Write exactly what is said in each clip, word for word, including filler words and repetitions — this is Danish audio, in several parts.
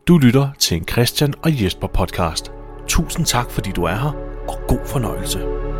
Du lytter til en Christian og Jesper podcast. Tusind tak, fordi du er her, og god fornøjelse.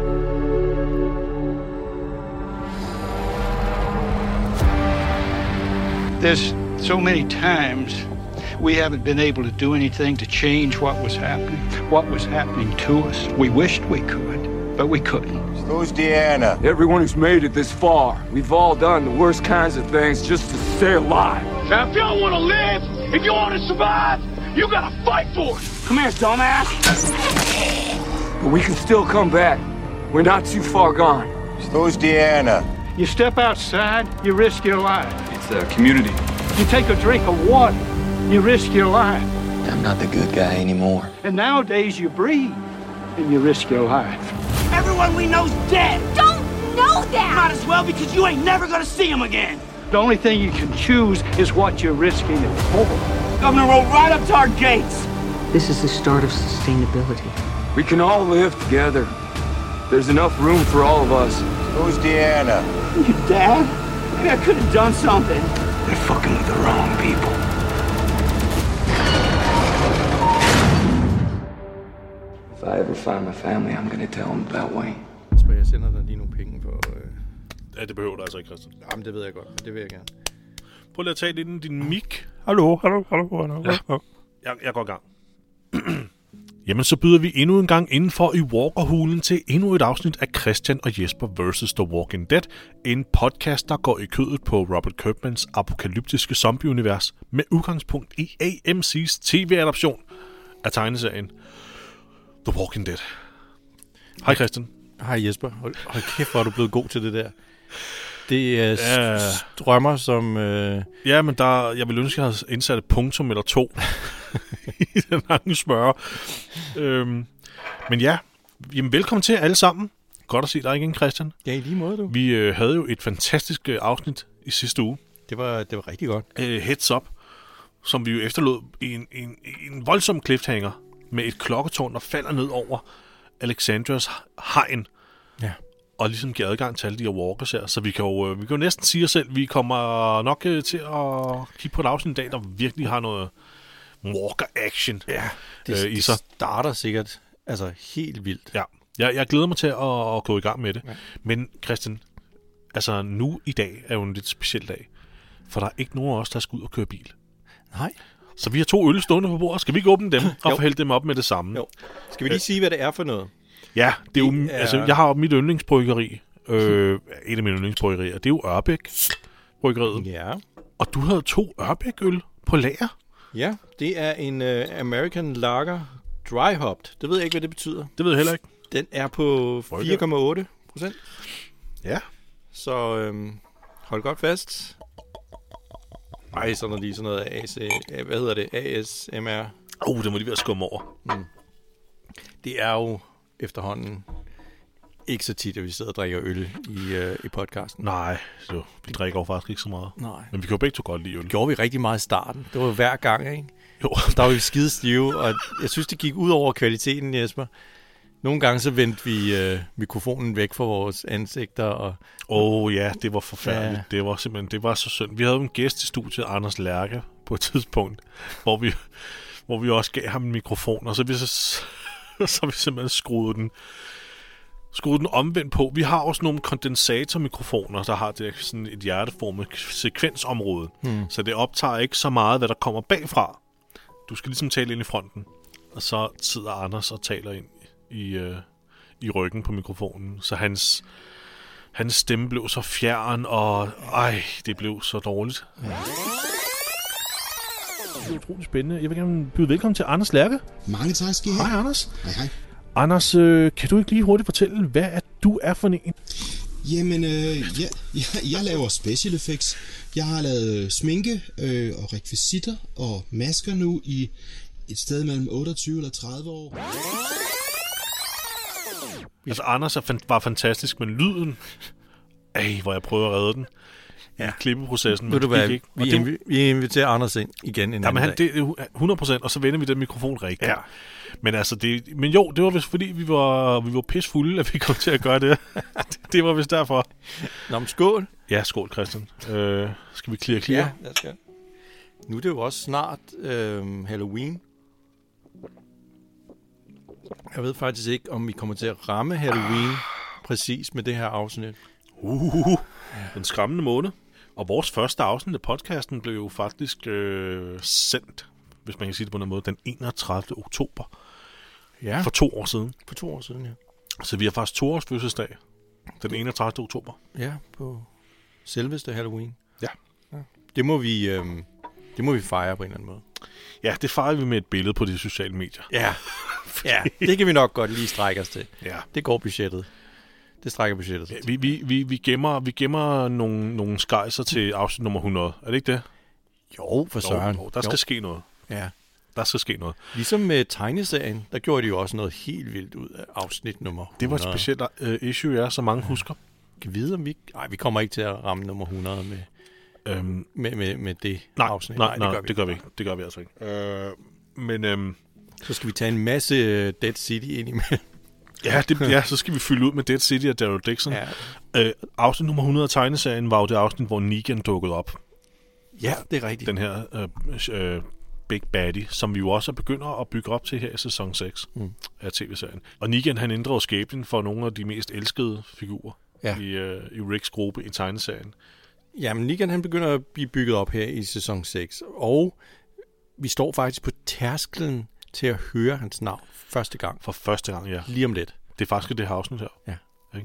There's so many times we haven't been able to do anything to change what was happening, what was happening to us. We wished we could, but we couldn't. Who's Deanna? Everyone who's made it this far. We've all done the worst kinds of things just to stay alive. Now, if y'all want to live, if you want to survive, you gotta fight for it. Come here, dumbass. But we can still come back. We're not too far gone. Who's Deanna? You step outside, you risk your life. It's a community. You take a drink of water, you risk your life. I'm not the good guy anymore. And nowadays you breathe, and you risk your life. Everyone we know's dead. Don't know that! Might as well, because you ain't never gonna see him again. The only thing you can choose is what you're risking it for. Governor rode right up to our gates. This is the start of sustainability. We can all live together. There's enough room for all of us. Who's Deanna? You dad? Maybe I could have done something. They're fucking with the wrong people. If I ever find my family, I'm gonna tell them about Wayne. Så jeg sender dig lige nogle penge for... Øh... Ja, det behøver du altså ikke, Christian. Jamen, det ved jeg godt, men det vil jeg gerne. Prøv lige at tage lidt ind i din mic. Hallo, hallo, hallo, hallo. Ja. Jeg, jeg går i gang. Jamen, så byder vi endnu en gang indenfor i Walkerhulen til endnu et afsnit af Christian og Jesper versus. The Walking Dead. En podcast, der går i kødet på Robert Kirkmans apokalyptiske zombie-univers med udgangspunkt i A M C's tv-adaption af tegneserien The Walking Dead. Hej Christian. Hej Jesper. Hold, hold kæft, hvor er du blevet god til det der. Det er ja. strømmer som... Øh... Ja, men der, jeg ville ønske, at jeg havde indsat et punktum eller to i den lange smøre. Øhm, men ja, jamen, velkommen til alle sammen. Godt at se dig igen, Christian. Ja, i lige måde, du. Vi øh, havde jo et fantastisk øh, afsnit i sidste uge. Det var, det var rigtig godt. Øh, Heads Up, som vi jo efterlod i en, en, en voldsom cliffhanger med et klokketårn, der falder ned over Alexandrias hegn. Ja. Og ligesom giver adgang til alle de her walkers her. Så vi kan jo, vi kan jo næsten sige os selv, at vi kommer nok til at kigge på et afsnit i dag, der virkelig har noget walker-action ja, det, øh, i det sig. starter sikkert altså helt vildt. Ja, jeg, jeg glæder mig til at, at gå i gang med det. Ja. Men Christian, altså nu i dag er jo en lidt speciel dag. For der er ikke nogen af os, der skal ud og køre bil. Nej. Så vi har to øl stående på bordet. Skal vi ikke åbne dem og få hældt dem op med det samme? Jo. Skal vi lige sige, hvad det er for noget? Ja, det er jo, det er... altså, jeg har jo mit yndlingsbryggeri. Øh, et af mine yndlingsbryggerier. Det er jo Ørbæk-bryggeriet. Ja. Og du havde to Ørbæk-øl på lager. Ja, det er en uh, American Lager Dry Hopped. Det ved jeg ikke, hvad det betyder. Det ved jeg heller ikke. Den er på fire komma otte procent. Ja. Så øhm, hold godt fast. Ej, sådan er lige sådan noget A C, hvad hedder det? A S M R. Åh, oh, det må lige være skumme over. Mm. Det er jo efterhånden ikke så tit, at vi sidder og drikker øl i, øh, i podcasten. Nej, så vi drikker jo faktisk ikke så meget. Nej. Men vi kan jo begge to godt lide øl. Det gjorde vi rigtig meget i starten. Det var jo hver gang, ikke? Jo. Der var vi skide stive, og jeg synes, det gik ud over kvaliteten, Jesper. Nogle gange så vendte vi øh, mikrofonen væk fra vores ansigter. Åh og... oh, ja, det var forfærdeligt. Ja. Det var simpelthen, det var så synd. Vi havde en gæst i studiet, Anders Lærke, på et tidspunkt, hvor vi, hvor vi også gav ham en mikrofon, og så vi, så, så vi simpelthen skruede den, skruede den omvendt på. Vi har også nogle kondensatormikrofoner, der har det sådan et hjerteformet sekvensområde, hmm. så det optager ikke så meget, hvad der kommer bagfra. Du skal ligesom tale ind i fronten, og så sidder Anders og taler ind i, øh, i ryggen på mikrofonen, så hans, hans stemme blev så fjern, og ej, det blev så dårligt. Ja. Det er utroligt spændende. Jeg vil gerne byde velkommen til Anders Lærke. Mange tak skal I have. Hej Anders. Hej hej. Anders, øh, kan du ikke lige hurtigt fortælle, hvad er du er for en? Jamen, øh, ja, jeg, jeg laver special effects. Jeg har lavet sminke øh, og rekvisitter og masker nu i et sted mellem otteogtyve eller tredive år. Altså, Anders er, var fantastisk, men lyden... Ej, hvor jeg prøvede at redde den. Ja. I klippeprocessen, men det gik ikke. Vi, det, inv- vi inviterer Anders ind igen en ja, anden han, dag. Det er hundrede procent, og så vender vi den mikrofon rigtigt. Ja. Men altså, det, men jo, det var vist fordi, vi var, vi var pisfulde, at vi kom til at gøre det. Det var vist derfor. Nå, men skål. Ja, skål, Christian. Øh, skal vi clear clear? Ja, det skal. Nu er det jo også snart øh, Halloween. Jeg ved faktisk ikke, om vi kommer til at ramme Halloween præcis med det her afsnit. Uh, den skræmmende måned. Og vores første afsnit af podcasten blev jo faktisk øh, sendt, hvis man kan sige det på en måde, den enogtredivte oktober. Ja. For to år siden. For to år siden, ja. Så vi har faktisk to års fødselsdag. Den enogtredivte oktober. Ja, på selveste Halloween. Ja. ja. Det må vi, øh, det må vi fejre på en eller anden måde. Ja, det fejrer vi med et billede på de sociale medier. Ja. Ja, det kan vi nok godt lige strække os til. Ja. Det går budgettet. Det strækker budgettet til. Ja, vi, vi, vi, vi gemmer, vi gemmer nogle, nogle skejser til afsnit nummer hundrede. Er det ikke det? Jo, for søren. Jo, jo, der skal jo. ske noget. Ja. Der skal ske noget. Ligesom med tegneserien, der gjorde de jo også noget helt vildt ud af afsnit nummer hundrede. Det var et specielt uh, issue, ja, så mange ja. husker. Kan vide, om vi... Nej, vi kommer ikke til at ramme nummer hundrede med, øhm, med, med, med det nej, afsnit. Nej, nej, nej, det gør vi ikke. Det gør vi altså ikke. Øh, men... Øhm, så skal vi tage en masse uh, Dead City ind imellem. Ja, det, ja, så skal vi fylde ud med Dead City og Daryl Dixon. Ja. Øh, afsnit nummer hundrede af tegneserien var jo det afsnit, hvor Negan dukkede op. Ja, det er rigtigt. Den her øh, øh, Big Baddie, som vi jo også begynder at bygge op til her i sæson seks mm. af tv-serien. Og Negan, han ændrer jo skæbnen for nogle af de mest elskede figurer ja. i, øh, i Ricks gruppe i tegneserien. Jamen, Negan, han begynder at blive bygget op her i sæson seks. Og vi står faktisk på tærsklen til at høre hans navn første gang. For første gang, ja. Lige om lidt. Det er faktisk det her afsnit her. Ja. Okay.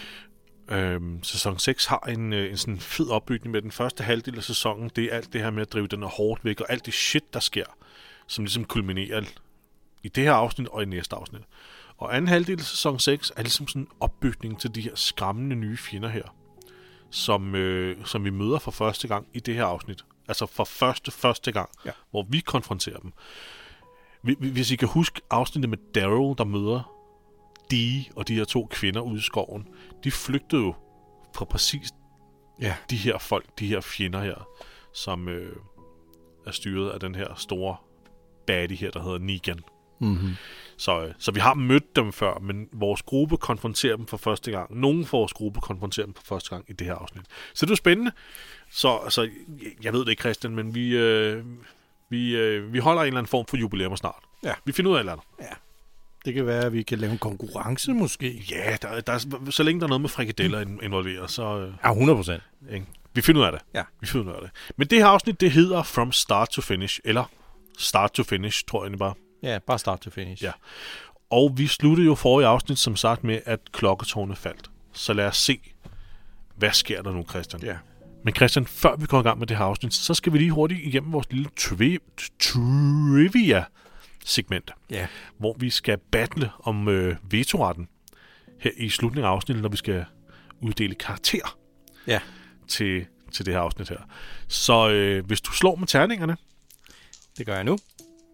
Øhm, sæson seks har en, en sådan fed opbygning med den første halvdel af sæsonen. Det er alt det her med at drive den hårdt væk, og alt det shit, der sker, som ligesom kulminerer i det her afsnit og i næste afsnit. Og anden halvdel af sæson seks er ligesom sådan en opbygning til de her skræmmende nye fjender her, som, øh, som vi møder for første gang i det her afsnit. Altså for første, første gang, ja. Hvor vi konfronterer dem. Hvis I kan huske afsnittet med Daryl, der møder Dee og de her to kvinder ude i skoven, de flygtede jo fra præcis ja. de her folk, de her fjender her, som øh, er styret af den her store baddie her, der hedder Negan. Mm-hmm. Så, øh, så vi har mødt dem før, men vores gruppe konfronterer dem for første gang. Nogen fra vores gruppe konfronterer dem for første gang i det her afsnit. Så det er spændende. Så altså, jeg ved det ikke, Christian, men vi... Øh, Vi, øh, vi holder en eller anden form for jubilæum snart. Ja. Vi finder ud af et eller andet. Ja. Det kan være, at vi kan lave en konkurrence måske. Ja, der, der er, så længe der er noget med frikadeller mm. involveret, så... Øh, ja, hundrede procent. Vi finder ud af det. Ja. Vi finder ud af det. Men det her afsnit, det hedder From Start to Finish. Eller Start to Finish, tror jeg egentlig bare. Ja, bare Start to Finish. Ja. Og vi sluttede jo forrige afsnit, som sagt, med, at klokketårnet faldt. Så lad os se, hvad sker der nu, Christian? Ja. Men Christian, før vi går i gang med det her afsnit, så skal vi lige hurtigt igennem vores lille tri- trivia-segment, ja. hvor vi skal battle om øh, vetoretten her i slutningen af afsnittet, når vi skal uddele karakter ja. til, til det her afsnit her. Så øh, hvis du slår med terningerne... Det gør jeg nu.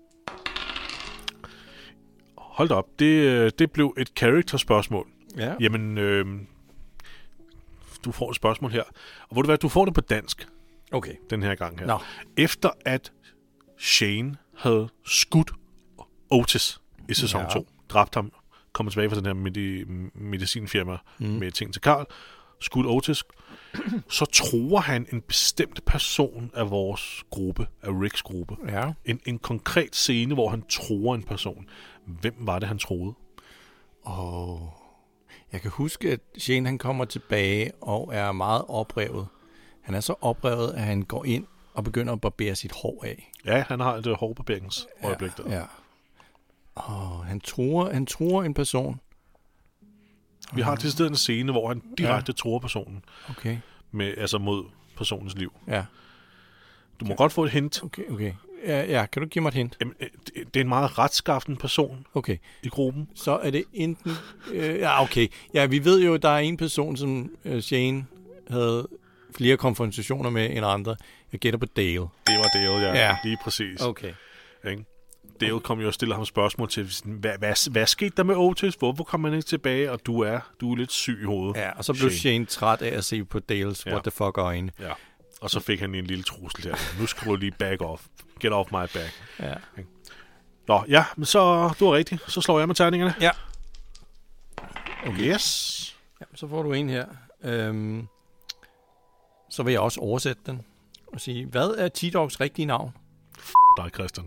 Hold da op, det, det blev et character-spørgsmål. Ja. Jamen... Øh, du får et spørgsmål her. Og hvor du, du får det på dansk. Okay. Den her gang her. No. Efter at Shane havde skudt Otis i sæson to, ja. Dræbt ham, kommet tilbage fra den her medi- medicinfirma mm. med ting til Karl, skudt Otis, så tror han en bestemt person af vores gruppe, af Ricks gruppe. Ja. En, en konkret scene, hvor han tror en person. Hvem var det, han troede? Åh... Oh. Jeg kan huske, at Shane han kommer tilbage og er meget oprevet. Han er så oprevet, at han går ind og begynder at barbere sit hår af. Ja, han har et uh, hårbarberingsøjeblik der. Ja, ja. Oh, han tror, han tror en person. Vi har til stedet en scene, hvor han direkte ja. tror personen. Okay. Med, altså mod personens liv. Ja. Du må okay. godt få et hint. Okay, okay. Ja, ja, kan du give mig et hint? Jamen, det er en meget retskaften person okay. i gruppen. Så er det enten... Øh, ja, okay. Ja, vi ved jo, at der er en person, som øh, Shane havde flere konfrontationer med end andre. Jeg gætter på Dale. Det var Dale, ja. ja. Lige præcis. Okay. Ikke? Dale kom jo og stillede ham spørgsmål til, hvad, hvad, hvad skete der med Otis? Hvorfor kom han ikke tilbage? Og du er, du er lidt syg i hovedet. Ja, og så blev Shane, Shane træt af at se på Dales ja. what the fuck øjne. Ja. Og så fik han en lille trussel her. Nu skal du lige back off. Get off my back. Ja. Nå, ja, men så du er rigtig. Så slår jeg med terningerne. Ja. Okay. Yes. Ja, så får du en her. Øhm, så vil jeg også oversætte den og sige, hvad er T-Dogs rigtige navn? dig, Christian.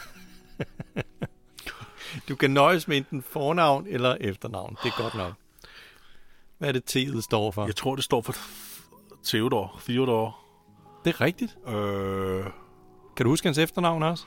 Du kan nøjes med enten fornavn eller efternavn. Det er godt nok. Hvad er det, T'et står for? Jeg tror, det står for Theodor. Theodor. Det er rigtigt. Øh... Kan du huske hans efternavn også?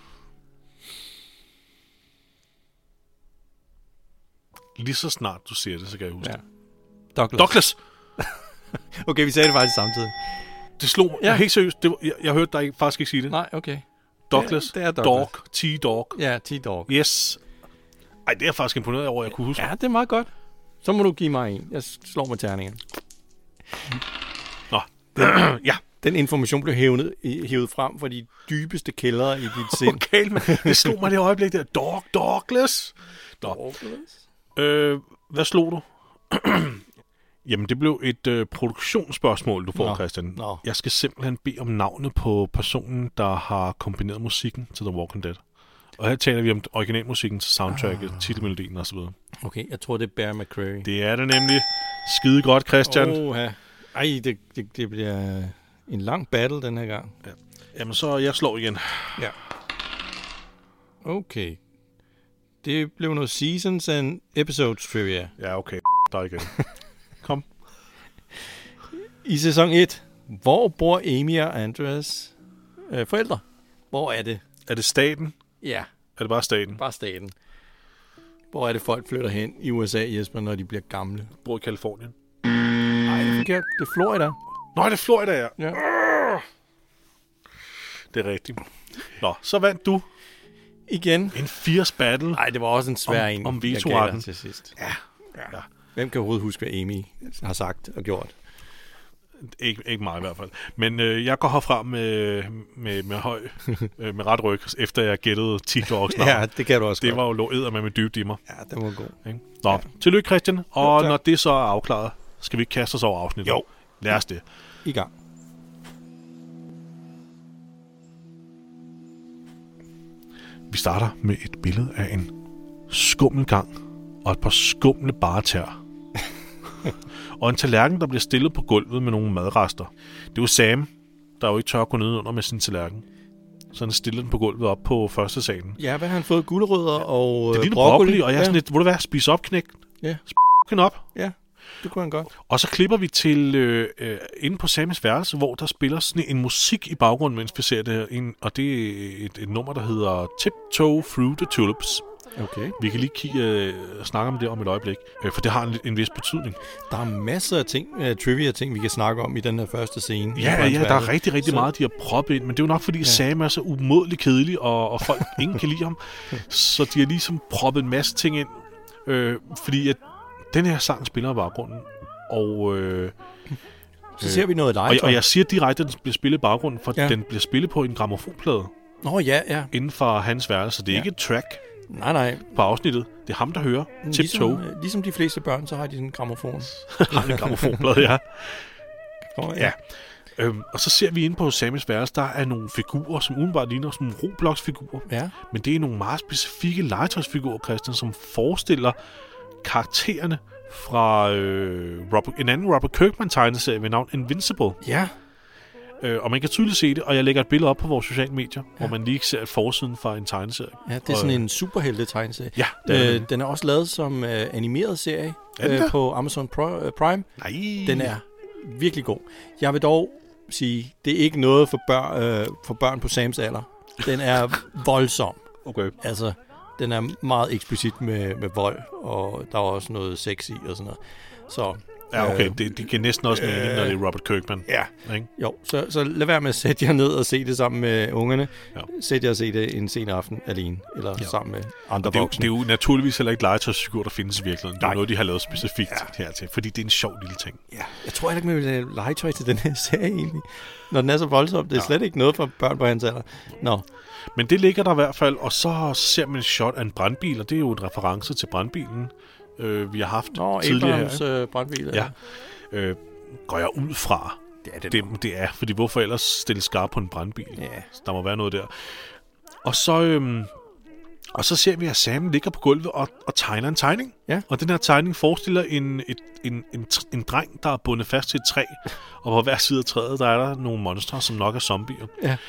Lige så snart du siger det, så kan jeg huske Ja. det. Douglas. Douglas! Okay, vi sagde det faktisk samtidig. Det slog mig. Ja. Helt seriøst. Det var, jeg, jeg hørte dig ikke, faktisk ikke sige det. Nej, okay. Douglas. Det, det er Douglas. Dog. T-Dog. Ja, T-Dog. Yes. Ej, det er jeg faktisk imponeret over, at jeg kunne huske. Ja, det er meget godt. Så må du give mig en. Jeg slår med terningen. Nå. Ja. Den information blev hævet, hævet frem fra de dybeste kældre i dit sind. Okay, men det slog mig det øjeblik der. Dog, Douglas. Nå. Douglas. Øh, hvad slog du? Jamen, det blev et øh, produktionsspørgsmål, du får, Nå. Christian. Nå. Jeg skal simpelthen bede om navnet på personen, der har kombineret musikken til The Walking Dead. Og her taler vi om originalmusikken til soundtracket, ah. titelmelodien osv. Okay, jeg tror, det er Bear McCreary. Det er det nemlig. Skide godt, Christian. Oha. Ej, det, det, det bliver en lang battle den her gang. Ja. Jamen, så jeg slår igen. Ja. Okay. Det blev noget Seasons and Episodes trivia. Ja, okay. Der igen. Kom. I sæson et, hvor bor Amy og Andreas øh, forældre? Hvor er det? Er det staten? Ja, Er det bare staten? bare staten. Hvor er det, folk flytter hen i U S A, Jesper, når de bliver gamle? Bor i Kalifornien. Nej, det er forkert. Det er Florida. Nå, det er Florida, ja. Ja. Det er rigtigt. Nå, så vandt du Igen. en fierce battle. Nej, det var også en svær Om- en, om jeg gav vetoretten. dig til sidst. Ja. Ja. Hvem kan overhovedet huske, hvad Amy har sagt og gjort? Ikke, ikke mig i hvert fald. Men øh, jeg går herfra med, med, med høj, øh, med ret ryg, efter jeg gættede T-Dogs navn. Ja, det kan du også Det godt. var jo lovet med med dybt i mig. Ja, det var god. Ikke? Nå, Ja. tillykke Christian. Og Jo, tak. når det så er afklaret, skal vi kaste os over afsnittet. Jo. Lad os det. I gang. Vi starter med et billede af en skummel gang og et par skumle bartær. Og en tallerken, der bliver stillet på gulvet med nogle madrester. Det er jo Sam, der jo ikke tør at gå ned under med sin tallerken. Så han stiller den på gulvet op på første salen. Ja, hvad har han fået? Gulerødder og Det ligner broccoli, broccoli, og jeg er ja. sådan lidt, vil du være, spis op, knæk. Ja. Spis op. Ja, det kunne han godt. Og så klipper vi til øh, øh, inde på Samis værelse, hvor der spiller sådan en musik i baggrunden, mens vi ser det her. En, og det er et, et nummer, der hedder Tiptoe Through the Tulips. Okay. Vi kan lige kigge øh, og snakke om det om et øjeblik, øh, for det har en, en vis betydning. Der er masser af ting, uh, trivia-ting, vi kan snakke om i den her første scene. Ja, ja, der er rigtig, rigtig Så- meget, de har proppet ind, men det er jo nok, fordi ja. Sam er så umådelig kedelig, og, og folk ingen kan lide ham. Så de har ligesom proppet en masse ting ind, øh, fordi at den her sang spiller i baggrunden, og... Øh, Så ser vi noget og, legetøj. jeg, og jeg siger direkte, at den bliver spillet i baggrunden, for Ja. ja. den bliver spillet på en grammofonplade Nå, ja, ja. inden for hans værelse. Det er Ja. ja. ikke et track Nej, nej. på afsnittet. Det er ham, der hører Ligesom, Tiptoe. øh, ligesom de fleste børn, så har de sådan en grammofon. Har en grammofonplade, ja. Nå, Ja. Øhm, og så ser vi inde på Samis værelse, der er nogle figurer, som udenbart ligner som Roblox-figurer. Ja. Men det er nogle meget specifikke legetøjsfigurer, Christian, som forestiller karaktererne fra øh, Robert, en anden Robert Kirkman-tegneserie ved navn Invincible. Ja. Øh, og man kan tydeligt se det, og jeg lægger et billede op på vores sociale medier, ja. hvor man lige ser et forsiden fra en tegneserie. Ja, det er sådan en superhelte-tegneserie. Ja, det er Øh, det. den er også lavet som øh, animeret serie Er den øh, der? på Amazon Pro, øh, Prime. Nej. Den er virkelig god. Jeg vil dog sige, det er ikke noget for, bør, øh, for børn på Sams alder. Den er voldsom. Okay. Altså, den er meget eksplicit med, med vold, og der er også noget sex i og sådan noget. Så, Ja, okay. øh, Det, det kan næsten også mening, når det er Robert Kirkman. Ja. Ikke? Jo, så, så lad være med at sætte jer ned og se det sammen med ungerne. Ja. Sæt jer og se det en sen aften alene, eller Ja. sammen med andre Og det, er jo, voksne. det er jo naturligvis heller ikke legetøjsfigurer, der findes i virkeligheden. Det er Nej. jo noget, de har lavet specifikt ja. hertil, fordi det er en sjov lille ting. Ja, jeg tror heller ikke, man vil lave legetøj til den her serie egentlig. Når den er så voldsom, det er Ja. slet ikke noget for børn på hans alder. Nå, Men det ligger der i hvert fald, og så ser man et shot af en brandbil, og det er jo en reference til brandbilen, øh, vi har haft Nå tidligere Abrams her. øh, brandbil. Ja. Øh, går jeg ud fra. Det er det. Det, det er, fordi hvorfor ellers stille skarp på en brandbil? Ja. Der må være noget der. Og så, øhm, og så ser vi, at Sam ligger på gulvet og, og tegner en tegning. Ja. Og den her tegning forestiller en, et, en, en, en dreng, der er bundet fast til et træ. Og på hver side af træet, der er der nogle monstre, som nok er zombier. Ja.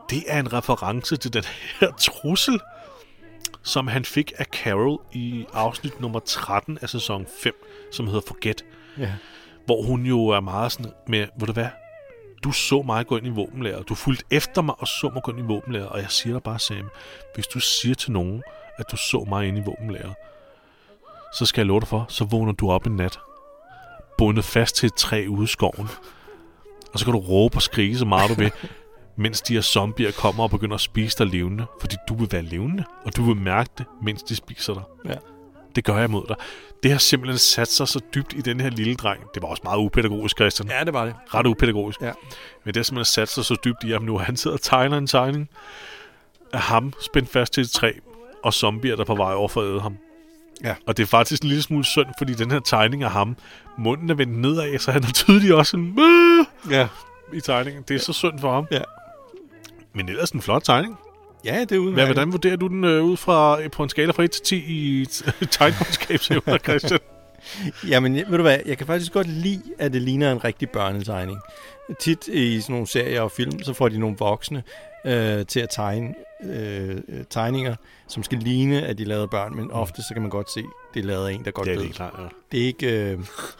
det er en reference til den her trussel, som han fik af Carol i afsnit nummer tretten af sæson fem, som hedder Forget. Ja. Hvor hun jo er meget sådan med, ved du hvad, du så mig gå ind i våbenlæret. Du fulgte efter mig og så mig gå ind i våbenlæret. Og jeg siger dig bare, Sam, hvis du siger til nogen, at du så mig ind i våbenlæret, så skal jeg love dig for, så vågner du op en nat, bundet fast til et træ ude i skoven. Og så kan du råbe og skrige så meget du vil, mens de her zombier kommer og begynder at spise dig levende. Fordi du vil være levende, og du vil mærke det, mens de spiser dig. Ja. Det gør jeg mod dig. Det har simpelthen sat sig så dybt i den her lille dreng. Det var også meget upædagogisk, Christian. Ja, det var det. Ret upædagogisk. Ja. Men det har simpelthen sat sig så dybt i ham nu. Han sidder og tegner en tegning af ham spændt fast til et træ, og zombier, der er på vej over for at æde ham. Ja. Og det er faktisk en lille smule synd, fordi den her tegning af ham, munden er vendt nedad, så han er tydeligt også en ja. i tegningen. Det er så synd for ham. Ja. Men ellers en flot tegning. Ja, det er udmærket. Hvad, hvordan vurderer du den øh, ud fra, på en skala fra et til ti i tegnekundskabsevner, Christian? Jamen, ved du hvad, jeg kan faktisk godt lide, at det ligner en rigtig børnetegning. Tit i sådan nogle serier og film, så får de nogle voksne øh, til at tegne øh, tegninger, som skal ligne, at de lavede børn, men ofte så kan man godt se, det er lavet af en, der godt ja, ved. Det er klart, ja. Det er ikke... Øh,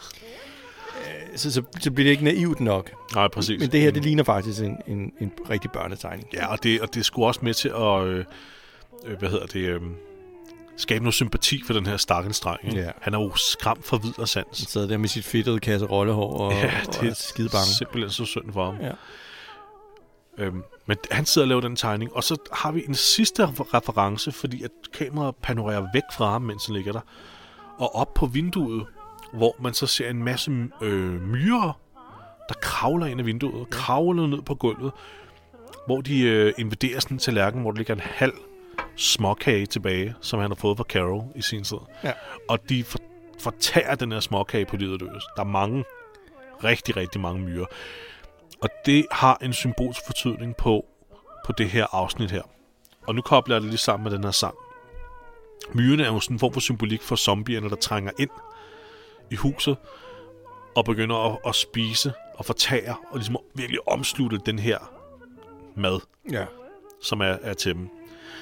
så, så, så bliver det ikke naivt nok. Nej, præcis. Men det her, det ligner faktisk en, en, en rigtig børnetegning. Ja, og det, og det er sgu også med til at, øh, øh, hvad hedder det, øh, skabe noget sympati for den her stakkels dreng. Ja. Han er jo skræmt for vid og sans. Han sidder der med sit fedtede kasserollehår og, ja, det og skide bange. Simpelthen så synd for ham. Ja. Øhm, men han sidder og laver den tegning, og så har vi en sidste reference, fordi at kameraet panorerer væk fra ham, mens han ligger der, og op på vinduet, hvor man så ser en masse øh, myrer, der kravler ind af vinduet, kravler ned på gulvet, hvor de øh, invaderer sådan en tallerken, hvor der ligger en halv småkage tilbage, som han har fået fra Carol i sin tid. Ja. Og de for, fortærer den her småkage på livet løs. Der er mange, rigtig, rigtig mange myrer. Og det har en symbolsk betydning på, på det her afsnit her. Og nu kobler jeg det lige sammen med den her sang. Myrerne er jo sådan en form for symbolik for zombierne, der trænger ind i huset og begynder at, at spise og fortære og ligesom virkelig omslutte den her mad, ja. som er, er til dem.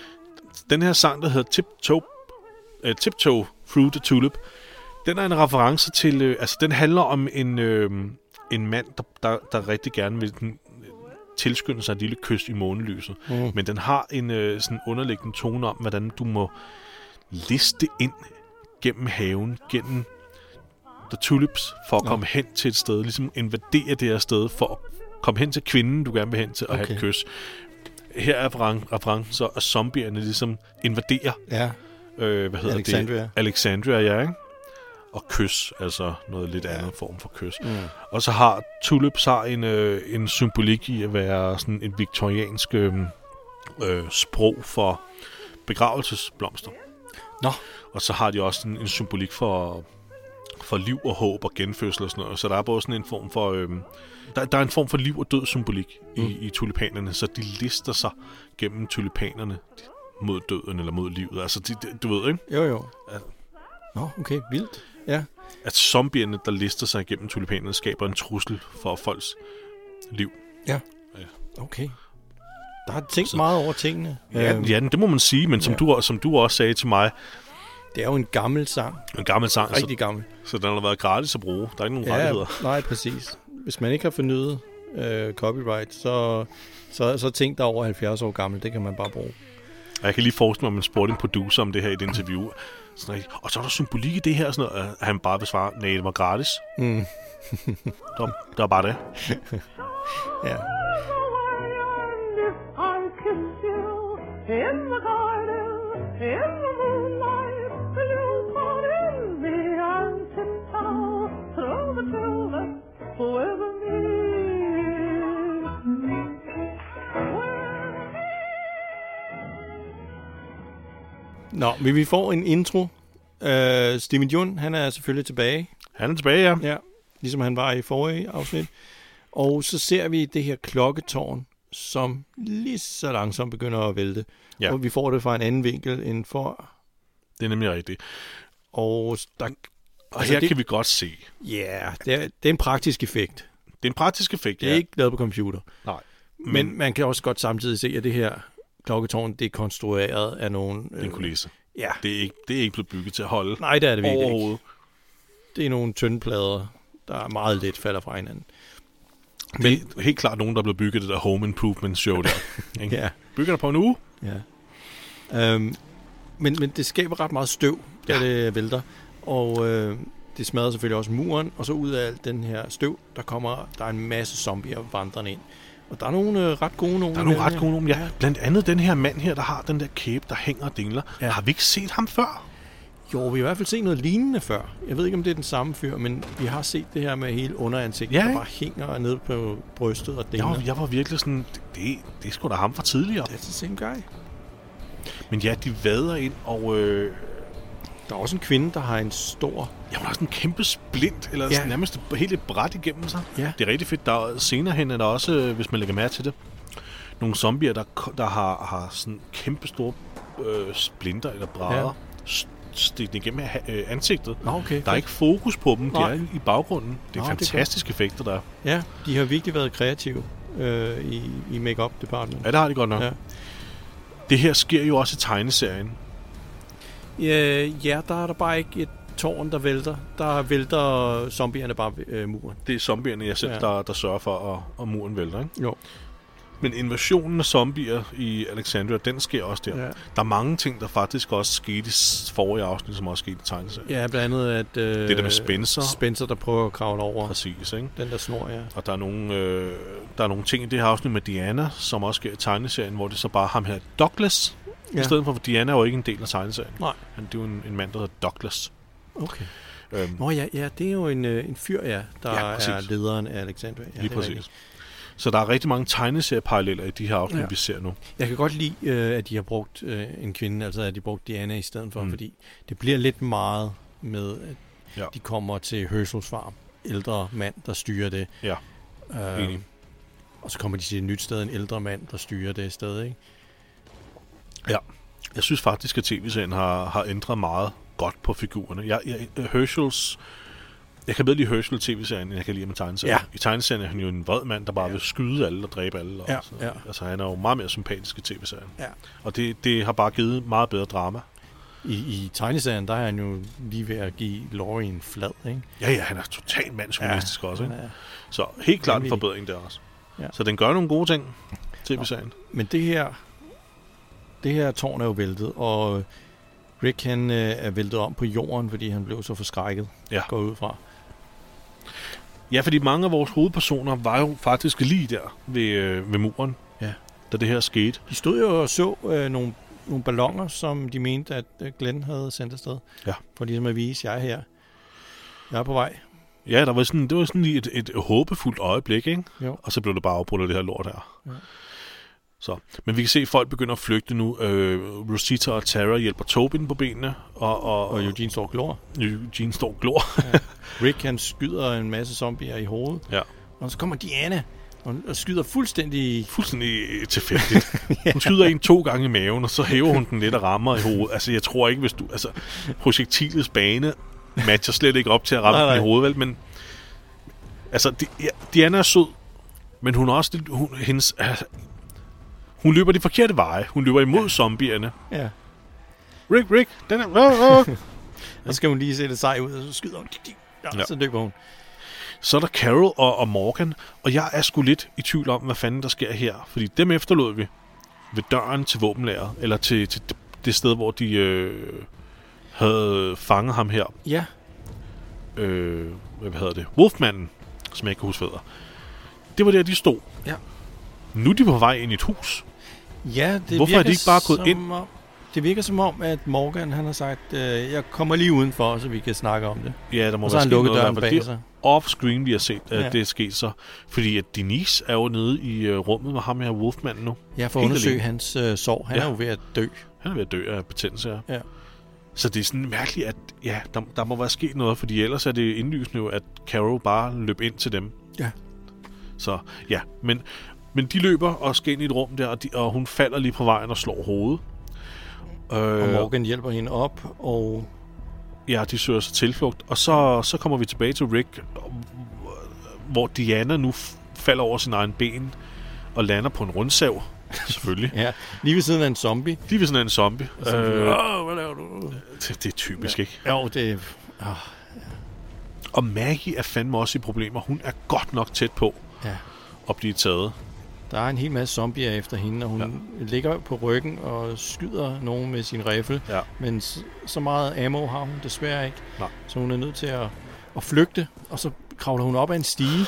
Den her sang, der hedder Tiptoe, uh, Tiptoe Through the Tulip, den er en reference til, uh, altså den handler om en, uh, en mand, der, der, der rigtig gerne vil den, tilskynde sig et lille kys i månelyset. Mm. Men den har en uh, sådan underliggende tone om, hvordan du må liste ind gennem haven, gennem the tulips, for at komme ja. hen til et sted, ligesom invadere det her sted, for at komme hen til kvinden, du gerne vil hen til, og okay. have et kys. Her er referencen så, at zombierne ligesom invaderer ja. øh, hvad hedder Alexandria. det? Alexandria, ja, ikke? Og kys, altså noget lidt ja. andet form for kys. Mm. Og så har tulips har en, øh, en symbolik i at være sådan et viktoriansk øh, sprog for begravelsesblomster. Nå. Og så har de også en, en symbolik for, for liv og håb og genfødsel og sådan noget. Så der er både sådan en form for... Øh, der, der er en form for liv og død symbolik mm. i, i tulipanerne, så de lister sig gennem tulipanerne mod døden eller mod livet. Altså, de, de, du ved, ikke? Jo, jo. At, Nå, okay, vildt. Ja. At zombierne, der lister sig gennem tulipanerne, skaber en trussel for folks liv. Ja. ja. Okay. Der har tænkt så meget over tingene. Ja, øhm. ja, det må man sige, men som, ja. du, som du også sagde til mig... Det er jo en gammel sang. En gammel sang. Rigtig så, gammel. Så den har været gratis at bruge. Der er ikke nogen ja, rettigheder. Nej, præcis. Hvis man ikke har fornyet øh, copyright, så, så, så ting, der er over halvfjerds år gammel, det kan man bare bruge. Og jeg kan lige forestille mig, at man spurgte en producer om det her i et interview. Sådan, og så er der symbolik i det her, sådan noget, at han bare vil svare, nej, det var gratis. Mm. der, der var bare det. ja. Nå, men vi får en intro. Uh, Steven Yeun, han er selvfølgelig tilbage. Han er tilbage, ja. Ja, ligesom han var i forrige afsnit. Og så ser vi det her klokketårn, som lige så langsomt begynder at vælte. Ja. Og vi får det fra en anden vinkel end for... Det er nemlig rigtigt. Og, der, og altså her det, kan vi godt se. Ja, yeah, det, det er en praktisk effekt. Det er en praktisk effekt, ja. Det er ikke lavet på computer. Nej. Men, Men man kan også godt samtidig se, at det her klokketårn, det er konstrueret af nogle... Det er en kulisse. Ja. Det er ikke, det er ikke blevet bygget til at holde. Nej, det er det virkelig ikke. Det er nogle tynde plader, der meget let falder fra hinanden. Men det er helt klart nogen, der er blevet bygget det der home improvement show der. Ikke? Ja. Bygger der på en uge? Ja. Øhm, men, men det skaber ret meget støv, da ja. det vælter. Og øh, det smadrer selvfølgelig også muren. Og så ud af alt den her støv, der kommer der er en masse zombier vandrende ind. Og der er nogle øh, ret gode nogen. Der er nogle ret gode nogen, ja. Blandt andet den her mand her, der har den der kæbe, der hænger og dingler. Ja. Har vi ikke set ham før? Jo, vi har i hvert fald set noget lignende før. Jeg ved ikke, om det er den samme fyr, men vi har set det her med hele underansigtet, ja, der bare hænger nede på brystet og dingler. Jeg, jeg var virkelig sådan, det, det er sgu da ham fra tidligere. Det er the same guy. Men ja, de vader ind, og... Øh, der er også en kvinde, der har en stor... Ja, hun har sådan en kæmpe splint, eller ja. nærmest helt et bræt igennem sig. Ja. Det er rigtig fedt. Der er, senere hen er der også, hvis man lægger mærke til det, nogle zombier, der, der har, har sådan kæmpe store øh, splinter eller brædder ja. stikket igennem øh, ansigtet. Nå, okay, der fedt. er ikke fokus på dem, de Nej. er i baggrunden. Det er Nå, fantastiske det er effekter, der er. Ja, de har virkelig været kreative øh, i, i make-up department. Ja, det har de godt nok. Ja. Det her sker jo også i tegneserien. Ja, ja, der er der bare ikke et tårn, der vælter. Der vælter zombierne bare øh, muren. Det er zombierne, jeg selv, ja. der, der sørger for, at, at muren vælter, ikke? Jo. Men invasionen af zombier i Alexandria, den sker også der. Ja. Der er mange ting, der faktisk også skete i forrige afsnit, som også skete i tegneserien. Ja, blandt andet at... Øh, det der med Spencer. Spencer, der prøver at kravle over. Præcis, ikke? Den der snor, ja. Og der er nogle, øh, der er nogle ting i det her afsnit med Diana, som også sker i tegneserien, hvor det så bare ham her Douglas, ja. I stedet for, for Diana er jo ikke en del af tegneserien. Nej. Han, det er jo en, en mand, der hedder Douglas. Okay. Øhm. Nå ja, ja, det er jo en, en fyr, ja, der ja, er lederen af Alexandria. Ja, lige præcis. Så der er rigtig mange tegneserieparalleller i de her afsnit, ja. Vi ser nu. Jeg kan godt lide, øh, at de har brugt øh, en kvinde, altså at de har brugt Diana i stedet for, mm. fordi det bliver lidt meget med, at ja. de kommer til Herschels farm. Ældre mand, der styrer det. Ja, øh, enig. Og så kommer de til et nyt sted, en ældre mand, der styrer det sted, ikke? Ja, jeg synes faktisk, at tv-serien har, har ændret meget godt på figurerne. Jeg, jeg, Herschels... Jeg kan bedre lide Herschel tv-serien, end jeg kan lide med tegneserien. Ja. I tegneserien er han jo en vred mand, der bare ja. vil skyde alle og dræbe alle. Og ja, så. Ja. Altså, han er jo meget mere sympatisk i tv-serien. Ja. Og det, det har bare givet meget bedre drama. I, i tegneserien, der er han jo lige ved at give Laurie en flad, ikke? Ja, ja, han er totalt mandshumanistisk ja, også, ikke? Så helt klart en forbedring der også. Ja. Så den gør nogle gode ting, tv-serien. Nå. Men det her, det her tårn er jo væltet, og Rick, han øh, er væltet om på jorden, fordi han blev så forskrækket, ja. Går ud fra. Ja, fordi mange af vores hovedpersoner var jo faktisk lige der ved, øh, ved muren, ja. Da det her skete. De stod jo og så øh, nogle, nogle balloner, som de mente, at Glenn havde sendt afsted. Ja. For ligesom at vise, jeg er her. Jeg er på vej. Ja, der var sådan, det var sådan et, et håbefuldt øjeblik, ikke? Jo. Og så blev det bare afbrudt af det her lort her. Ja. Så. Men vi kan se, at folk begynder at flygte nu. Øh, Rosita og Tara hjælper Tobin på benene. Og, og, og Eugene står og glor. Eugene står og glor. Ja. Rick, han skyder en masse zombier i hovedet. Ja. Og så kommer Diana og, og skyder fuldstændig... Fuldstændig tilfældigt. ja. Hun skyder en to gange i maven, og så hæver hun den lidt og rammer i hovedet. Altså, jeg tror ikke, hvis du... Altså, projektilets bane matcher slet ikke op til at ramme nej, nej. den i hovedet, vel? Men... Altså, Di- ja, Diana er sød, men hun er også... Hun, hendes... Altså, hun løber de forkerte veje. Hun løber imod ja. zombierne. Ja. Rick, Rick, den er... Oh, oh. Så skal hun lige se det sej ud, og så skyder hun. Ja, ja. Så løber hun. Så er der Carol og, og Morgan, og jeg er sgu lidt i tvivl om, hvad fanden der sker her. Fordi dem efterlod vi ved døren til våbenlageret, eller til, til det sted, hvor de øh, havde fanget ham her. Ja. Øh, hvad hedder det? Wolfmanden, som jeg ikke kan huske hvad. Det var der, de stod. Ja. Nu er de på vej ind i et hus. Ja, det Hvorfor er de ikke bare gået ind? Om, det virker som om, at Morgan han har sagt, øh, jeg kommer lige udenfor, så vi kan snakke om det. Ja, der må og så være han lukket døren bag sig. Off-screen, vi har set, at ja. det er sket så. Fordi at Denise er jo nede i uh, rummet med ham her, Wolfmanden nu. Ja, for at undersøge hans øh, sorg. Han ja. er jo ved at dø. Han er ved at dø af betændelse, ja. ja. Så det er sådan mærkeligt, at ja, der, der må være sket noget, fordi ellers er det indlysende jo, at Carol bare løb ind til dem. Ja. Så ja, men, men de løber og skal ind i et rum der, og, de, og hun falder lige på vejen og slår hovedet. Og Morgan hjælper hende op, og... Ja, de søger sig tilflugt. Og så, så kommer vi tilbage til Rick, hvor Diana nu falder over sin egen ben, og lander på en rundsav, selvfølgelig. Ja, lige ved siden af en zombie. Lige ved siden af en zombie. Så, øh, Åh, hvad laver du? Det, det er typisk, ja. ikke? Jo, det er... Oh, ja. Og Maggie er fandme også i problemer. Hun er godt nok tæt på ja. at blive taget. Der er en hel masse zombier efter hende, og hun ja. ligger på ryggen og skyder nogen med sin riffel. Ja. Men så meget ammo har hun desværre ikke. Nej. Så hun er nødt til at, at flygte, og så kravler hun op ad en stige.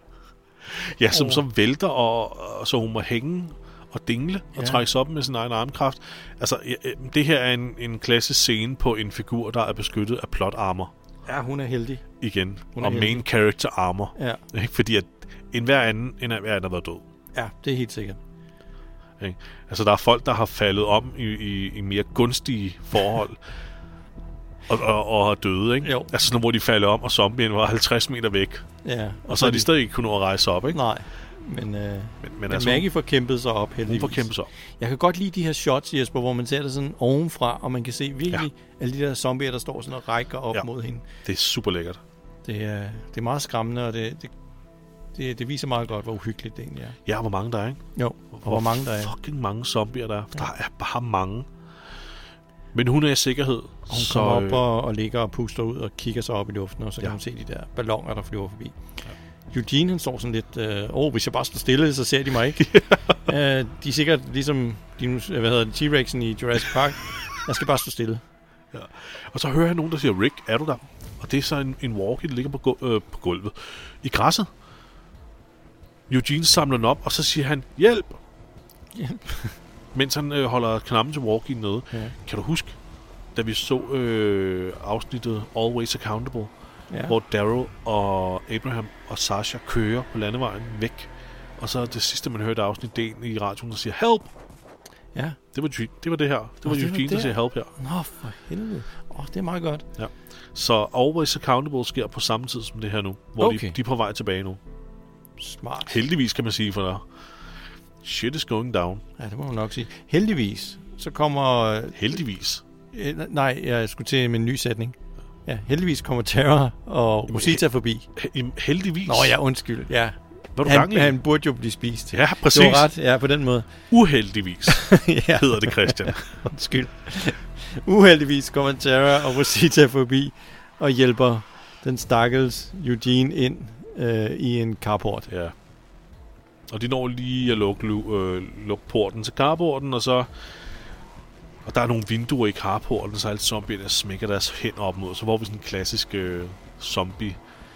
Ja, som så vælter, og, og så hun må hænge og dingle og ja. trække sig op med sin egen armkraft. Altså, det her er en, en klassisk scene på en figur, der er beskyttet af plot armor. Ja, hun er heldig. Igen. Hun er og heldig. main character armor. Ja. Ikke? Fordi at en hver anden, en hver anden har været død. Ja, det er helt sikkert. Ikke? Altså, der er folk, der har faldet om i, i, i mere gunstige forhold. og, og, og har døde, ikke? Jo. Altså sådan, hvor de falder om, og zombien var halvtreds meter væk. Ja. Og, og så har de stadig ikke kunnet rejse op, ikke? Nej. Men, øh, men, men altså, Maggie får kæmpet sig op, heldigvis. Hun får kæmpet sig op. Jeg kan godt lide de her shots, Jesper, hvor man ser det sådan ovenfra, og man kan se virkelig ja. alle de der zombier, der står sådan og rækker op ja. mod hende. Det er super lækkert. Det er, det er meget skræmmende, og det, det, det, det viser meget godt, hvor uhyggeligt det egentlig er. Ja, hvor mange der er, ikke? Jo, og hvor, hvor mange der er. Fucking mange zombier der er. Ja. Der er bare mange. Men hun er i sikkerhed. Og hun så, kommer op og, og ligger og puster ud og kigger sig op i luften, og så kan ja. hun se de der balloner, der flyver forbi. Ja. Eugene, han står sådan lidt, åh, øh, oh, hvis jeg bare står stille, så ser de mig ikke. uh, de er sikkert ligesom de, hvad hedder det, T-Rexen i Jurassic Park. Jeg skal bare stå stille. Ja. Og så hører jeg nogen, der siger, Rick, er du der? Og det er så en, en walkie, der ligger på, gu- øh, på gulvet. I græsset. Eugene samler den op, og så siger han, hjælp! Hjælp. Mens han øh, holder knappen til walkien nede. Ja. Kan du huske, da vi så øh, afsnittet Always Accountable, ja. hvor Daryl og Abraham og Sasha kører på landevejen væk, og så det sidste, man hørte afsnit, det er en i radioen, der siger, help! Ja. Det var, det var det her. Det var oh, Eugene, der siger help her. Nå, for helvede. Åh, oh, det er meget godt. Ja. Så Always Accountable sker på samme tid som det her nu, hvor okay. de, de er på vej tilbage nu. Smart. Heldigvis, kan man sige, for der shit is going down. Ja, det må man nok sige. Heldigvis, så kommer... Heldigvis? Øh, nej, jeg skulle til med en ny sætning. Ja, heldigvis kommer Tara og Rosita forbi. Heldigvis? Nå ja, undskyld. Ja. Hvad du han, gang i? han burde jo blive spist. Ja, præcis. Du har ret, ja, på den måde. Uheldigvis, ja. hedder det, Christian. Undskyld. Uheldigvis kommer Tara og Rosita forbi og hjælper den stakkels Eugene ind øh, i en carport. Ja. Og de når lige at lukke, øh, lukke porten til carporten, og så... Og der er nogle vinduer i carporten, så alle zombier, der smækker deres hænder op mod. Så får vi sådan en klassisk øh, zombie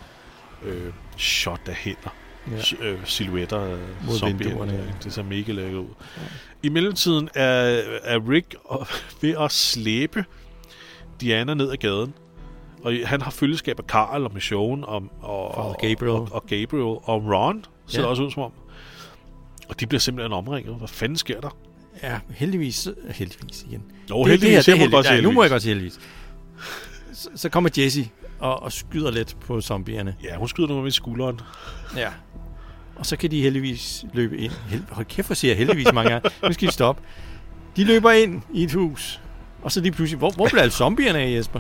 øh, shot af hænder. Ja. Øh, silhuetter af zombie. Det ser mega lækkert ud. Ja. I mellemtiden er, er Rick ved at slæbe Diana ned ad gaden. Og han har følgeskab af Carl og Michonne og, og, og, Gabriel. og, og Gabriel og Ron ser ja. også ud som om. Og de bliver simpelthen omringet. Hvad fanden sker der? Ja, heldigvis. Heldigvis igen. Jo, det, heldigvis. Det her, det heldigvis. Ja, nu må jeg godt sige heldigvis. Så, så kommer Jessie og, og skyder lidt på zombierne. Ja, hun skyder noget med skulderen. Ja. Og så kan de heldigvis løbe ind. Hel- Hold kæft, hvor siger jeg heldigvis mange gange. Nu skal vi stoppe. De løber ind i et hus. Og så lige pludselig, hvor, hvor bliver alle zombierne af, Jesper?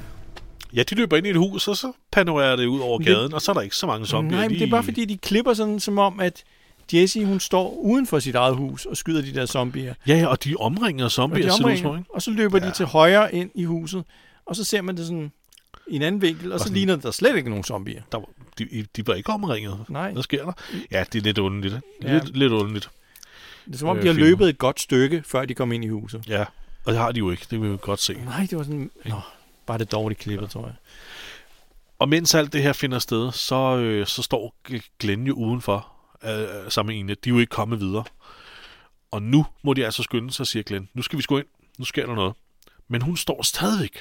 Ja, de løber ind i et hus, og så panorerer det ud over gaden, det, og så er der ikke så mange zombier. Nej, men det er bare fordi, de klipper sådan, som om, at Jessie, hun står uden for sit eget hus og skyder de der zombier. Ja, ja, og de omringer zombier. Og, de omringer, og så løber ja. de til højre ind i huset, og så ser man det sådan i en anden vinkel, og, og så sådan, ligner der slet ikke nogen zombier. Der, de, de var ikke omringet. Nej. Hvad sker der? Ja, det er lidt underligt. Ja. Lidt, lidt underligt. Det er som om, øh, de har filmer. løbet et godt stykke, før de kom ind i huset. Ja, og det har de jo ikke. Det kan vi jo godt se. Nej, det var sådan... Nå, bare det dårligt klippet, ja. tror jeg. Og mens alt det her finder sted, så, øh, så står Glenn jo udenfor øh, sammen med Ine. De er jo ikke kommet videre. Og nu må de altså skynde sig, siger Glenn. Nu skal vi gå ind. Nu sker der noget. Men hun står stadigvæk.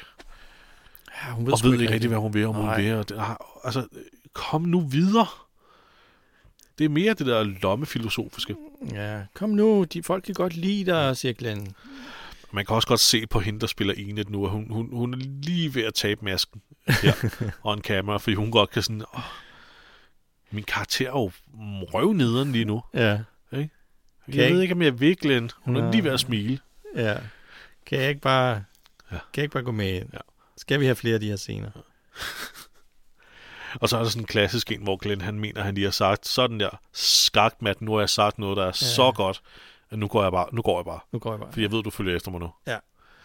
Ja, hun ved og ved ikke rigtig, hvad hun vil, om hun vil. Og det, altså, kom nu videre. Det er mere det der lommefilosofiske. Ja, kom nu. De folk kan godt lide dig, siger Glenn. Man kan også godt se på hende, der spiller Ine nu, at hun, hun, hun er lige ved at tabe masken her og en kamera, fordi hun godt kan sådan, åh, min karakter er jo røvnederen lige nu. Ja. Okay? Jeg kan ved ikke, ikke, om jeg vil, Glenn. Hun er lige ved at smile. Ja. Kan jeg ikke bare, ja. kan jeg ikke bare gå med ind? Ja. Skal vi have flere af de her scener? Og så er der sådan en klassisk en, hvor Glenn han mener, han lige har sagt, sådan der, skak, Matt, nu har jeg sagt noget, der er ja. så godt, at nu går jeg bare. Nu går jeg bare. Nu går jeg bare. Fordi jeg ved, du følger efter mig nu. Ja.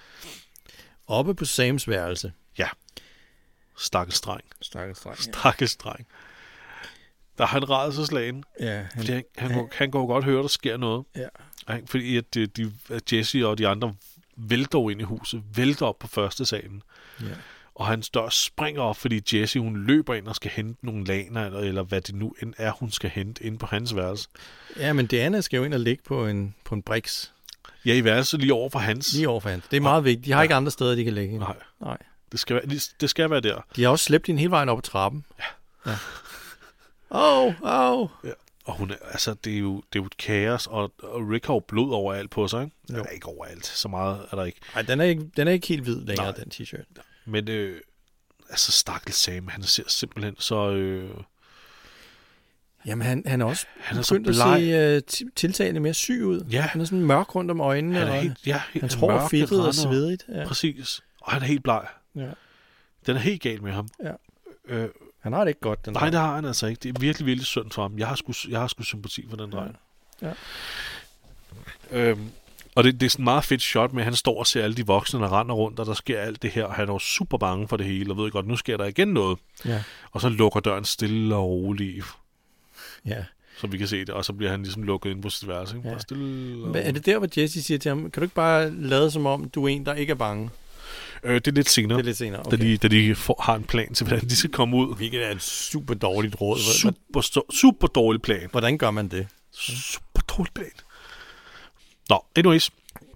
Oppe på Sams værelse. Ja. Stakkels dreng. Stakkels dreng, ja. Stakkels dreng. Der er han rædselsslagen. Ja. Han, fordi han, han, han, han kan jo godt høre, der sker noget. Ja. Fordi at, de, de, at Jesse og de andre vælter jo ind i huset. Vælter op på første salen. Ja. Og hans dør springer op, fordi Jesse, hun løber ind og skal hente nogle laner, eller, eller hvad det nu end er, hun skal hente ind på hans værelse. Ja, men Diana skal jo ind og ligge på en, på en briks. Ja, i værelset lige over for hans. Lige over for hans. Det er meget og, vigtigt. De har ja. ikke andre steder, de kan ligge. Nej. Nej. Det skal, være, det skal være der. De har også slæbt hende hele vejen op ad trappen. Ja. Ja. Åh, oh, åh. Oh. Ja. Og hun er, altså, det er jo, det er jo et kaos, og, og Rick har jo blod overalt på sig, ikke? Den er ikke overalt. Så meget er der ikke. Nej, den er ikke, den er ikke helt hvid længere, Nej. den t-shirt. Men, øh, altså, stakkels Sam, han ser simpelthen så... Øh, Jamen, han, han er også han er begyndt at se uh, tiltagende mere syg ud. Ja. Han er sådan mørk rundt om øjnene. Han er og helt, ja, helt hans hår er fedtet og svedigt. Ja. Præcis. Og han er helt bleg. Ja. Den er helt gal med ham. Ja. Øh, han har det ikke godt, den Nej, det har han altså ikke. Det er virkelig, virkelig synd for ham. Jeg har sgu, jeg har sgu sympati for den dreng. Ja. Ja. Øhm, og det, det er sådan en meget fedt shot med, at han står og ser alle de voksne, der render rundt, og der sker alt det her, og han er jo super bange for det hele, og ved godt, nu sker der igen noget. Ja. Og så lukker døren stille og roligt. Ja. Så vi kan se det, og så bliver han ligesom lukket ind på sit værelse. Ikke? Ja. Bare stille og... Er det der, hvor Jesse siger til ham, kan du ikke bare lade som om, du er en, der ikke er bange? Øh, det er lidt senere. Det er lidt senere, okay. Da de, da de får, har en plan til, hvordan de skal komme ud. Hvilket er et super dårligt råd. Super, sto- super dårlig plan. Hvordan gør man det? Super dårlig plan. Nå, anyways.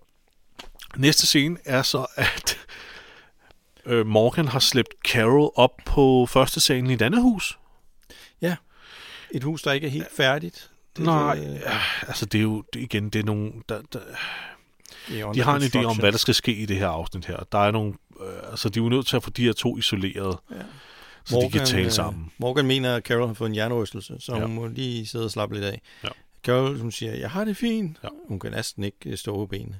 Næste scene er så, at øh, Morgan har slæbt Carol op på første salen i et andet hus. Ja. Et hus, der ikke er helt færdigt. Det, Nej, øh... ja, altså det er jo det, igen, det er nogen, der, der, er de har en idé om, hvad der skal ske i det her afsnit her. Der er nogle, øh, altså de er jo nødt til at få de her to isoleret, ja. så Morgan, de kan tale sammen. Morgan mener, at Carol har fået en hjernerystelse, så ja. hun må lige sidde og slappe lidt af. Ja. Carol, som siger, jeg har det fint. Ja. Hun kan næsten ikke stå på benene.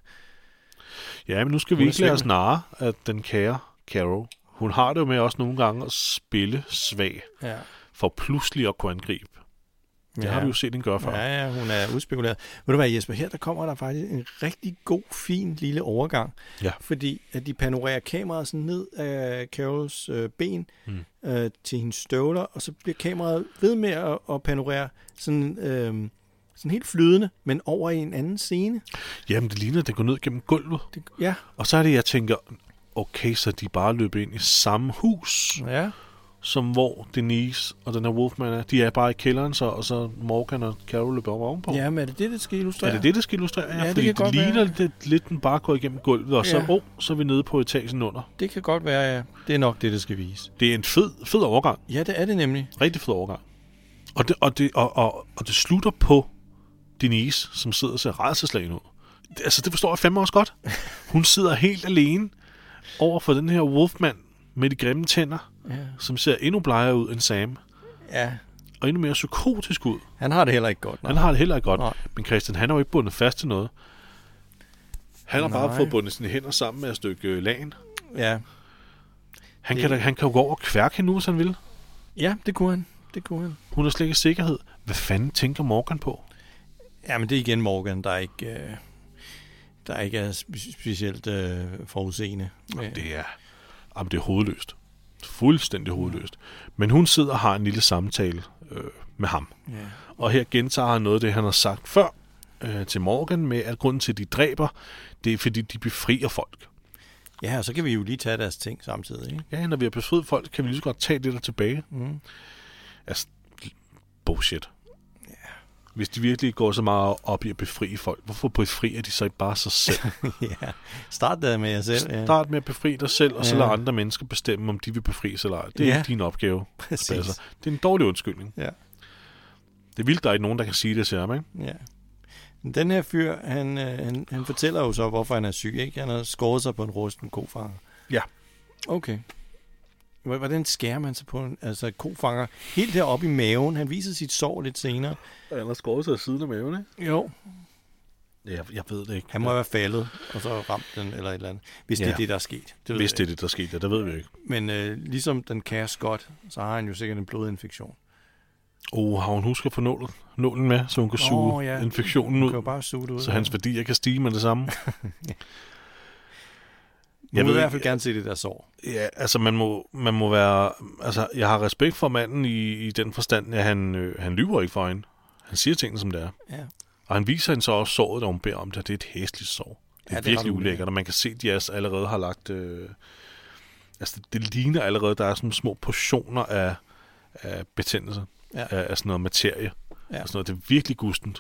Ja, men nu skal hun vi ikke lade os narre, at den kære Carol, hun har det jo med også nogle gange at spille svag, ja. for pludselig at kunne angribe. Det ja. har vi jo set hende gøre før. Ja, ja, hun er udspekuleret. Ved du hvad, Jesper, her der kommer der faktisk en rigtig god, fin lille overgang. Ja. Fordi at de panorerer kameraet sådan ned af Carols øh, ben mm. øh, til hendes støvler, og så bliver kameraet ved med at, at panorere sådan, øh, sådan helt flydende, men over i en anden scene. Jamen, det ligner, at det går ned gennem gulvet. Det, ja. Og så er det, jeg tænker, okay, så de bare løber ind i samme hus. Ja. Som hvor Denise og den her Wolfman er. De er bare i kælderen, så, og så Morgan og Carol løber op ovenpå. Ja, men er det det, det skal illustrere? Er det det, det skal illustrere? Ja, ja fordi det, det ligner det, lidt, den bare går igennem gulvet, og ja. så, oh, så er vi nede på etagen under. Det kan godt være, ja. Det er nok det, det skal vise. Det er en fed, fed overgang. Ja, det er det nemlig. Rigtig fed overgang. Og det, og det, og, og, og det slutter på Denise, som sidder og ser rædselsslagen ud. Det, altså, det forstår jeg fandme også godt. Hun sidder helt alene over for den her Wolfman med de grimme tænder, ja. som ser endnu blegere ud end Sam. Ja. Og endnu mere psykotisk ud. Han har det heller ikke godt. Nej. Han har det heller ikke godt. Nej. Men Christian, han er jo ikke bundet fast til noget. Han har Nej. bare fået bundet sine hænder sammen med et stykke lagen. Ja. Han, det... kan da, han kan jo gå over og kværke hende nu, hvis han vil. Ja, det kunne han. Det kunne han. Hun har slet ikke sikkerhed. Hvad fanden tænker Morgan på? Ja, men det er igen Morgan, der ikke, øh, der ikke er spe- specielt øh, forudseende. Jamen, det er... Jamen, det er hovedløst. Fuldstændig hovedløst. Men hun sidder og har en lille samtale øh, med ham. Ja. Og her gentager han noget af det, han har sagt før øh, til Morgan, med at grunden til, at de dræber, det er, fordi de befrier folk. Ja, og så kan vi jo lige tage deres ting samtidig, ikke? Ja, når vi har befriet folk, kan vi lige så godt tage det der tilbage. Mm. Altså, bullshit. Ja. Hvis de virkelig går så meget op i at befri folk, hvorfor befrier de så ikke bare sig selv? Ja, start der med jer selv. Ja. Start med at befri dig selv, og så ja. lad andre mennesker bestemme, om de vil befries eller ej. Det er ja. ikke din opgave. Præcis. Altså, det er en dårlig undskyldning. Ja. Det er vildt, der er ikke nogen, der kan sige det til ham, ikke? Ja. Den her fyr, han, han, han fortæller jo så, hvorfor han er syg, ikke? Han har skåret sig på en rusten kofanger. Ja. Okay. Hvordan skærer man sig på en altså kofanger? Helt deroppe i maven. Han viser sit sår lidt senere. Han har skåret sig af siden af maven, ikke? Jo. Jeg, jeg ved det ikke. Han må være faldet, og så ramt den, eller et eller andet. Hvis ja. det er det, der er sket. Det Hvis det er det, der er sket, ja, det ved vi ikke. Men øh, ligesom den kære Scott, så har han jo sikkert en blodinfektion. Oh, har hun husket på nålen, nålen med, så hun kan suge oh, ja. infektionen hun ud, kan bare suge det ud, så hans værdier kan stige med det samme. ja. Jeg vil vil i hvert fald gerne se det der sår. Ja, altså man må, man må være... Altså, jeg har respekt for manden i, i den forstand, at han, øh, han lyver ikke for hende. Han siger tingene, som det er. Ja. Og han viser hende så også såret, da hun beder om det. Det er et hæsligt sår. Det er, ja, det er virkelig ulækkert, og man kan se, at de altså allerede har lagt... Øh, altså, det ligner allerede, der er sådan små portioner af, af betændelse. Ja. Af, af sådan noget materie. Ja. Og sådan noget. Det er virkelig gustent.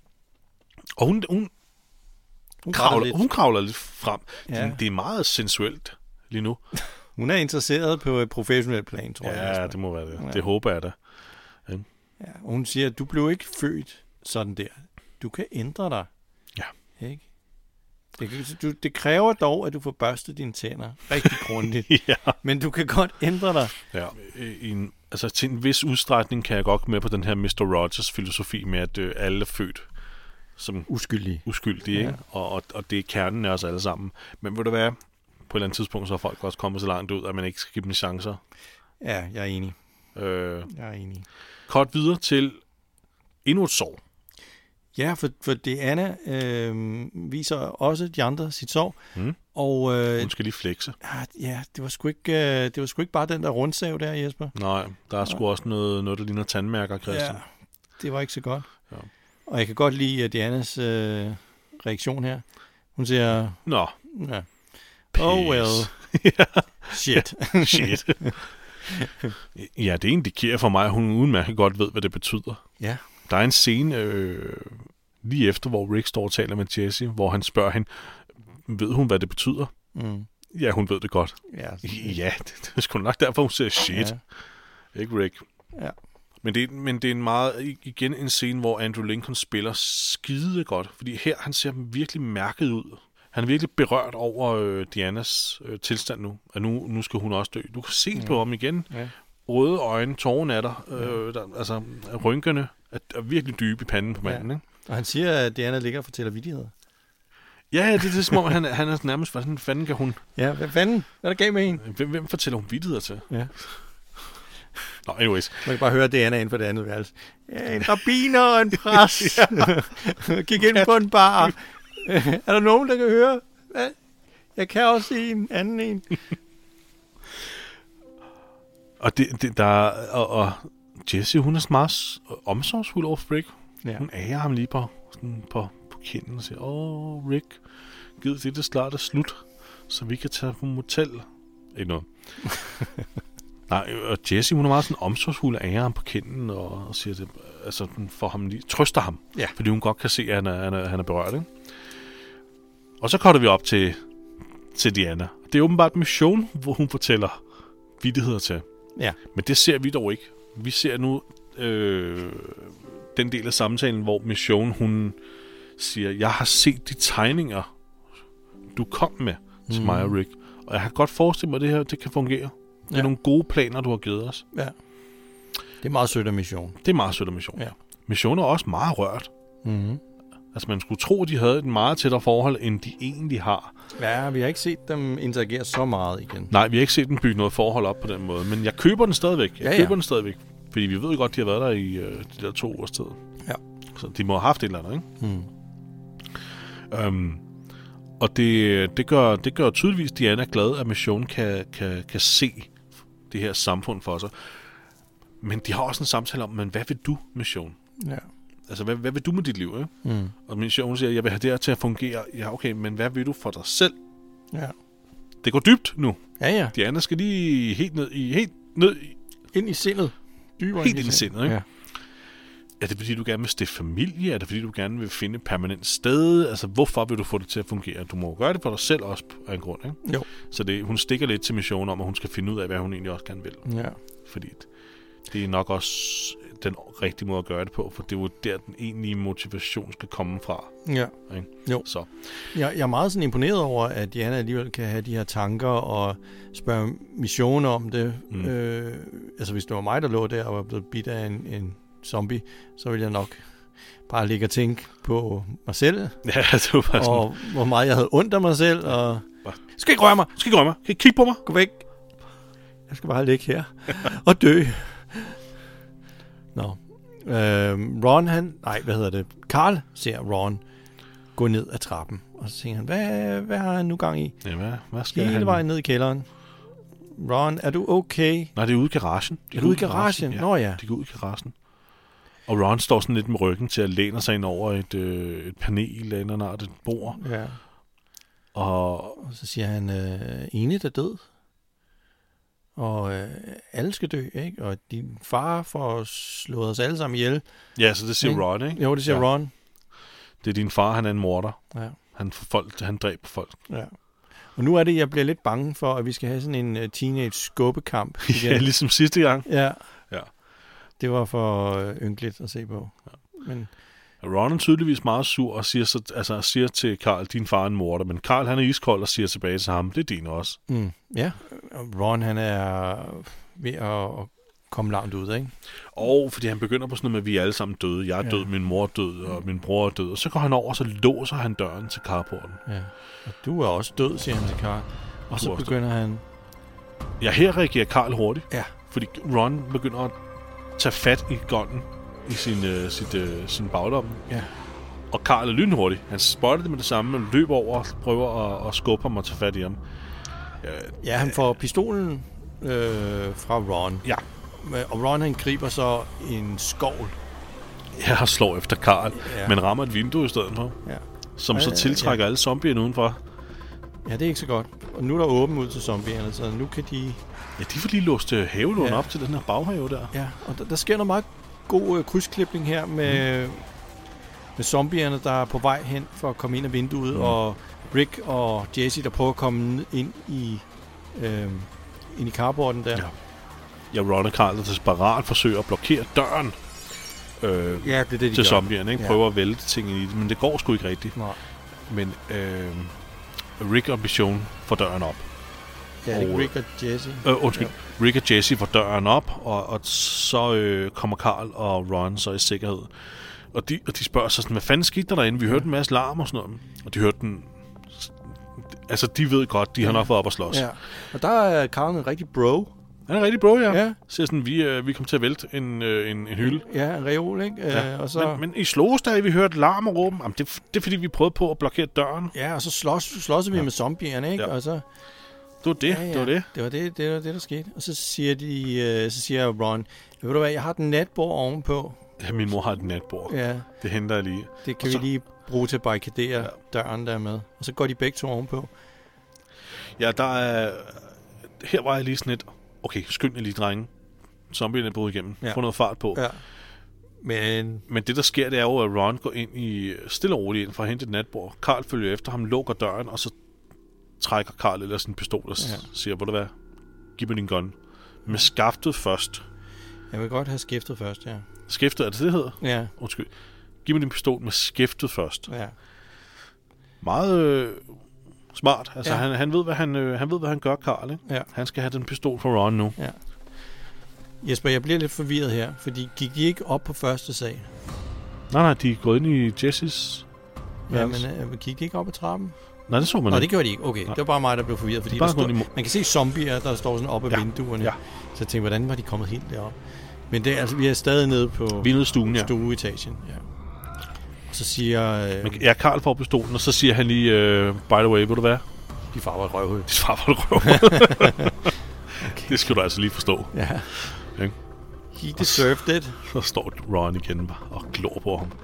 Og hun... hun Hun kravler, lidt. hun kravler lidt frem. Ja. Det, det er meget sensuelt lige nu. Hun er interesseret på et professionelt plan, tror ja, jeg. Ja, det må være det. Ja. Det håber jeg da. Ja. Ja, og hun siger, at du blev ikke født sådan der. Du kan ændre dig. Ja. Ikke? Det, du, det kræver dog, at du får børstet dine tænder rigtig grundigt. ja. Men du kan godt ændre dig. Ja. I en, altså, til en vis udstrækning kan jeg godt med på den her mister Rogers filosofi med, at øh, alle er født som uskyldige, uskyldige ja. Ikke? Og, og, og det er kernen af os alle sammen. Men vil det være, på et eller andet tidspunkt, så er folk også kommet så langt ud, at man ikke skal give dem chancer. Ja, jeg er enig. Øh, jeg er enig. Kort videre til endnu et sår. Ja, for, for Diana øh, viser også de andre sit sår. Mm. Og, øh, hun skal lige flexe. Ja, det var sgu ikke, øh, det var sgu ikke bare den der rundsav der, Jesper. Nej, der er sgu også noget, noget der ligner tandmærker, Christian. Ja, det var ikke så godt. Ja. Og jeg kan godt lide Dianas øh, reaktion her. Hun siger... Nå. Ja. Oh well. Shit. Shit. Ja, det indikerer for mig, at hun udmærket godt ved, hvad det betyder. Ja. Der er en scene øh, lige efter, hvor Rick står og taler med Jesse, hvor han spørger hende, ved hun, hvad det betyder? Mm. Ja, hun ved det godt. Ja, ja det, det er sgu nok derfor, hun siger shit. Ja. Ikke Rick? Ja. Men det, men det er en meget, igen en scene, hvor Andrew Lincoln spiller skide godt, fordi her, han ser virkelig mærket ud. Han er virkelig berørt over øh, Dianas øh, tilstand nu, at nu, nu skal hun også dø. Du kan se ja. på ham igen. Ja. Røde øjne, tårerne er der, øh, der altså rynkerne er, er virkelig dybe i panden på manden. Ja. Ikke? Og han siger, at Diana ligger og fortæller vittigheder. Ja, det, det er som om, han, han er nærmest, hvordan fanden kan hun... Ja, hvad fanden? Hvad er der gav med hende? Hvem, hvem fortæller hun vittigheder til? Ja. Nå, anyways. Man kan bare høre Diana inden for det andet værelse. Ja, en rabbiner og en præst. Gik ind på en bar. Er der nogen, der kan høre? Jeg kan også se en anden en. og det, det der og, og Jesse, hun er så meget omsorgsfuld over Rick. Ja. Hun ærer ham lige på, sådan på, på kinden og siger, åh, Rick, giv det, det snart er slut, så vi kan tage på motel. Ikke noget. Nej, og Jesse, hun er meget sådan omsorgsfuld af ærer ham på kinden og, og siger det, altså for ham lige, trøster ham, ja. Fordi hun godt kan se, at han er, han er, han er berørt, ikke? Og så kommer vi op til, til Diana. Det er åbenbart Mission, hvor hun fortæller vittigheder til. Ja. Men det ser vi dog ikke. Vi ser nu øh, den del af samtalen, hvor Mission, hun siger, jeg har set de tegninger, du kom med til mm. mig og Rick. Og jeg har godt forestillet mig, at det her det kan fungere. Det er ja. nogle gode planer, du har givet os. Ja. Det er meget sødt af Mission. Det er meget sødt af Mission. Ja. Mission er også meget rørt. Mhm. Altså, man skulle tro, at de havde et meget tættere forhold, end de egentlig har. Ja, vi har ikke set dem interagere så meget igen. Nej, vi har ikke set dem bygge noget forhold op på den måde. Men jeg køber den stadigvæk. Jeg ja, køber ja. den stadigvæk. Fordi vi ved jo godt, at de har været der i øh, de der to års tid. Ja. Så de må have haft et eller andet, ikke? Hmm. Um, og det, det, gør, det gør tydeligvis Diana glad, at Mission kan, kan, kan se det her samfund for sig. Men de har også en samtale om, men hvad vil du, Mission? Ja. Altså, hvad, hvad vil du med dit liv, ikke? Mm. Og Mission siger, jeg vil have det her til at fungere. Ja, okay, men hvad vil du for dig selv? Ja. Det går dybt nu. Ja, ja. Diana skal lige helt ned i... Helt ned i, ind i sindet. Dybere helt ind i sindet, ikke? Ja. Er det fordi, du gerne vil stifte familie? Er det fordi, du gerne vil finde et permanent sted? Altså, hvorfor vil du få det til at fungere? Du må gøre det for dig selv også af en grund, ikke? Jo. Så det, hun stikker lidt til Mission om, at hun skal finde ud af, hvad hun egentlig også gerne vil. Ja. Fordi det er nok også den rigtige måde at gøre det på, for det er jo der, den egentlige motivation skal komme fra. Ja. Ikke? Jo. Så. Jeg, jeg er meget sådan imponeret over, at Diana alligevel kan have de her tanker og spørge Mission om det. Mm. Øh, altså, hvis det var mig, der lå der og var blevet bidt af en, en zombie, så ville jeg nok bare ligge og tænke på mig selv. Ja, det var bare og sådan... hvor meget jeg havde ondt af mig selv. Og... Skal ikke røre mig? Skal ikke røre mig? Kan I kigge på mig? Gå væk. Jeg skal bare ligge her og dø. Nå. Øhm, Ron, han... Nej, hvad hedder det? Carl ser Ron gå ned ad trappen. Og så tænker han, hvad, hvad har han nu gang i? Ja, hvad, hvad skal Hele han? vejen ned i kælderen. Ron, er du okay? Nej, det er ude i garagen. De er du ude i garagen? Ja, Nå ja. De går ud i garagen. Og Ron står sådan lidt med ryggen til at læne sig ind over et, øh, et panel eller noget, et bord. Ja. Og, og så siger han, øh, Enid er død. Og øh, alle skal dø, ikke? Og din far får slået os alle sammen ihjel. Ja, så det siger ikke? Ron, ikke? Jo, det siger ja. Ron. Det er din far, han er en morder. Ja. Han, folk, han dræber folk. Ja. Og nu er det, jeg bliver lidt bange for, at vi skal have sådan en uh, teenage-skubbekamp. Ja, ligesom sidste gang. Ja. Ja. Det var for øh, ynkeligt at se på. Ja. Men... Ron er tydeligvis meget sur og siger, så, altså, siger til Carl, din far er en morder. Men Carl, han er iskold og siger tilbage til ham, det er din også. Mm. Ja, Ron, han er ved at komme langt ud, ikke? Og fordi han begynder på sådan noget med, at vi er alle sammen døde. Jeg er ja. død, min mor er død, og min bror er død. Og så går han over, og så låser han døren til carporten. Ja, og du er også død, siger han til Carl. Og du så begynder død. han... Ja, her reagerer Carl hurtigt. Ja. Fordi Ron begynder at tage fat i gunnen i sin, øh, sit, øh, sin baglomme. Ja. Og Carl er lynhurtig. Han spotter det med det samme, og løber over og prøver at, at skubbe ham og tage fat i ham. Ja, ja han får pistolen øh, fra Ron. Ja. Og Ron, han griber så en skovl. Ja, og slår efter Carl, ja. men rammer et vindue i stedet for. Ja. Som så tiltrækker ja. alle zombierne udenfor. Ja, det er ikke så godt. Og nu er der åben ud til zombierne, så nu kan de... Ja, de får lige låst havelån ja. op til den her baghave der. Ja, og der, der sker noget meget god øh, krydsklipning her med, mm. med zombierne, der er på vej hen for at komme ind af vinduet, mm. og Rick og Jesse, der prøver at komme ind i, øh, ind i carporten der. Ja. Ja, Ron og Carl, der desperat forsøger at blokere døren øh, ja, det er det, de til zombierne, ikke? Ja. Prøver at vælte ting i det, men det går sgu ikke rigtigt. Nej. Men øh, Rick og Michonne får døren op. Ja, det er Rick og Jesse. Øh, undskyld. Ja. Rick og Jesse får døren op, og, og så øh, kommer Carl og Ron så i sikkerhed. Og de, og de spørger sig sådan, hvad fanden skete der derinde? Vi hørte en masse larm og sådan noget. Og de hørte den... Altså, de ved godt, de ja. har nok været op og slås. Ja. Og der er Carl en rigtig bro. Han er rigtig bro, ja. ja. Så sådan, vi, øh, vi kom til at vælte en, øh, en, en hylde. Ja, en reol, ikke? Ja. Øh, og så... men, men I slås der, vi hørte larm og råben. Jamen, det, det er fordi, vi prøvede på at blokere døren. Ja, og så slås, slås vi ja. med zombierne, ikke? Ja. Og så... Det var det, ja, ja. det var det. Det var det, det var det, der skete. Og så siger de, øh, så siger Ron, ved du hvad, jeg har den natbord ovenpå. Ja, min mor har et natbord. Ja. Det henter jeg lige. Det kan og vi så... lige bruge til at barrikadere ja. døren der med. Og så går de begge to ovenpå. Ja, der er... Her var jeg lige sådan lidt... Okay, skynd jer lige, drenge. Zombierne er brudt igennem. Ja. Få noget fart på. Ja. Men... Men det, der sker, det er jo, at Ron går ind i... Stille og roligt ind for at hente et natbord. Carl følger efter ham, lukker døren, og så trækker Carl eller sin pistol og ja. siger, hvor det hvad? Giv mig din gun. Med skaftet først. Jeg vil godt have skiftet først, ja. Skiftet, er det det, det hedder? Ja. Undskyld. Giv mig din pistol med skiftet først. Ja. Meget øh, smart. Altså, ja. han, han, ved, hvad han, øh, han ved, hvad han gør, Carl. Ikke? Ja. Han skal have den pistol for Ron nu. Ja. Jesper, jeg bliver lidt forvirret her, fordi gik de ikke op på første sag? Nej, nej, de er gået ind i Jessys. Ja, men øh, gik de ikke op ad trappen? Nej, det så man Nå, ikke. det gjorde de ikke. Okay, nej. Det var bare mig, der blev forvirret, fordi der stod, man kan se zombier, der står sådan oppe af ja. vinduerne. Ja. Så jeg tænkte, hvordan var de kommet helt derop? Men det, altså, vi er stadig nede på vi er nede i stuen, ja. stueetagen. Ja. Og så siger... Øh, men, ja, Carl får pistolen, og så siger han lige, øh, by the way, ved du hvad? De farver et røvhul. De farver et røvhul. Okay. Det skal du altså lige forstå. Ja. Okay. He deserved it. Så står Ron igen og glor på ham.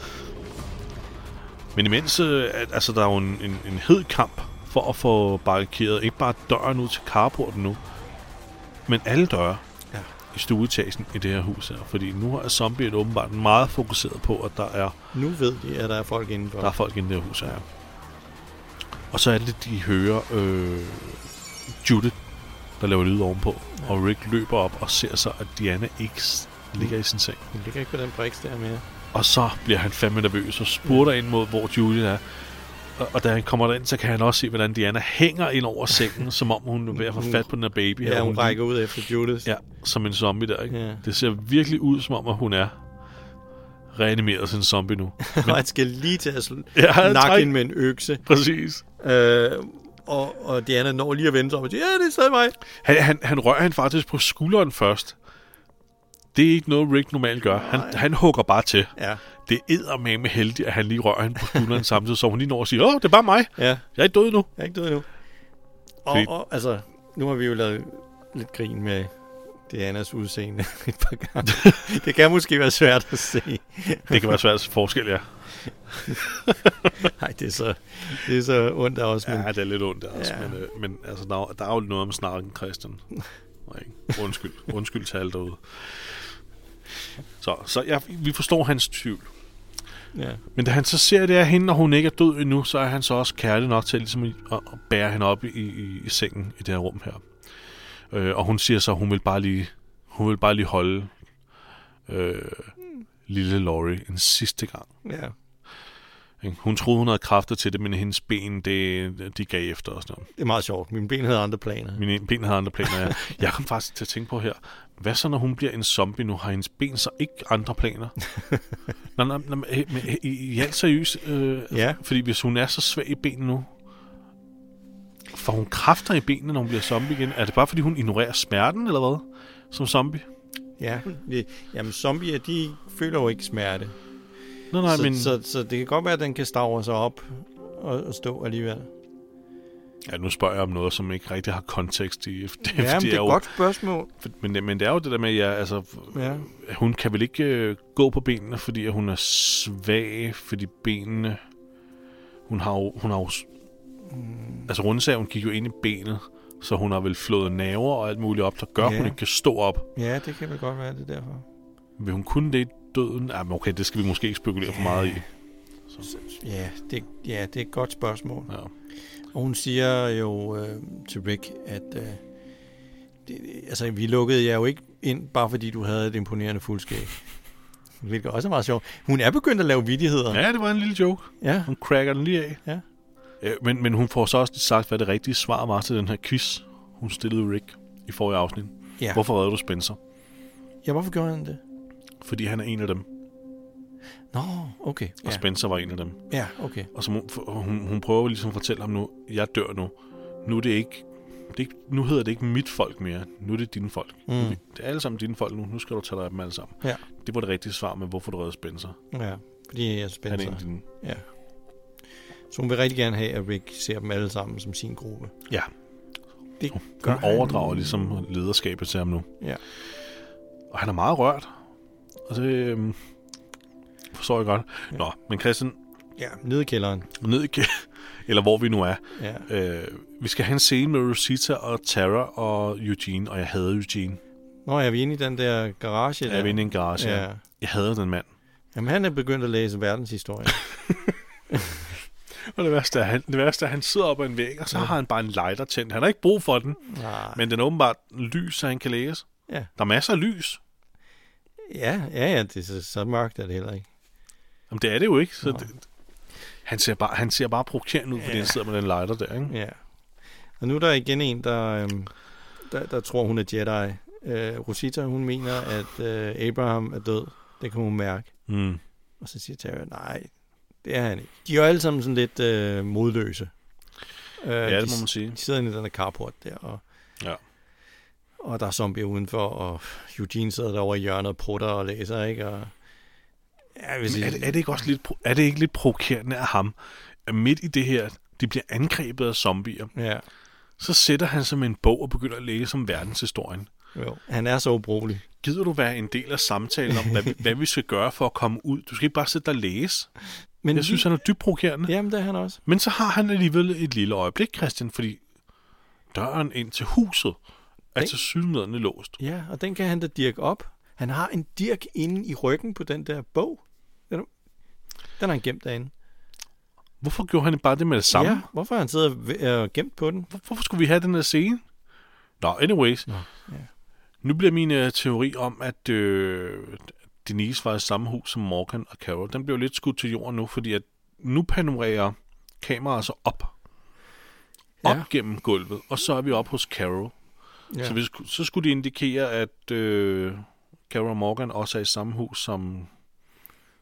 Men imens, øh, at, altså, der er jo en, en, en hed kamp for at få barrikeret ikke bare døren ud til carporten nu, men alle døre ja. i stueetagen i det her hus her. Fordi nu er zombierne åbenbart meget fokuseret på, at der er... Nu ved de, at der er folk indenfor. Der er folk inde i det her hus her. Ja. Og så er det, de hører øh, Judith, der laver lyd ovenpå. Ja. Og Rick løber op og ser så, at Diana ikke ligger i sin seng. Hun ligger ikke på den briks der mere. Og så bliver han fandme nervøs og spurter ja. ind mod, hvor Judith er. Og, og da han kommer derind, så kan han også se, hvordan Diana hænger ind over sengen, som om hun er ved at få fat på den her baby. Ja, her, hun, hun rækker ud efter Judith. Ja, som en zombie der, ikke? Ja. Det ser virkelig ud, som om at hun er reanimeret sin zombie nu. Men... han skal lige til at sl- ja, nakke hende med en økse. Præcis. Øh, og, og Diana når lige at vende sig om og siger, ja, det er stadig mig. Han, han, han rører hende faktisk på skulderen først. Det er ikke noget, Rick normalt gør. Han, han hugger bare til. Ja. Det er eddermame heldigt, at han lige rører hende på skulderen samtidig, så hun lige når og siger, åh, det er bare mig. Ja. Jeg er ikke død nu. Jeg er ikke død endnu. Og, Fordi... og altså, nu har vi jo lavet lidt grin med Dianas udseende et par gange. Det kan måske være svært at se. Det kan være svært at se forskel, ja. Nej, det er så, det er så ondt af os. Men... Ja, det er lidt ondt af os, ja. men, øh, men altså, der, der er jo noget om snakken, Christian. Nej, undskyld. Undskyld til alle derude. Så, så ja, vi forstår hans tvivl. Ja. Men da han så ser det af hende, når hun ikke er død endnu, så er han så også kærlig nok til ligesom, at, at bære hende op i, i, i sengen i det her rum her. Øh, og hun siger så, at hun vil bare lige, hun vil bare lige holde øh, lille Laurie en sidste gang. Ja. Hun troede, hun havde kræfter til det, men hendes ben, det, de gav efter os. Det er meget sjovt. Mine ben havde andre planer. Mine ben havde andre planer, ja. Jeg kom faktisk til at tænke på her, hvad så, når hun bliver en zombie nu? Har hendes ben så ikke andre planer? Nå, nå, nå, i, i alt seriøst. Øh, ja. Fordi hvis hun er så svag i benene nu, får hun kræfter i benene, når hun bliver zombie igen? Er det bare, fordi hun ignorerer smerten, eller hvad? Som zombie? Ja. Jamen, zombier, de føler jo ikke smerte. Nå, nej, så, men... så, så det kan godt være, at den kan stavre sig op og, og stå alligevel. Ja, nu spørger jeg om noget, som ikke rigtig har kontekst i. Det, ja, men det er et godt spørgsmål. Men, men det er jo det der med, at jeg, altså, ja. hun kan vel ikke øh, gå på benene, fordi at hun er svag, fordi benene... Hun har jo... Hun har jo mm. Altså, rundsagen gik jo ind i benet, så hun har vel flået naver og alt muligt op, der gør, ja. Hun ikke kan stå op. Ja, det kan vel godt være, det derfor. Vil hun kunne det i døden? Ja, men okay, det skal vi måske ikke spekulere for meget i. Så. Ja, det, ja, det er et godt spørgsmål. Ja. Og hun siger jo øh, til Rick, at øh, det, altså, vi lukkede jer jo ikke ind, bare fordi du havde et imponerende fuldskæg. Hvilket også er meget sjovt. Hun er begyndt at lave vittigheder. Ja, det var en lille joke. Ja. Hun cracker den lige af. Ja. Ja, men, men hun får så også sagt, hvad det rigtige svar var til den her quiz, hun stillede Rick i forrige afsnit. Ja. Hvorfor redder du Spencer? Ja, hvorfor gjorde han det? Fordi han er en af dem. Nå, okay. Og ja. Spencer var en af dem. Ja, okay. Og så hun, hun, hun prøver ligesom at fortælle ham nu, jeg dør nu. Nu er det ikke, det er ikke, nu hedder det ikke mit folk mere. Nu er det dine folk. Mm. Det er alle sammen dine folk nu. Nu skal du tage dig af dem alle sammen. Ja. Det var det rigtige svar med, hvorfor du redder Spencer. Ja, fordi jeg Spencer. Han er en ja. Så hun vil rigtig gerne have, at Rick ser dem alle sammen som sin gruppe. Ja. Det hun gør hun overdrager han... ligesom lederskabet til ham nu. Ja. Og han er meget rørt. Og det øhm, forstår jeg godt. Ja. Nå, men Christian... Ja, ned i kælderen. Ned i kælderen. Eller hvor vi nu er. Ja. Øh, vi skal have en scene med Rosita og Tara og Eugene, og jeg hader Eugene. Nå, er vi inde i den der garage? Ja, jeg er inde i en garage, ja. Jeg hader den mand. Jamen, han er begyndt at læse verdenshistorie. Og det værste er, han, det værste er, at han sidder op ad en væg, og så ja. har han bare en lighter tændt. Han har ikke brug for den, nej. Men den er åbenbart lys, så han kan læse. Ja. Der er masser af lys. Ja, ja, ja, det er så, så mørkt er det heller ikke. Jamen, det er det jo ikke. Så det, han, ser bare, han ser bare provokerende ud, fordi ja. han sidder med den lighter der, ikke? Ja. Og nu er der igen en, der, øhm, der, der tror, hun er Jedi. Øh, Rosita, hun mener, at øh, Abraham er død. Det kan hun mærke. Mm. Og så siger Tara, nej, det er han ikke. De er jo alle sammen sådan lidt øh, modløse. Øh, ja, det de, må man sige. De sidder inde i den der carport der, og, ja. og der er zombier udenfor, og Eugene sidder derovre i hjørnet og prutter og læser, ikke? Og, ja, hvis er, det, er det ikke også lidt, er det ikke lidt provokerende af ham, at midt i det her, de bliver angrebet af zombier, ja. så sætter han sig med en bog og begynder at læse om verdenshistorien. Jo, han er så ubrugelig. Gider du være en del af samtalen om, hvad vi, hvad vi skal gøre for at komme ud? Du skal ikke bare sidde der og læse. Men jeg synes, han er dybt provokerende. Jamen, det er han også. Men så har han alligevel et lille øjeblik, Christian, fordi døren ind til huset er til tilsyneladende låst. Ja, og den kan han da dirke op. Han har en dirk inde i ryggen på den der bog. Den har han gemt derinde. Hvorfor gjorde han bare det med det samme? Ja, hvorfor har han siddet og gemt på den? Hvorfor skulle vi have den her scene? Nå, anyways. Nå, ja. Nu bliver min uh, teori om, at øh, Denise var i samme hus som Morgan og Carol, den bliver lidt skudt til jorden nu, fordi at nu panorerer kameraet så op. Op ja. gennem gulvet, og så er vi op hos Carol. Ja. Så, vi, så skulle det indikere, at øh, Carol og Morgan også er i samme hus som,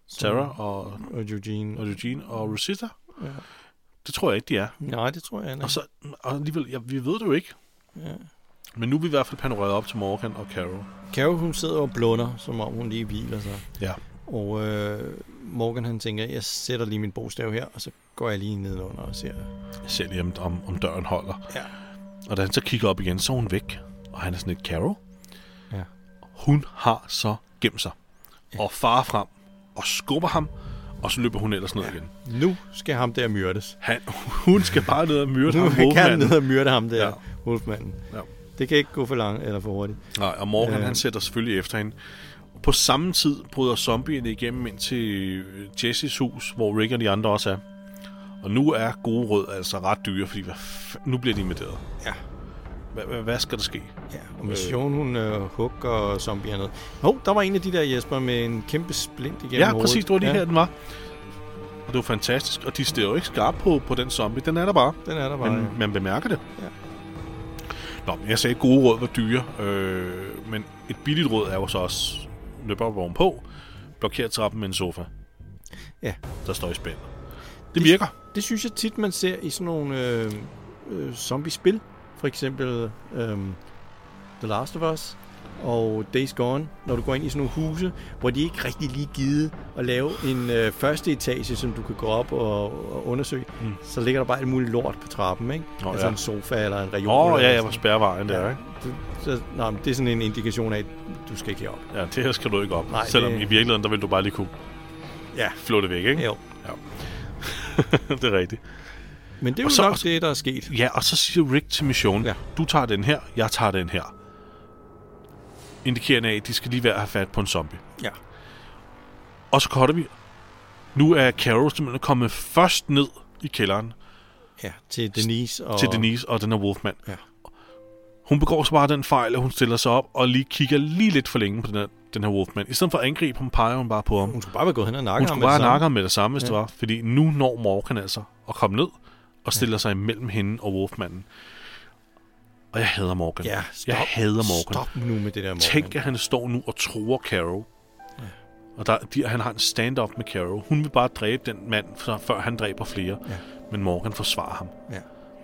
Tara og, og Eugene. Og Eugene og Rosita. Ja. Det tror jeg ikke, de er. Nej, det tror jeg ikke. Og, så, og alligevel, ja, vi ved det jo ikke. Ja. Men nu er vi i hvert fald panoreret op til Morgan og Carol. Carol, hun sidder og blunder, som om hun lige hviler sig. Ja. Og øh, Morgan, han tænker, jeg sætter lige min bogstav her, og så går jeg lige nedenunder og ser. Jeg ser lige, om, om døren holder. Ja. Og da han så kigger op igen, så er hun væk. Og han er sådan lidt, Carol? Ja. Hun har så gemt sig. Ja. Og farer frem og skubber ham, og så løber hun ellers ned ja. igen. Nu skal ham der myrdes. Han, hun skal bare ned og myrde ham, Wolfmanden. Nu kan han ned og myrde ham der, ja. Wolfmanden. Ja. Det kan ikke gå for langt eller for hurtigt. Nej, og Morgan, ja. han sætter selvfølgelig efter hende. På samme tid bryder zombierne igennem ind til Jessys hus, hvor Rick og de andre også er. Og nu er gode rød altså ret dyre, fordi nu bliver de invaderet. Ja. H- hvad skal der ske? Ja, og Mission, hun øh, hugger zombier ned. Hov, oh, der var en af de der, Jesper, med en kæmpe splint igennem ja, hovedet. Præcis, det var lige ja. her, den var. Og det var fantastisk, og de stiller jo ikke skarpt på, på den zombie. Den er der bare. Den er der bare, Men ja. man bemærker det. Ja. Nå, jeg sagde, at gode råd var dyre, øh, men et billigt råd er jo så også løber op på, blokerer trappen med en sofa. Ja. Der står i spænd. Det virker. Det, det synes jeg tit, man ser i sådan nogle øh, øh, zombie-spil. For eksempel øh, The Last of Us og Days Gone, når du går ind i sådan nogle huse, hvor de ikke rigtig lige givet at lave en øh, første etage, som du kan gå op og, og undersøge. Mm. Så ligger der bare alt muligt lort på trappen, ikke? Oh, altså ja. en sofa eller en reol. Åh, oh, ja, jeg var spærvejen der, ja. ikke? Det, så, nej, det er sådan en indikation af, at du skal ikke herop. Ja, det her skal du ikke op. Nej, Selvom det... i virkeligheden, der vil du bare lige kunne ja. flå det væk, ikke? Jo. Ja. Det er rigtigt. Men det er jo så, nok det, der er sket. Ja, og så siger Rick til Mission, ja. Du tager den her, jeg tager den her. Indikerende af, at de skal lige være at have fat på en zombie. Ja. Og så cutter vi. Nu er Carol simpelthen kommet først ned i kælderen. Ja, til Denise og... Til Denise og den her Wolfman. Ja. Hun begår så bare den fejl, at hun stiller sig op og lige kigger lige lidt for længe på den her, den her Wolfman. I stedet for at angribe ham, peger hun bare på ham. Hun skulle bare være gået hen og nakke ham. Hun skulle bare nakke ham med det samme, hvis ja. det var. Fordi nu når Morgan altså at komme ned og stiller ja. sig imellem hende og Wolfmanden. Og jeg hader Morgan. Ja, stop, jeg hader Morgan. Stop nu med det der Morgan. Tænk, at han står nu og tror Carol. Ja. Og der, de, han har en stand-up med Carol. Hun vil bare dræbe den mand, før han dræber flere. Ja. Men Morgan forsvarer ham. Ja.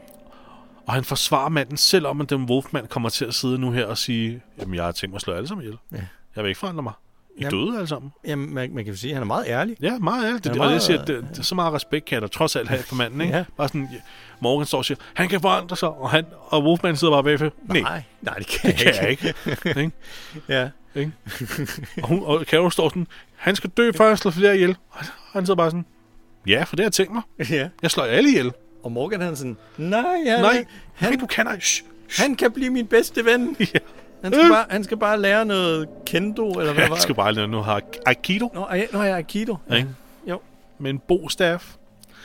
Og han forsvarer manden, selvom at den Wolfman kommer til at sidde nu her og sige, jamen jeg har tænkt mig at slå alle sammen ihjel. Ja. Jeg vil ikke forandre mig. I jamen, døde alle sammen. Jamen, man, man kan jo sige, at han er meget ærlig. Ja, meget ærlig. Det, det, meget, det, siger, det, det er så meget respekt, kan jeg da trods alt have for manden, ikke? Ja. Bare sådan, Morgan står og siger, han kan forandre sig, og, han, og Wolfman sidder bare bagved. Nej, nej, det kan, det kan jeg ikke. ikke? Ja. Ikke? Og, hun, og Carol står sådan, han skal dø før jeg slår flere ihjel. Og han sidder bare sådan, ja, for det har jeg tænkt mig. Ja. Jeg slår alle ihjel. Og Morgan han sådan, nej, han, nej, han, du kan ikke. Shh, shh. Han kan blive min bedste ven. Ja. Han skal, bare, han skal bare lære noget kendo, eller hvad ja, var han skal bare lære noget aikido. Nå, jeg, nå, jeg aikido. Ja. Ja. Jo. Med en bostaff.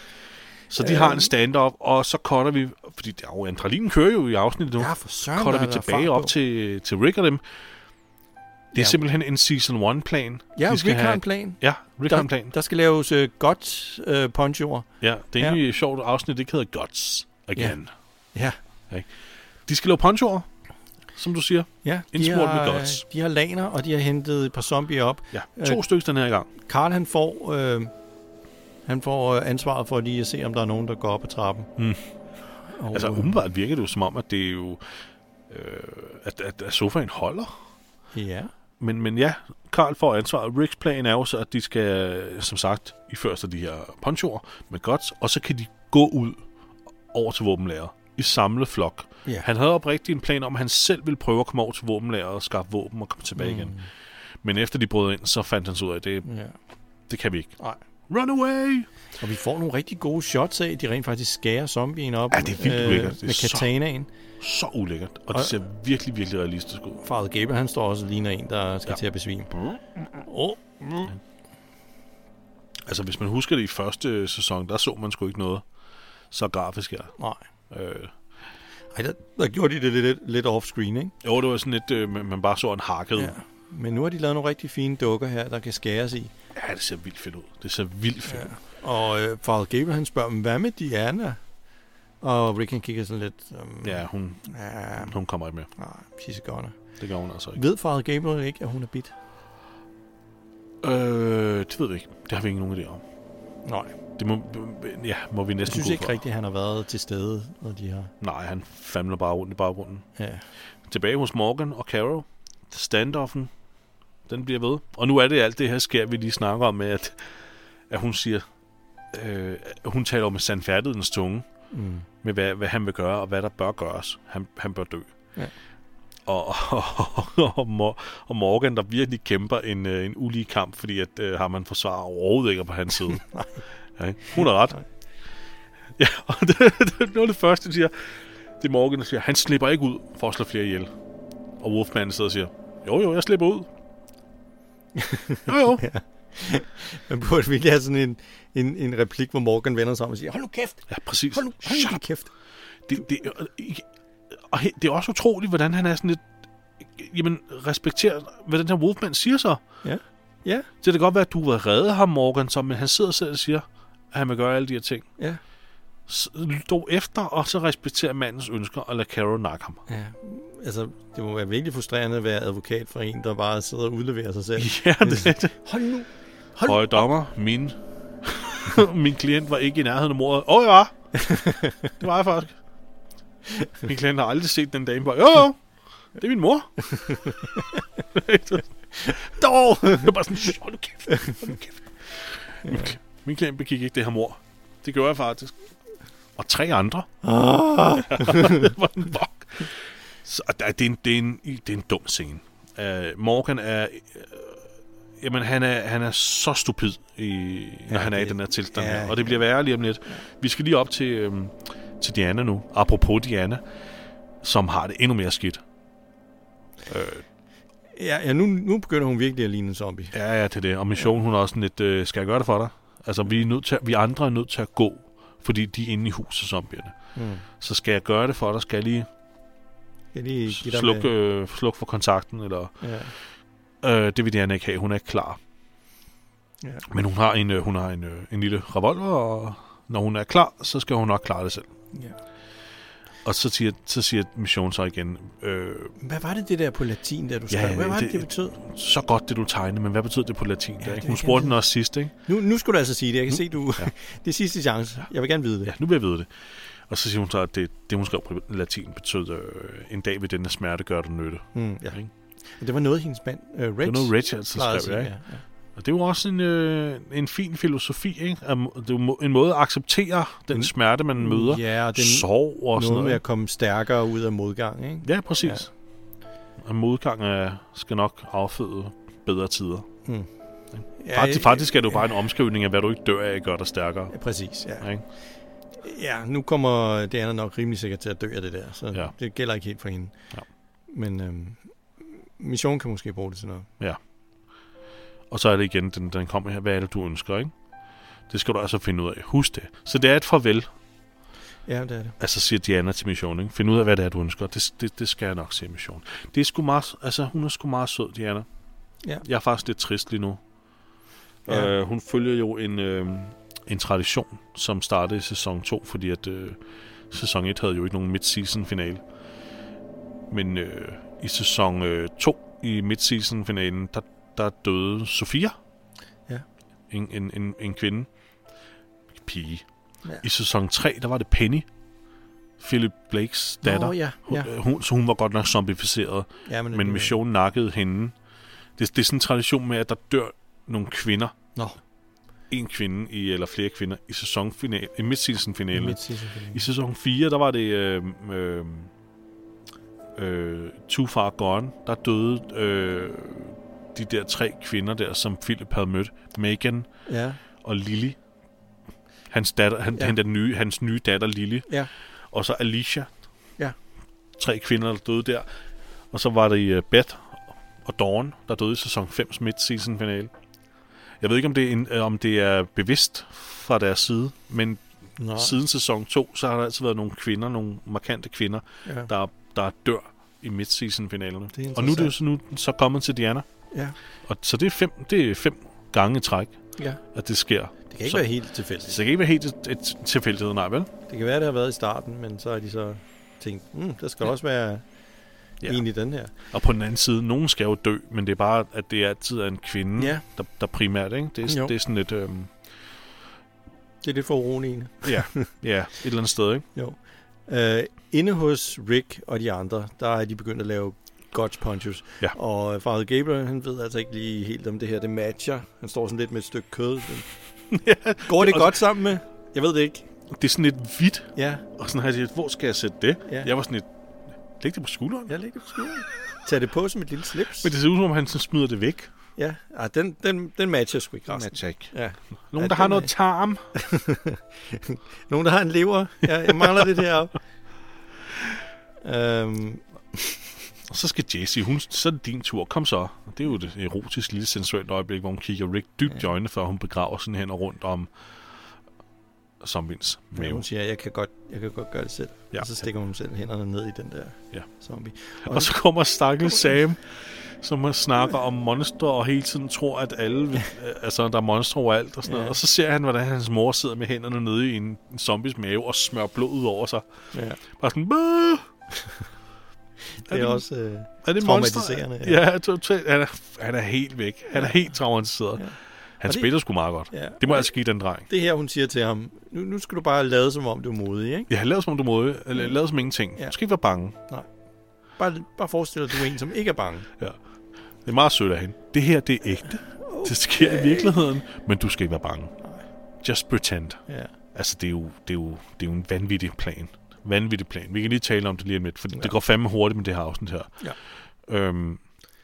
Så de øh, har en stand-up, og så cutter vi, fordi der jo, adrenalinen kører jo i afsnittet nu. Ja, for søren, cutter vi tilbage op til, til Rick og dem. Det er ja. simpelthen en season one plan. Ja, Rick har en plan. Ja, Rick har en plan. Der skal laves uh, Guts uh, ponchoer. Ja, det er egentlig ja. et sjovt afsnit, det ikke hedder Guts Again. Ja. ja. De skal lave ponchoer, som du siger. Ja, de har, med Guts. de har laner, og de har hentet et par zombier op. Ja, to uh, stykker den her gang. Carl, han får, øh, han får ansvaret for lige at se, om der er nogen, der går op ad trappen. Mm. Og, altså, umiddelbart virker det jo som om, at det er jo, øh, at, at, at sofaen holder. Ja. Men, men ja, Carl får ansvaret. Ricks plan er jo så, at de skal, som sagt, iføre sig de her ponchoer med Guts, og så kan de gå ud over til våbenlager i samlet flok. Ja. Han havde oprigtigt en plan om, at han selv ville prøve at komme over til våbenlager og skaffe våben og komme tilbage mm. igen. Men efter de brød ind, så fandt han så ud af, at det, ja. det kan vi ikke. Nej. Run away! Og vi får nogle rigtig gode shots af, at de rent faktisk skærer zombien op. Ja, det er vildt ulækkert. Øh, med katanaen. Så, så ulækkert. Og, og det ser virkelig, virkelig realistisk ud. Father Gabriel, han står også og ligner en, der skal ja. til at besvime. Mm. Oh. Mm. Ja. Altså, hvis man husker det i første sæson, der så man sgu ikke noget så grafisk her. Nej. Øh. Ej, der, der gjorde de det lidt, lidt off-screen, ikke? Jo, det var sådan lidt, øh, man bare så en hakket. Ja. Men nu har de lavet nogle rigtig fine dukker her, der kan skæres i. Ja, det ser vildt fedt ud. Det ser vildt fedt ud. Ja. Og øh, Father Gabriel, han spørger, hvad med Diana? Og Rick, han kigger sådan lidt... Um, ja, hun, ja, hun kommer ikke med. Nej, she's a goner. Det gør hun altså ikke. Ved Father Gabriel ikke, at hun er bit? Øh, det ved vi ikke. Det har vi ikke nogen idé om. Nej. Det må, ja, må vi næsten Jeg synes gå ikke for. rigtigt, at han har været til stede, når de har... Nej, han famler bare rundt i baggrunden. Ja. Tilbage hos Morgan og Caro. Standoffen, den bliver ved. Og nu er det alt det her sker, vi lige snakker om, med at, at hun siger, øh, hun taler om med sandfærdighedens tunge, mm. med hvad, hvad han vil gøre, og hvad der bør gøres. Han, han bør dø. Ja. Og, og, og, og Morgan, der virkelig kæmper en, en ulige kamp, fordi at øh, har man forsvarer overhovedet ikke på hans side. Ja, hun har ret. Ja, og det, det, det er det første, de siger. Det er Morgan, der siger, han slipper ikke ud for at slå flere ihjel. Og Wolfman sidder og siger, jo jo, jeg slipper ud. Jo jo. Ja. Man burde virkelig have sådan en, en, en replik, hvor Morgan vender sig om og siger, hold nu kæft. Ja, præcis. Hold nu, hold nu kæft. Det, det, og det er også utroligt, hvordan han er sådan lidt, jamen, respekterer, hvad den her Wolfman siger så. Ja. Ja. Det kan godt være, at du vil redde ham, Morgan, så, men han sidder selv og siger, at han vil gøre alle de her ting. Ja. Stå efter, og så respektere mandens ønsker, og lade Caro nakke ham. Ja, altså, det må være virkelig frustrerende at være advokat for en, der bare sidder og udleverer sig selv. Ja, det er det. Hold nu. Hold Høje dommer, min, min klient var ikke i nærheden af mordet. Åh, oh, ja. Det var jeg faktisk. Min klient har aldrig set den dame. Jo, jo. Det er min mor. Dog. Det var bare sådan, hold nu kæft. Hold nu kæft. Min, min klient begik ikke det her mord. Det gjorde jeg faktisk. Og tre andre. Ah. Det var en bok. Så det er en, det er en, det er en dum scene. Uh, Morgan er... Uh, jamen, han er, han er så stupid, i, når ja, han er det, i den her tilstand ja, her. Og det bliver værre lige om lidt. Vi skal lige op til, um, til Diana nu. Apropos Diana, som har det endnu mere skidt. Uh, ja, ja nu, nu begynder hun virkelig at ligne en zombie. Ja, ja, til det. Og missionen, hun er også sådan lidt, uh, skal jeg gøre det for dig? Altså, vi, er nødt til, vi andre er nødt til at gå, fordi de er inde i huset, zombierne. Mm. Så skal jeg gøre det for dig? Skal jeg lige, skal jeg lige slukke øh, sluk for kontakten? Eller, ja. øh, det vil Diana ikke have. Hun er ikke klar. Ja. Men hun har, en, øh, hun har en, øh, en lille revolver, og når hun er klar, så skal hun nok klare det selv. Ja. Og så siger, så siger missionen så igen... Øh, hvad var det det der på latin, der du skrev? Ja, hvad var det, det, det betød? Så godt, det du tegnede, men hvad betød det på latin? Ja, der, ikke? Hun spurgte den også sidst, ikke? Nu, nu skulle du altså sige det. Jeg kan nu? se, du... Ja. Det er sidste chance. Jeg vil gerne vide det. Ja, nu vil jeg vide det. Og så siger hun så, at det, det hun skrev på latin, betød øh, en dag ved denne smerte gør du nytte. Mm, ja. Ikke? Og det var noget, hendes mand, uh, Reg... Det var noget, Reg altså skrev, ja, ikke? Ja, ja. Og det er jo også en, øh, en fin filosofi, ikke? Det er jo en måde at acceptere den smerte, man møder. Ja, og den sorg og sådan noget. Noget med at komme stærkere ud af modgang, ikke? Ja, præcis. Ja. Og modgang er, skal nok afføde bedre tider. Hmm. Ja, faktisk, faktisk er det jo bare en omskrivning af, hvad du ikke dør af, gør dig stærkere. Ja, præcis, ja. Ikke? Ja, nu kommer Diana nok rimelig sikkert til at dø af det der, så ja. Det gælder ikke helt for hende. Ja. Men øhm, missionen kan måske bruge det til noget. Ja. Og så er det igen, den, den kommer her. Hvad er det, du ønsker, ikke? Det skal du altså finde ud af. Husk det. Så det er et farvel. Ja, det er det. Altså siger Diana til missionen, ikke? Find ud af, hvad det er, du ønsker. Det, det, det skal jeg nok se missionen. Det er sgu meget, altså hun er sgu meget sød, Diana. Ja. Jeg er faktisk lidt trist lige nu. Ja. Øh, hun følger jo en, øh, en tradition, som startede i sæson to, fordi at øh, sæson et havde jo ikke nogen mid-season-finale. Men øh, i sæson to, øh, i mid-season-finalen, der der døde Sofia. Ja. En, en, en, en kvinde. Pige. Ja. I sæson tre, der var det Penny. Philip Blakes datter. Oh, ja. Ja. Hun, hun, så hun var godt nok zombificeret. Ja, men men missionen nakkede hende. Det, det er sådan en tradition med, at der dør nogle kvinder. Nå. En kvinde, i, eller flere kvinder, i sæsonfinale, i mid-season-finale. Mid-season I sæson fire, der var det øh, øh, øh, Too Far Gone. Der døde... Øh, de der tre kvinder der, som Philip havde mødt. Megan ja. og Lily. Hans datter, han, ja. han der nye, hans nye datter Lily. Ja. Og så Alicia. Ja. Tre kvinder, der døde der. Og så var det uh, Beth og Dawn, der døde i sæson fems mid-season finale. Jeg ved ikke, om det, er en, om det er bevidst fra deres side, men Nå. siden sæson to, så har der altid været nogle kvinder, nogle markante kvinder, ja. der, der dør i mid-season finalerne. Og nu er det jo så, nu, så kommet til Diana. Ja. Og så det er fem, det er fem gange træk, ja. at det sker. Det kan ikke så, være helt tilfældigt. Så det kan ikke være helt et, et tilfældighed, nej vel? Det kan være, det har været i starten, men så har de så tænkt, mm, der skal ja. også være ja. Egentlig den her. Og på den anden side, nogen skal jo dø, men det er bare, at det altid er en kvinde, ja. der, der primært, ikke? Det er, det er sådan lidt... Øhm... Det er lidt for uroligende. ja, ja, et eller andet sted, ikke? Jo. Uh, inde hos Rick og de andre, der er de begyndt at lave God's Punches. Ja. Og Father Gabriel, han ved altså ikke lige helt om det her, det matcher. Han står sådan lidt med et stykke kød. ja, Går det, det godt også... sammen med? Jeg ved det ikke. Det er sådan lidt hvidt. Ja. Og sådan har jeg sagt, hvor skal jeg sætte det? Ja. Jeg var sådan lidt, læg det på skulderen. Ja, læg det på skulderen. Tag det på som et lille slips. Men det ser ud som om, han så smider det væk. Ja, ah, den, den, den matcher sgu ikke resten. Matcher ikke. Ja. Nogen, ja, der har noget er... tarm. Nogen, der har en lever. Ja, jeg mangler det deroppe. Um... Og så skal Jessie, hun, så er det din tur. Kom så. Det er jo et erotisk lille sensuelt øjeblik, hvor hun kigger Rick dybt i øjnene, før hun begraver sådan hen og rundt om zombiens mave. Ja, hun siger, jeg kan godt, jeg kan godt gøre det selv. Ja. Og så stikker hun selv hænderne ned i den der ja. zombie. Og, og så kommer stakkels Sam, som snakker om monster og hele tiden tror, at alle, altså der er monster overalt og sådan ja. noget. Og så ser han, hvordan hans mor sidder med hænderne nede i en, en zombies mave og smører blod ud over sig. Ja. Bare sådan, Bæh! Det er, er det, også øh, er det traumatiserende. Ja, ja totalt. Han er, han er helt væk. Han er helt traumatiseret. Ja. Han det, spiller sgu meget godt. Ja. Det må altså give den dreng. Det her, hun siger til ham, nu, nu skal du bare lade som om, du er modig, ikke? Ja, lade som om du er modig. Eller lade som ingenting. Ja. Du skal ikke være bange. Nej. Bare, bare forestil dig, at du er en, som ikke er bange. Ja. Det er meget sødt af hende. Det her, det er ægte. Okay. Det sker i virkeligheden, men du skal ikke være bange. Nej. Just pretend. Ja. Altså, det er, jo, det, er jo, det er jo en vanvittig plan. Vanvittig plan. Vi kan lige tale om det lige lidt, for ja. det går fandme hurtigt med det her afsnit her. Ja. Øhm,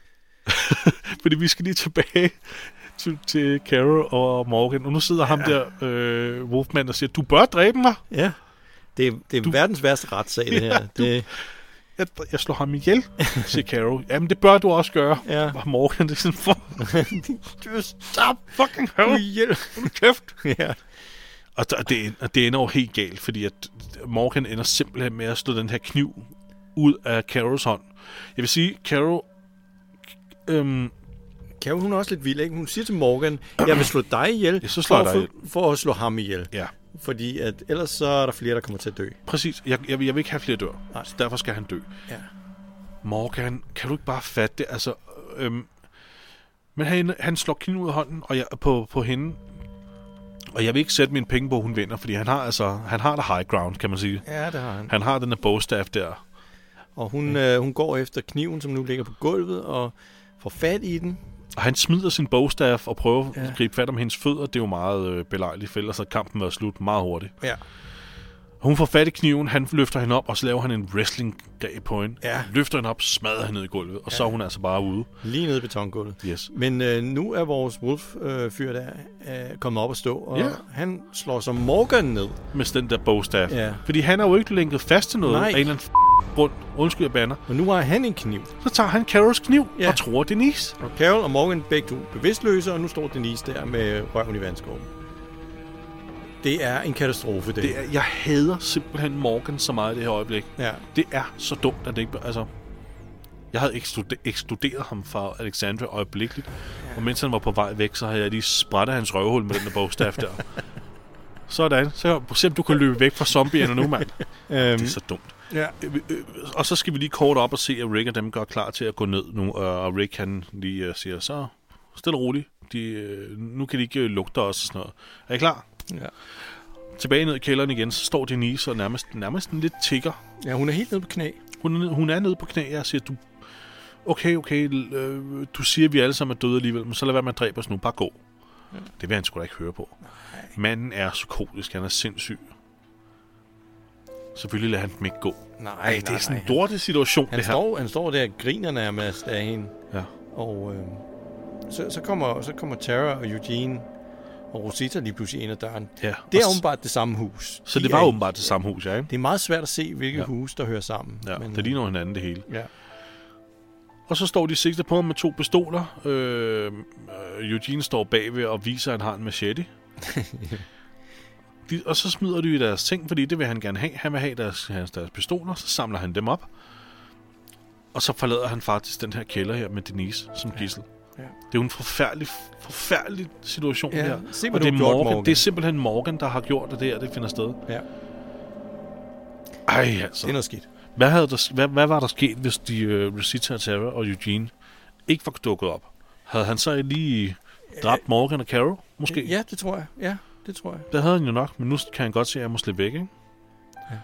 fordi vi skal lige tilbage til, til Carol og Morgan, og nu sidder ja. ham der, øh, Wolfman, og siger, du bør dræbe mig. Ja, det er, det er du, verdens værste retssag, det her. Ja, du, det... jeg, jeg slår ham ihjel, siger Carol. Jamen, det bør du også gøre. Ja. Og Morgan, det er sådan, for... du stop fucking hell. Ihjel. Kæft. Ja. Og det, og det ender jo helt galt, fordi at Morgan ender simpelthen med at slå den her kniv ud af Carols hånd. Jeg vil sige, Carol... Øhm, Carol, hun er også lidt vild, ikke? Hun siger til Morgan, jeg vil slå dig ihjel, ja, så slår for, dig ihjel. For, for at slå ham ihjel. Ja. Fordi at, ellers så er der flere, der kommer til at dø. Præcis. Jeg, jeg, jeg vil ikke have flere dør. Nej. Så derfor skal han dø. Ja. Morgan, kan du ikke bare fatte det? Altså, øhm, men han, han slår kniven ud af hånden og jeg, på, på hende. Og jeg vil ikke sætte mine penge på, at hun vinder, fordi han har altså han har det high ground, kan man sige. Ja, det har han. Han har den der bogstaff der. Og hun, øh, hun går efter kniven, som nu ligger på gulvet, og får fat i den. Og han smider sin bogstaff og prøver ja. at gribe fat om hendes fødder. Det er jo meget øh, belejligt, for ellers er kampen været slut meget hurtigt. Ja. Hun får fat i kniven, han løfter hende op, og så laver han en wrestling-greb på hende. Ja. Løfter hende op, smadrer hende ned i gulvet, og ja. så er hun altså bare ude. Lige nede i betongulvet. Yes. Men øh, nu er vores Wolf-fyr øh, der øh, kommet op at stå, og ja. han slår så Morgan ned. Med den der bogstaff. Ja. Fordi han er jo ikke lænket fast til noget. Nej. Af en eller anden grund. Undskyld, jeg banner. Og nu har han en kniv. Så tager han Carols kniv ja. og tror Denise. Og Carol og Morgan begge to bevidstløse, og nu står Denise der med røven i vandskålen. Det er en katastrofe, det. det er, jeg hader simpelthen Morgan så meget i det her øjeblik. Ja. Det er så dumt, at det ikke... Altså, jeg havde ekskluder- ekskluderet ham fra Alexandra øjeblikkeligt, ja. og mens han var på vej væk, så havde jeg lige sprættet hans røvhul med den der bogstaff der. Sådan. Så se, om du kan løbe væk fra zombierne nu, mand. Um, det er så dumt. Ja. Og så skal vi lige kort op og se, at Rick og dem gør klar til at gå ned nu, og Rick han lige uh, siger, så stille og roligt, de, uh, nu kan de ikke lugte os og sådan noget. Er I klar? Ja. Tilbage ned i kælderen igen, så står Denise og nærmest, nærmest en lidt tigger. Ja, hun er helt nede på knæ. Hun er, hun er nede på knæ, og siger, du, okay, okay, øh, du siger, at vi alle sammen er døde alligevel, men så lad være med at dræbe os nu, bare gå. Ja. Det vil han sgu da ikke høre på. Nej. Manden er psykotisk, han er sindssyg. Selvfølgelig lader han dem ikke gå. Nej, Ej, det er sådan en dårlig situation, han det her. Står, han står der og griner nærmest af hende. Ja. Og øh, så, så, kommer, så kommer Tara og Eugene og Rosita lige pludselig ind ad døren. Ja. Det er åbenbart det samme hus. Så De det var er, åbenbart det samme hus, ja, ikke? Det er meget svært at se, hvilke ja. hus, der hører sammen. Ja, men, det ligner hinanden det hele. Ja. Og så står de sigtet på ham med to pistoler. Øh, Eugene står bagved og viser, at han har en machete. de, og så smider de i deres ting, fordi det vil han gerne have. Han vil have deres, deres, deres pistoler, så samler han dem op. Og så forlader han faktisk den her kælder her med Denise som gidsel. Ja. Ja. Det er jo en forfærdelig, forfærdelig situation ja. her. Se, og det er, Morgan, Morgan. det er simpelthen Morgan, der har gjort det der, det finder sted. Ja. Ej, altså. Det er noget skidt. Hvad, havde der, hvad, hvad var der sket, hvis de uh, Rosita, Tara og Eugene ikke var dukket op? Havde han så lige dræbt Morgan og Carol, måske? Ja, det tror jeg. Ja, det tror jeg. Det havde han jo nok, men nu kan han godt se, at jeg må slippe væk, ikke? Ja.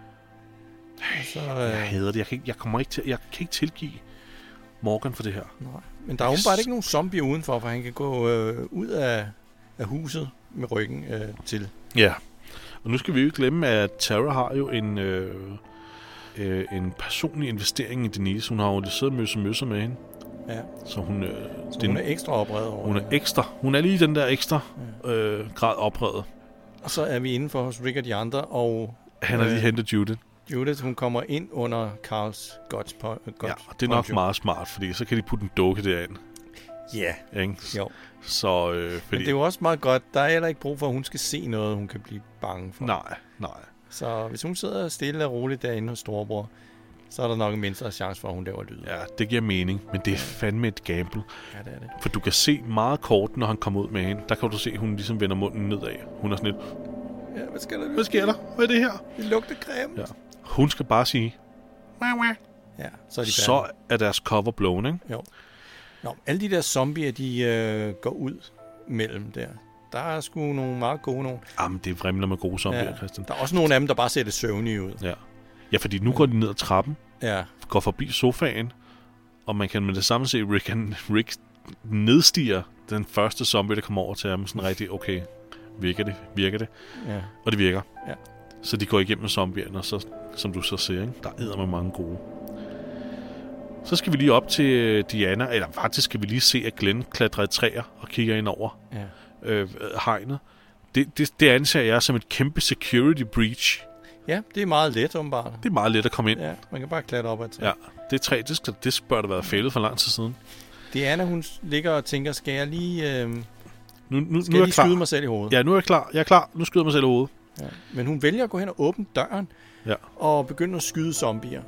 Så, øh... Jeg hader det. Jeg kan, ikke, jeg, kommer ikke til, jeg kan ikke tilgive Morgan for det her. Nej. Men der er åbenbart ikke nogen zombie udenfor, for han kan gå øh, ud af, af huset med ryggen øh, til. Ja, og nu skal vi jo ikke glemme, at Tara har jo en, øh, øh, en personlig investering i Denise. Hun har jo siddet møsse møsse med hende. Ja. Så hun, øh, så den, hun er ekstra opredet over Hun er ekstra. Hun er lige den der ekstra ja. øh, grad opredet. Og så er vi indenfor hos Rick og de andre, og... Han har lige øh, hentet Judith. Judith, hun kommer ind under Carls godt på, godt ja, og det er nok meget smart, fordi så kan de putte en dukke derind. Ja, yeah. jo. Så, øh, fordi... Men det er jo også meget godt. Der er heller ikke brug for, at hun skal se noget, hun kan blive bange for. Nej, nej. Så hvis hun sidder stille og roligt derinde hos storebror, så er der nok en mindre chance for, at hun laver lyd. Ja, det giver mening, men det er fandme et gamble. Ja, det er det. For du kan se meget kort, når han kommer ud med hende. Der kan du se, at hun ligesom vender munden nedad. Hun er sådan lidt... Ja, hvad sker der? Hvad sker der? Hvad er det her? Det lugter creme. Ja. Hun skal bare sige... Ja, så er, de så er deres cover blown, ikke? Jo. Nå, alle de der zombier, de øh, går ud mellem der. Der er sgu nogle meget gode nogen. Jamen, det vrimler med gode zombier, ja. Christian. Der er også nogle af dem, der bare ser det søvnige ud. Ja. Ja, fordi nu går de ned ad trappen, ja. går forbi sofaen, og man kan med det samme se, Rick, and Rick nedstiger den første zombie, der kommer over til ham. Sådan rigtig, okay, virker det? Virker det? Ja. Og det virker. Ja. Så de går igennem zombierne, og så, som du så ser, ikke? Der er med mange gode. Så skal vi lige op til Diana, eller faktisk skal vi lige se, at Glenn klatrer i træer og kigger ind over ja. øh, hegnet. Det, det, det anser jeg som et kæmpe security breach. Ja, det er meget let, åbenbart. Det er meget let at komme ind. Ja, man kan bare klatre op ad træ. Ja, det træ, det, skal, det bør da være fældet for lang tid siden. Diana, hun ligger og tænker, skal jeg lige, øh, nu, nu, skal nu jeg er lige klar. skyde mig selv i hovedet? Ja, nu er jeg klar. Jeg er klar. Nu skyder jeg mig selv i hovedet. Ja. Men hun vælger at gå hen og åbne døren ja. og begynde at skyde zombier.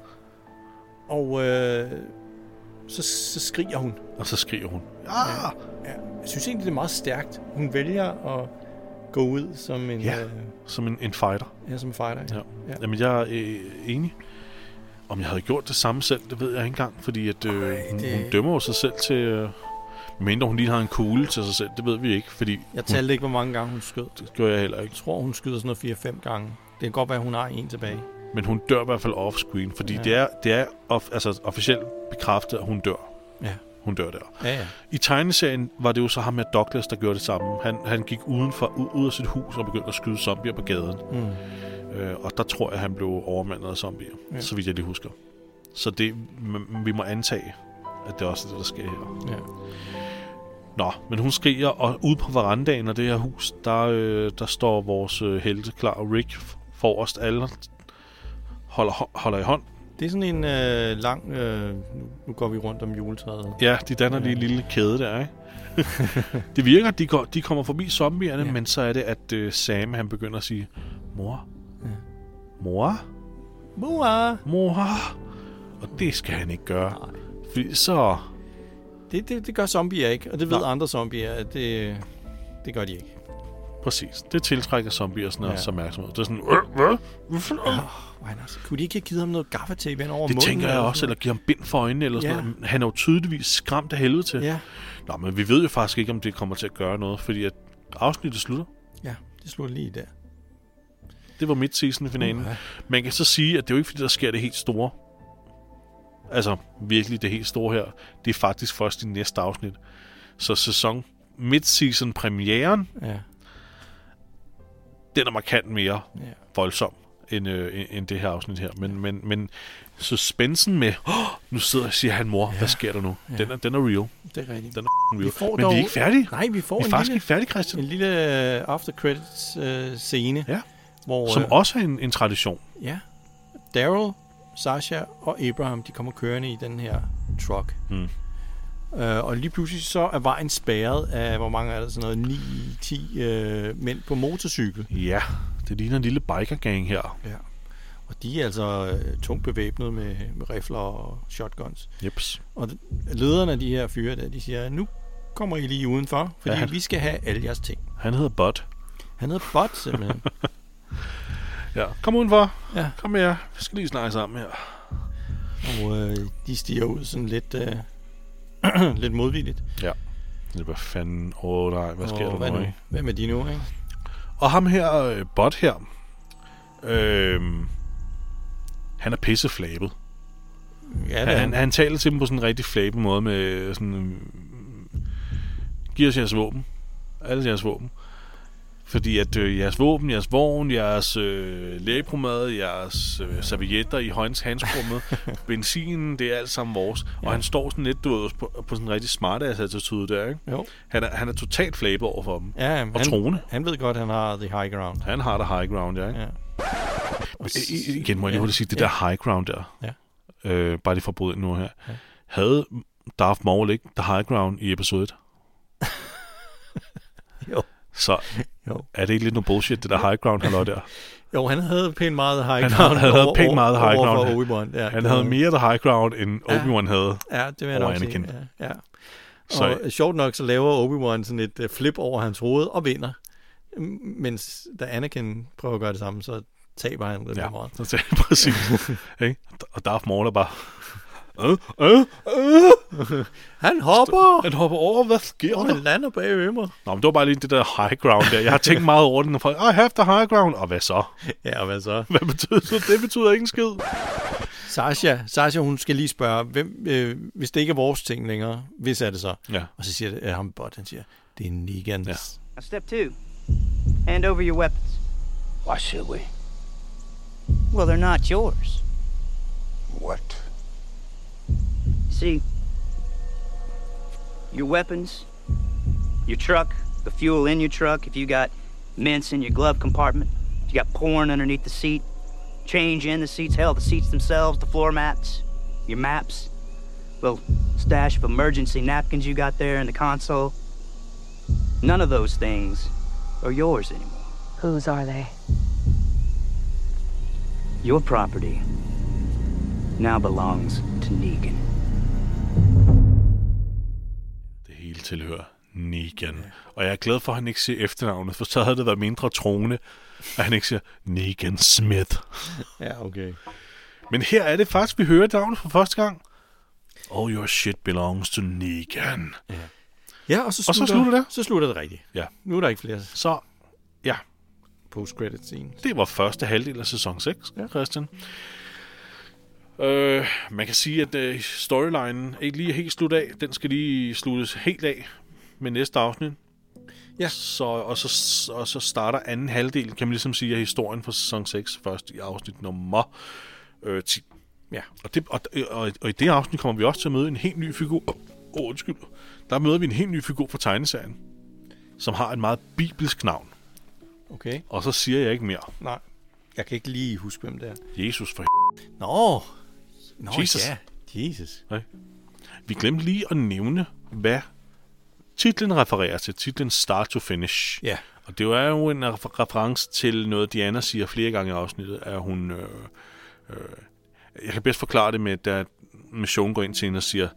Og øh, så, så skriger hun. Og så skriger hun. Ja. Ja. Ja. Jeg synes egentlig, det er meget stærkt. Hun vælger at gå ud som en... Ja, øh, som en, en fighter. Ja, som en fighter. Ja. Ja. Ja. Jamen, jeg er øh, enig. Om jeg havde gjort det samme selv, det ved jeg ikke engang. Fordi at, øh, Ej, hun, det... hun dømmer jo sig selv til... Øh, mindre hun lige har en kugle til sig selv, det ved vi ikke. Fordi jeg talte hun, ikke, hvor mange gange hun skød. Det gjorde jeg heller ikke. Jeg tror, hun skyder sådan noget fire fem gange. Det kan godt være, at hun har en tilbage. Men hun dør i hvert fald off-screen, fordi ja. det er, det er off, altså, officielt bekræftet, at hun dør. Ja. Hun dør der. Ja, ja. I tegneserien var det jo så ham med Douglas, der gjorde det samme. Han, han gik udenfor, ud, ud af sit hus og begyndte at skyde zombier på gaden. Mm. Øh, og der tror jeg, han blev overmandet af zombier, ja. så vidt jeg lige husker. Så det, vi må antage, at det også er det, der sker her. Ja. Nå, men hun skriger, og ude på verandaen af det her hus, der, øh, der står vores øh, helte klar, og Rick forrest, alle holder, holder i hånd. Det er sådan en øh, lang... Øh, nu går vi rundt om juletræet. Ja, de danner lige en lille kæde der, ikke? Det virker, de, går, de kommer forbi zombierne, ja. Men så er det, at øh, Sam, han begynder at sige, mor? Ja. Mor? Mor? Mor? Og det skal han ikke gøre. Nej. Fordi så... Det, det, det gør zombier ikke, og det ved Nej. andre zombier, at det, det gør de ikke. Præcis. Det tiltrækker zombier sådan ja. opmærksomhed. Det er sådan, hvad? Hvorfor? Oh, altså, kunne de ikke have givet ham noget gaffatape ind over det munden? Det tænker jeg også, eller give ham bind for øjnene, eller sådan ja. noget. Han er jo tydeligvis skræmt af helvede til. Ja. Nå, men vi ved jo faktisk ikke, om det kommer til at gøre noget, fordi at afsnittet slutter. Ja, det slutter lige der. Det var midt-season-finalen. Uh-huh. Man kan så sige, at det er jo ikke, fordi der sker det helt store. Altså, virkelig det helt store her. Det er faktisk først i næste afsnit. Så sæson mid-season-premieren, ja. den er markant mere ja. voldsom end, øh, end det her afsnit her. Men, men, men suspensen med, oh, nu sidder og siger han, mor, ja. hvad sker der nu? Ja. Den, er, den er real. Det er rigtigt. Den er real. Vi men dog... vi er ikke færdige. Nej, vi får vi er en faktisk lille, ikke færdige, Christian. En lille after credits øh, scene. Ja. Hvor, som øh, også er en, en tradition. Ja. Daryl, Sasha og Abraham, de kommer kørende i den her truck. Mm. Uh, og lige pludselig så er vejen spærret af, hvor mange er der, sådan noget ni ti uh, mænd på motorcykel. Ja, det ligner en lille bikergang her. Ja. Og de er altså uh, tungt bevæbnet med, med rifler og shotguns. Jeps. Og lederne af de her fyre der, de siger, nu kommer I lige udenfor, fordi ja, han... vi skal have alle jeres ting. Han hedder Bud. Han hedder Bud, simpelthen. Ja, kom udenfor. Ja. Kom her. Vi skal lige snakke sammen her. og øh, de stiger ud sådan lidt, øh, lidt modvilligt. Ja. Hvad fanden? Åh oh, nej, hvad sker og der hvad nu? nu? Hvem er de nu, ikke? Og ham her, øh, Bot her, øh, han er pisseflabet. Ja, han, han, han taler til dem på sådan en rigtig flabet måde med sådan... Øh, giv os jeres våben. Alle jeres våben. Fordi at øh, jeres våben, jeres vogn, jeres øh, lægepromade, jeres øh, servietter i højens handskrummet, benzinen, det er alt sammen vores. Ja. Og han står sådan lidt, du ved, på, på sådan en rigtig smart-ass-attitude der, ikke? Jo. Han er, han er totalt flabet over for dem. Ja, og han, troende. Han ved godt, han har the high ground. Han har the high ground, ja, ikke? Ja. I, igen må jeg lige ja. sige, det ja. der high ground der, ja. øh, bare lige for at bryde ind nu her, ja. havde Darth Maul ikke the high ground i episode et? Jo. Så jo. Er det ikke lidt noget bullshit, det der high ground, han der? Jo, han havde pænt meget high han ground. Han havde pænt meget high ground. Over Obi-Wan. Ja, han havde mere the high ground, end ja. Obi-Wan havde ja, det vil jeg over nok Anakin. Sige. Ja, ja. Så, og sjovt nok, så laver Obi-Wan sådan et flip over hans hoved og vinder. Mens da Anakin prøver at gøre det samme, så taber han lidt ja, meget. Ja, så taber præcis. Hey? Og Darth Maul er bare... Øh, øh, øh. Han hopper! Han hopper over, hvad sker der? Han lander bag ved mig. Nå, men det var bare lige det der high ground der. Jeg har tænkt meget over den, og I have the high ground. Og hvad så? Ja, og hvad så? Hvad betyder det? Det betyder ikke en skid. Sasha, Sasha, hun skal lige spørge, hvem, øh, hvis det ikke er vores ting længere, hvis er det så? Ja. Og så siger det, er ham Bot, han siger, det er Negans. Ja. Step two. Hand over your weapons. Why should we? Well, they're not yours. What? See, your weapons, your truck, the fuel in your truck, if you got mints in your glove compartment, if you got porn underneath the seat, change in the seats, hell, the seats themselves, the floor mats, your maps, little stash of emergency napkins you got there in the console, none of those things are yours anymore. Whose are they? Your property now belongs to Negan. Det hele tilhører Negan. Ja. Og jeg er glad for, at han ikke siger efternavnet, for så havde det været mindre troende, at han ikke siger Negan Smith. Ja, okay. Men her er det faktisk, vi hører navnet for første gang. All your shit belongs to Negan. Ja, ja og, så slutter, og så slutter det. Så slutter det rigtigt. Ja. Nu er der ikke flere. Så, ja. Post-credit scene. Det var første halvdel af sæson seks, ja. Christian. Øh, man kan sige, at uh, storylinen ikke lige er helt slut af. Den skal lige sluttes helt af med næste afsnit. Ja. Så, og, så, og så starter anden halvdel, kan man ligesom sige, af historien for sæson seks først i afsnit nummer øh, ti. Ja. Og, det, og, og, og i det afsnit kommer vi også til at møde en helt ny figur. Åh, oh, undskyld. Der møder vi en helt ny figur fra tegneserien, som har et meget bibelsk navn. Okay. Og så siger jeg ikke mere. Nej. Jeg kan ikke lige huske, hvem det er. Jesus for Nå. Nå, Jesus. ja. Jesus. Okay. Vi glemte lige at nævne, hvad titlen refererer til. Titlen Start to Finish. Ja. Og det er jo en reference til noget, Diana siger flere gange i afsnittet, at hun... Øh, øh, jeg kan bedst forklare det med, da missionen går ind til hende og siger,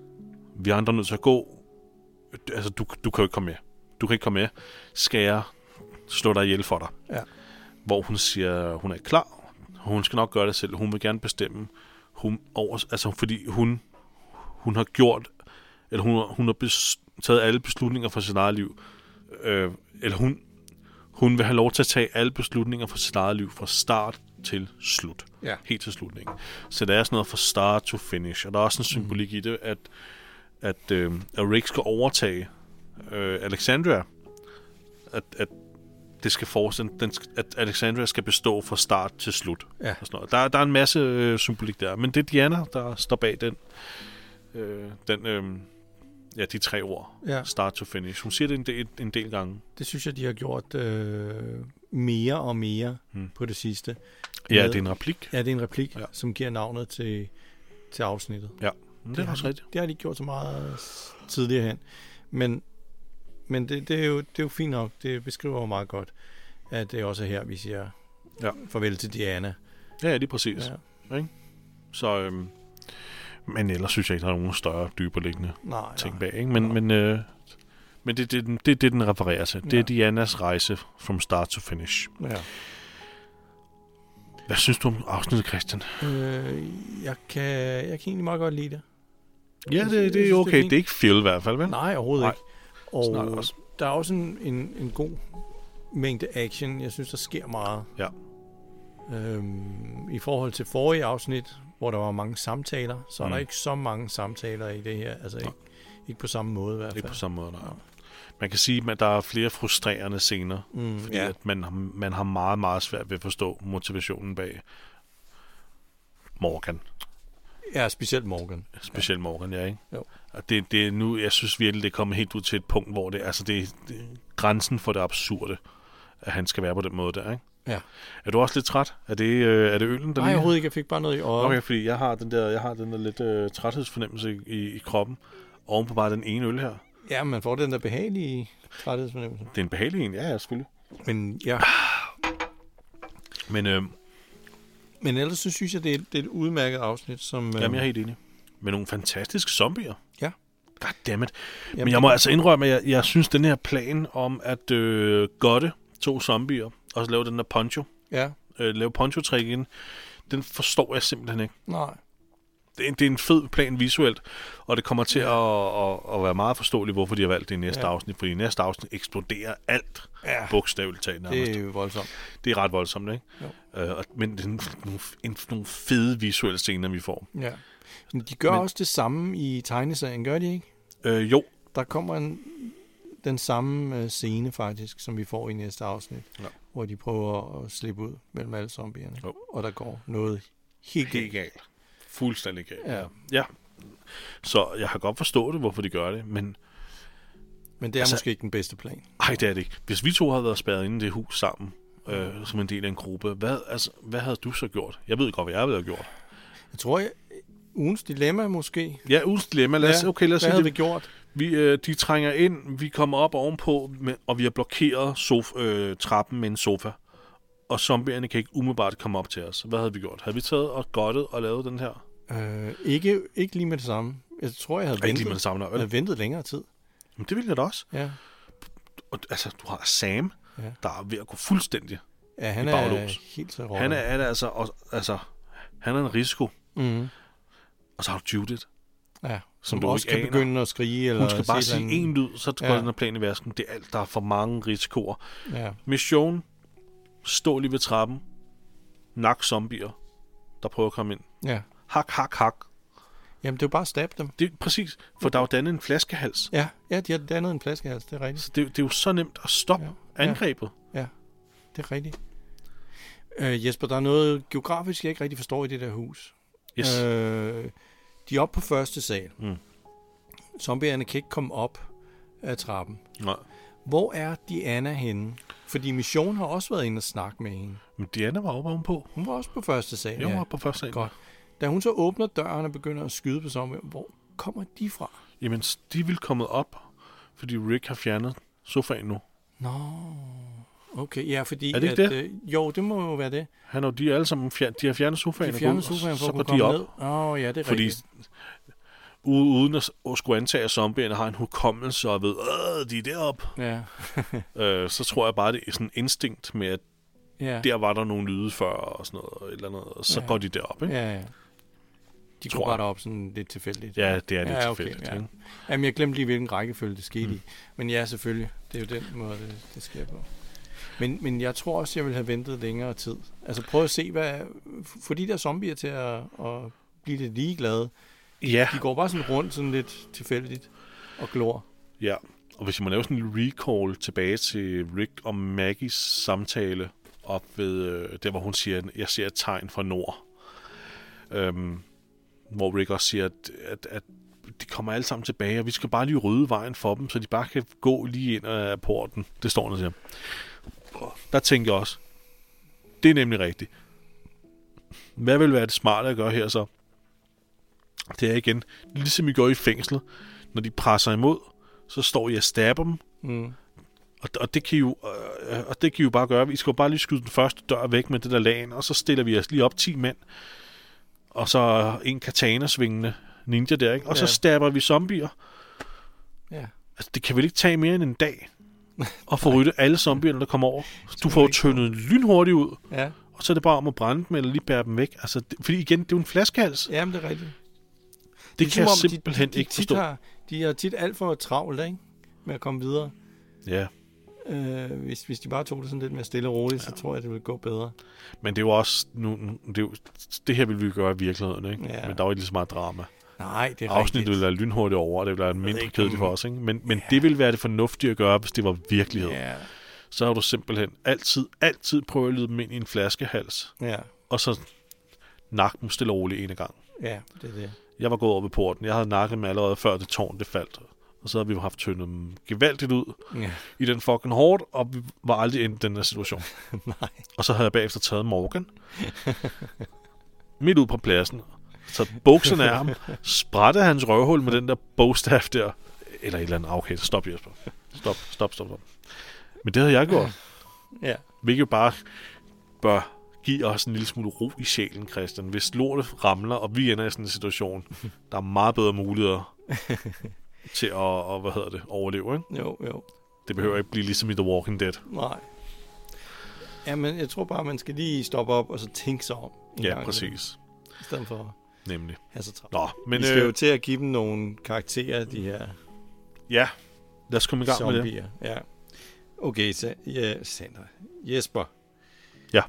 vi andre er nødt til at gå. Altså, du, du kan jo ikke komme med. Du kan ikke komme med. Skal jeg slå dig ihjel for dig? Ja. Hvor hun siger, hun er ikke klar. Hun skal nok gøre det selv. Hun vil gerne bestemme. Hun over, altså, fordi hun, hun har gjort, eller hun, hun har bes, taget alle beslutninger for sit eget liv. Øh, eller hun, hun vil have lov til at tage alle beslutninger for sit eget liv fra start til slut. Ja. Helt til slutningen. Så der er sådan noget fra start to finish. Og der er også en symbolik mm. i det, at, at, øh, at Rick skal overtage øh, Alexandria. At, at det skal forestille, den, at Alexandria skal bestå fra start til slut. Ja. Og sådan noget. Der, der er en masse øh, symbolik der. Men det er Diana, der står bag den. Øh, den øh, ja, de tre ord. Ja. Start to finish. Hun siger det en del, en del gange. Det synes jeg, de har gjort øh, mere og mere hmm. på det sidste. Ja, med, det er en replik. Ja, det er en replik, ja. som giver navnet til, til afsnittet. Ja, men det, det er også rigtigt. Det har de gjort så meget tidligere hen. Men, men det, det, er jo, det er jo fint nok. Det beskriver jo meget godt, at det også er her, vi siger ja. farvel til Diana. Ja, det er præcis. Ja. Ikke? Så, øhm, men ellers synes jeg ikke, der er nogen større, dybereliggende nej, ting nej. bag. Ikke? Men, men, øh, men det er det, det, det, den refererer til. Ja. Det er Dianas rejse from start to finish. Ja. Hvad synes du om afsnittet, Christian? Øh, jeg, kan, jeg kan egentlig meget godt lide det. Ja, det, det er okay. Det er, det er ikke Phil i hvert fald, vel? Nej, overhovedet Nej. ikke. Og også. Der er også en, en, en god mængde action. Jeg synes, der sker meget. Ja. Øhm, I forhold til forrige afsnit, hvor der var mange samtaler, så er mm. der ikke så mange samtaler i det her. Altså ikke, ikke på samme måde i hvert fald. Ikke på samme måde, nej. Ja. Man kan sige, at der er flere frustrerende scener, mm, fordi ja. at man, man har meget, meget svært ved at forstå motivationen bag Morgan. Ja, specielt Morgan. Specielt ja. Morgan, ja, ikke? Jo. Og det, det er nu, jeg synes virkelig, det er kommet helt ud til et punkt, hvor det, altså det, det er grænsen for det absurde, at han skal være på den måde der, ikke? Ja. Er du også lidt træt? Er det, øh, er det øllen, der Nej, lige... overhovedet ikke. Jeg fik bare noget i øjet. Okay, fordi jeg har den der, jeg har den der lidt øh, træthedsfornemmelse i, i kroppen, oven på bare den ene øl her. Ja, man får den der behagelige træthedsfornemmelse. Det er en behagelig en, ja, ja, selvfølgelig. Men ja. Men, øh, Men ellers så synes jeg, det er, det er et udmærket afsnit, som... Øh... Jamen, jeg er helt enig. Med nogle fantastiske zombier. Ja. Goddammit. Jamen, Men jeg må altså indrømme, at jeg, jeg synes, den her plan om at øh, godte to zombier, og så lave den der poncho, ja. øh, lave poncho-træk igen, den forstår jeg simpelthen ikke. Nej. Det er, det er en fed plan visuelt, og det kommer til at, at, at være meget forståeligt, hvorfor de har valgt det i næste ja. afsnit, fordi i næste afsnit eksploderer alt ja. bogstaveligt talt nærmest. Det er jo voldsomt. Det er ret voldsomt, ikke? Øh, men det er nogle, en, nogle fede visuelle scener, vi får. Ja. Men de gør men, også det samme i tegneserien, gør de ikke? Øh, jo. Der kommer en, den samme øh, scene faktisk, som vi får i næste afsnit, ja. hvor de prøver at slippe ud mellem alle zombierne, jo. og der går noget helt, helt galt. Fuldstændig galt. Ja. ja. Så jeg har godt forstået det, hvorfor de gør det, men... Men det er altså, måske ikke den bedste plan. Nej, det er det ikke. Hvis vi to havde været spærret inde i det hus sammen, øh, som en del af en gruppe, hvad, altså, hvad havde du så gjort? Jeg ved godt, hvad jeg havde gjort. Jeg tror, jeg, ugens dilemma måske. Ja, ugens dilemma. Lad os, ja, okay, lad os hvad havde det. vi gjort? Vi, øh, de trænger ind, vi kommer op ovenpå, med, og vi har blokeret sof- øh, trappen med en sofa. Og zombierne kan ikke umiddelbart komme op til os. Hvad havde vi gjort? Havde vi taget og godtet og lavet den her? Øh, ikke, ikke lige med det samme. Jeg tror, jeg havde ventet, lige med det samme, jeg havde ventet længere tid. Men det ville jeg da også. Ja. Og, altså, du har Sam, ja. der er ved at gå fuldstændig ja, han i baglås. Er helt så han er, er altså, og, altså, han er en risiko. Mm. Og så har du Judith. Ja, som du også kan aner. begynde at skrige. Eller hun skal bare sige anden... en lyd, så går ja. den her plan i vasken. Det er alt, der er for mange risikoer. Ja. Mission, stå lige ved trappen, nak zombier, der prøver at komme ind. Ja. Hak, hak, hak. Jamen, det er jo bare at stabbe dem. Det er præcis, for der er jo dannet en flaskehals. Ja, ja, de har dannet en flaskehals, det er rigtigt. Så det, det er jo så nemt at stoppe ja. angrebet. Ja. ja, det er rigtigt. Øh, Jesper, der er noget geografisk, jeg ikke rigtig forstår i det der hus. Yes. Øh, de er oppe på første sal. Mm. Zombierne kan ikke komme op af trappen. Nej. Hvor er Diana henne? Fordi Mission har også været inde og snakke med hende. Men Diana var oppe ovenpå. Hun var også på første sal. Jo, hun var på første sal. Godt. Da hun så åbner døren og begynder at skyde på zombier, hvor kommer de fra? Jamen, de vil komme op, fordi Rick har fjernet sofaen nu. Nå, okay. Ja, fordi... Er det ikke at, det? Øh, jo, det må jo være det. Han og de er alle sammen fjern, de har fjernet sofaen. De fjernet sofaen for at kunne komme ned. Åh, oh, ja, det er fordi, rigtigt. Uden at, at skulle antage, at zombierne har en hukommelse og ved, øh, de er deroppe. Ja. øh, så tror jeg bare, det er sådan en instinkt med, at ja. der var der nogle lyde før og sådan noget, og, eller noget, og så ja. går de derop, ikke? Ja, ja. De går bare derop sådan lidt tilfældigt. Ja, det er lidt ja, okay, tilfældigt. Ja. Ikke? Jamen, jeg glemte lige, hvilken rækkefølge det skete mm. i. Men ja, selvfølgelig. Det er jo den måde, det, det sker på. Men, men jeg tror også, jeg ville have ventet længere tid. Altså prøv at se, hvad... Få de der zombier til at, at blive lidt ligeglade. Ja. De går bare sådan rundt sådan lidt tilfældigt og glor. Ja, og hvis jeg må lave sådan en recall tilbage til Rick og Maggies samtale op ved, øh, der hvor hun siger, jeg ser et tegn fra nord. Øhm, hvor Rick også siger, at, at, at de kommer alle sammen tilbage, og vi skal bare lige rydde vejen for dem, så de bare kan gå lige ind af porten. Det står der, siger. Der tænker jeg også, det er nemlig rigtigt. Hvad vil være det smarte at gøre her så? Det er igen, ligesom I gør i fængslet, når de presser imod, så står I og stabber dem, mm. og, og, det kan I jo, øh, og det kan I jo bare gøre. Vi skal jo bare lige skyde den første dør væk med det der lagen, og så stiller vi os lige op ti mænd, og så en katana-svingende ninja der, ikke? Og ja. Så stabber vi zombier. Ja. Altså, det kan vel ikke tage mere end en dag, og få ryddet alle zombierne, der kommer over. Du får jo tyndet lynhurtigt ud, ja. og så er det bare om at brænde dem, eller lige bære dem væk. Altså, det, fordi igen, det er jo en flaskehals. Jamen, det er rigtigt. Det, det kan jeg simpelthen de, de, ikke forstå. Har, de har tit alt for travlt, ikke? Med at komme videre. Ja. Øh, hvis, hvis de bare tog det sådan lidt mere stille og roligt, ja. så tror jeg, det ville gå bedre. Men det er jo også... Nu, det, er jo, det her ville vi gøre i virkeligheden, ikke? Ja. Men der var ikke lige så meget drama. Nej, det er Afsnittet ville være lynhurtigt over, og det ville være mindre kedeligt for os, ikke? Men, men ja. det ville være det fornuftige at gøre, hvis det var virkelighed. Ja. Så har du simpelthen altid, altid prøvet at lede dem ind i en flaskehals. Ja. Og så nakke dem stille og roligt en gang. Ja, det er det. Jeg var gået over ved porten. Jeg havde nakket dem allerede før det tårn, det faldt. Og så havde vi haft tyndet dem gevaldigt ud ja. i den fucking hårdt, og vi var aldrig inde i den her situation. Nej. Og så havde jeg bagefter taget Morgan. midt ud på pladsen. Så bukserne af ham. Sprættede hans røvhul med den der bogstav der. Eller et eller andet. Okay, stop Jesper. Stop, stop, stop, stop. Men det havde jeg gjort. Ja. Hvilket bare bør give os en lille smule ro i sjælen, Christian. Hvis lortet ramler, og vi ender i sådan en situation, der er meget bedre muligheder til at, og, hvad hedder det, overleve, ikke? Jo, jo. Det behøver ikke blive ligesom i The Walking Dead. Nej. Jamen, jeg tror bare, man skal lige stoppe op og så tænke sig om. Ja, præcis. I stedet for nemlig have så travlt. Nå, men vi skal øh, jo til at give dem nogle karakterer, de her. Ja, lad os komme i gang zombier. med det. Ja. Okay, så, ja, Sandra. Jesper. Ja.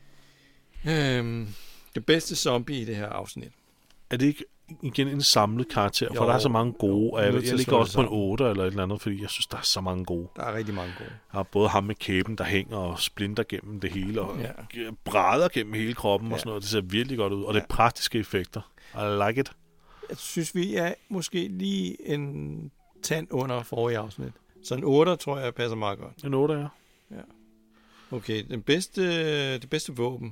Øhm, det bedste zombie i det her afsnit. Er det ikke igen en samlet karakter? Jo, for der er så mange gode. Og jeg, jeg, jeg ligger også på en otte eller et eller andet, fordi jeg synes, der er så mange gode. Der er rigtig mange gode. Jeg har både ham med kæben, der hænger og splinter gennem det hele, og ja. bræder gennem hele kroppen ja. og sådan noget. Det ser virkelig godt ud. Og det er ja. praktiske effekter. I like it. Jeg synes, vi er måske lige en tand under forrige afsnit. Så en otter, tror jeg, passer meget godt. En otter, ja. Ja. Okay, den bedste, det bedste våben.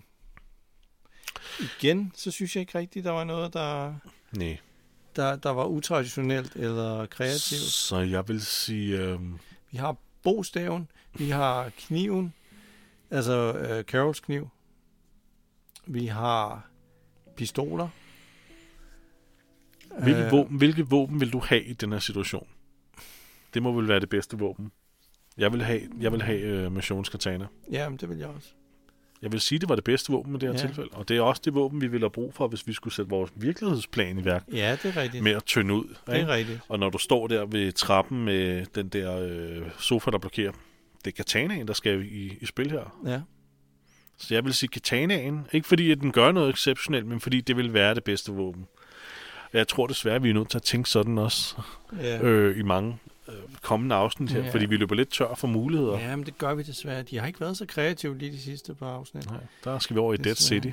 Igen, så synes jeg ikke rigtigt, der var noget, der, Nej. der, der var utraditionelt eller kreativt. Så jeg vil sige... Øh... Vi har bostaven, vi har kniven, altså øh, Carols kniv. Vi har pistoler. Hvilke, øh, våben, hvilke våben vil du have i den her situation? Det må vel være det bedste våben. Jeg vil have, jeg vil have øh, Missions Katana. Ja, men det vil jeg også. Jeg vil sige, det var det bedste våben i det her ja. tilfælde. Og det er også det våben, vi ville have brug for, hvis vi skulle sætte vores virkelighedsplan i værk. Ja, det er rigtigt. Med at tynde ud. Det er ikke? rigtigt. Og når du står der ved trappen med den der øh, sofa, der blokerer, det er katanaen, der skal i, i spil her. Ja. Så jeg vil sige katanaen. Ikke fordi, at den gør noget exceptionelt, men fordi det vil være det bedste våben. Jeg tror desværre, at vi er nødt til at tænke sådan også ja. øh, i mange øh, kommende afsnit her, ja. fordi vi løber lidt tør for muligheder. Ja, men det gør vi desværre. De har ikke været så kreative lige de sidste par afsnit. Nej, der skal vi over i Dead City.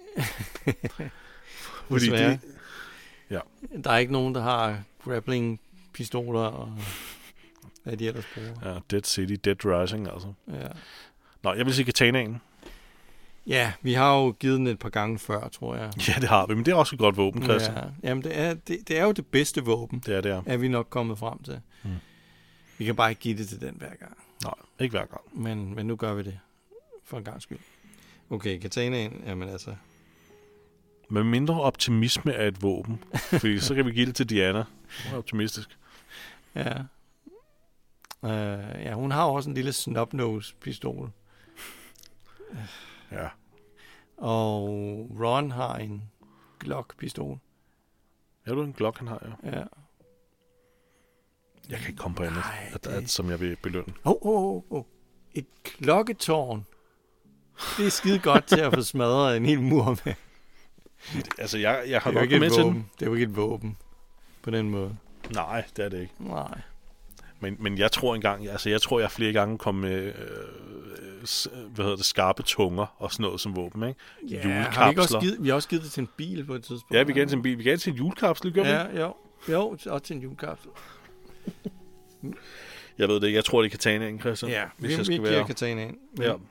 fordi det, ja. Der er ikke nogen, der har grappling-pistoler og hvad de ellers bruger. Ja, Dead City, Dead Rising altså. Ja. Nå, jeg vil sige katanaen. Ja, vi har jo givet den et par gange før, tror jeg. Ja, det har vi, men det er også et godt våben, Christian. Ja, jamen det er, det, det er jo det bedste våben, det er, det er. er vi nok kommet frem til. Hmm. Vi kan bare ikke give det til den hver gang. Nej, ikke hver gang. Men, men nu gør vi det, for en gang skyld. Okay, katanaen, jamen altså... Med mindre optimisme er et våben, fordi så kan vi give det til Diana. Hun er optimistisk. Ja. Uh, ja, hun har også en lille snubnose-pistol. Ja. Og Ron har en Glock-pistol. Er du en Glock, han har, ja? Ja. Jeg kan ikke komme på andet, Ej, at, det... at, som jeg vil belønne. Åh, åh, åh, åh. Et klokketårn. Det er skide godt til at få smadret en hel mur med. Altså, jeg, jeg har godt med til den. Det er jo ikke et våben på den måde. Nej, det er det ikke. Nej. Men, men jeg tror engang, altså jeg tror, jeg flere gange kom med, øh, hvad hedder det, skarpe tunger og sådan noget som våben, ikke? Ja, har vi ikke også givet, vi har også givet det til en bil på et tidspunkt. Ja, vi gav det til en bil. Vi gav det til en julekapsel, gør vi? Ja, jo. Jo, også til en julekapsel. Jeg ved det ikke. Jeg tror, det er katanaen, Christian. Ja, hvis vi, jeg skal vi giver være... katanaen. Men... Ja.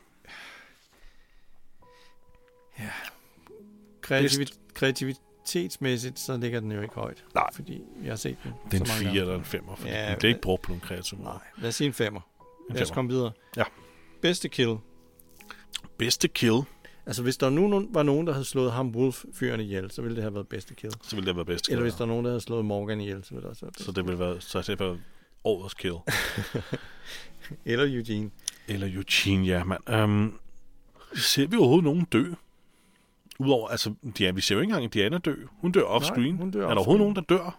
Ja. Kreativit- kreativitetsmæssigt, så ligger den jo ikke højt. Nej. Fordi vi har set den. Det er en fire eller en femmer, fordi ja, det er ikke brugt på nogle kreative måder. Nej, lad os sige en femmer. En lad os komme videre. Ja. Bedste kill. Bedste kill? Altså, hvis der nu var nogen, der havde slået ham Wolf-fyren ihjel, så ville det have været bedste kill. Så ville det have været bedste kill. Eller hvis der er nogen, der havde slået Morgan ihjel, så ville det også være bedste Så det ville være, så det være årets kill. Eller Eugene. Eller Eugene, ja, mand. Um, Ser vi overhovedet nogen dø? Udover, altså, ja, vi ser jo ikke engang Diana dø. Hun dør off-screen. Nej, hun dør er der overhovedet nogen, der dør?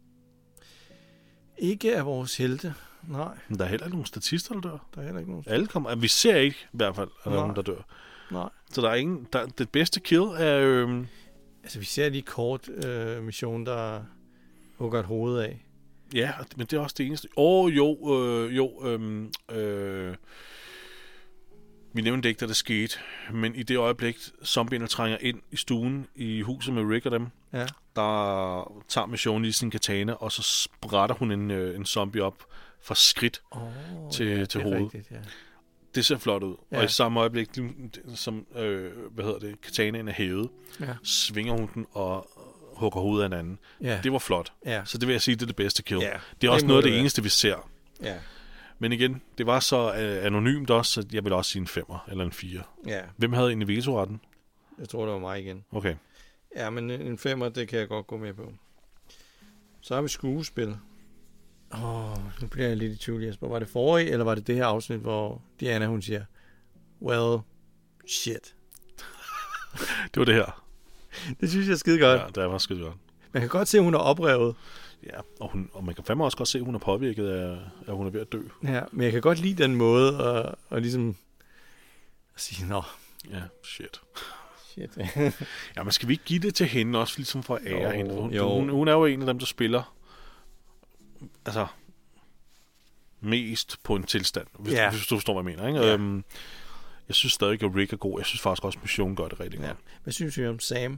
Ikke af vores helte, nej. Men der er heller ikke nogen statister, der dør. Der er heller ikke nogen. Alle kommer, vi ser ikke i hvert fald, at der er nogen, der dør. Nej. Så der er ingen, der, det bedste kill er... Øhm... Altså, vi ser lige kort øh, mission, der hugger et hoved af. Ja, men det er også det eneste. Åh, oh, jo, øh, jo, øhm, øh... vi nævnte ikke, da det skete, men i det øjeblik, zombierne trænger ind i stuen i huset med Rick og dem, ja. der tager Michonne lige sin katana, og så sprætter hun en, øh, en zombie op fra skridt oh, til, ja, til det hovedet. Rigtigt, ja. Det ser flot ud. Ja. Og i samme øjeblik, som øh, hvad hedder det, katanaen er hævet, ja. svinger hun den og hugger hovedet af en anden. Ja. Det var flot. Ja. Så det vil jeg sige, det er det bedste kill. Ja. Det er også det noget af det være. eneste, vi ser. Ja. Men igen, det var så øh, anonymt også, så jeg vil også sige en femmer eller en fire. Ja. Hvem havde egentlig vetoretten? Jeg tror, det var mig igen. Okay. Ja, men en femmer, det kan jeg godt gå med på. Så har vi skuespil. Åh, oh, nu bliver jeg lidt i tvivl, Jesper. Var det forrige, eller var det det her afsnit, hvor Diana, hun siger, well, shit. Det var det her. Det synes jeg er skide godt. Ja, det var skide godt. Man kan godt se, at hun er oprevet. Ja, og, hun, og man kan fandme også godt se, at hun er påvirket af, at hun er ved at dø. Ja, men jeg kan godt lide den måde at, at ligesom at sige, nå. Ja, shit. Shit. Ja, men skal vi ikke give det til hende også, ligesom for at ære jo, hende? Hun, jo. Hun, hun er jo en af dem, der spiller altså mest på en tilstand, hvis, ja. hvis du forstår, hvad jeg mener. Ikke? Ja. Øhm, jeg synes stadig, at Rick er god. Jeg synes faktisk også, at Mission gør det rigtig ja. godt. Hvad synes du om Sam?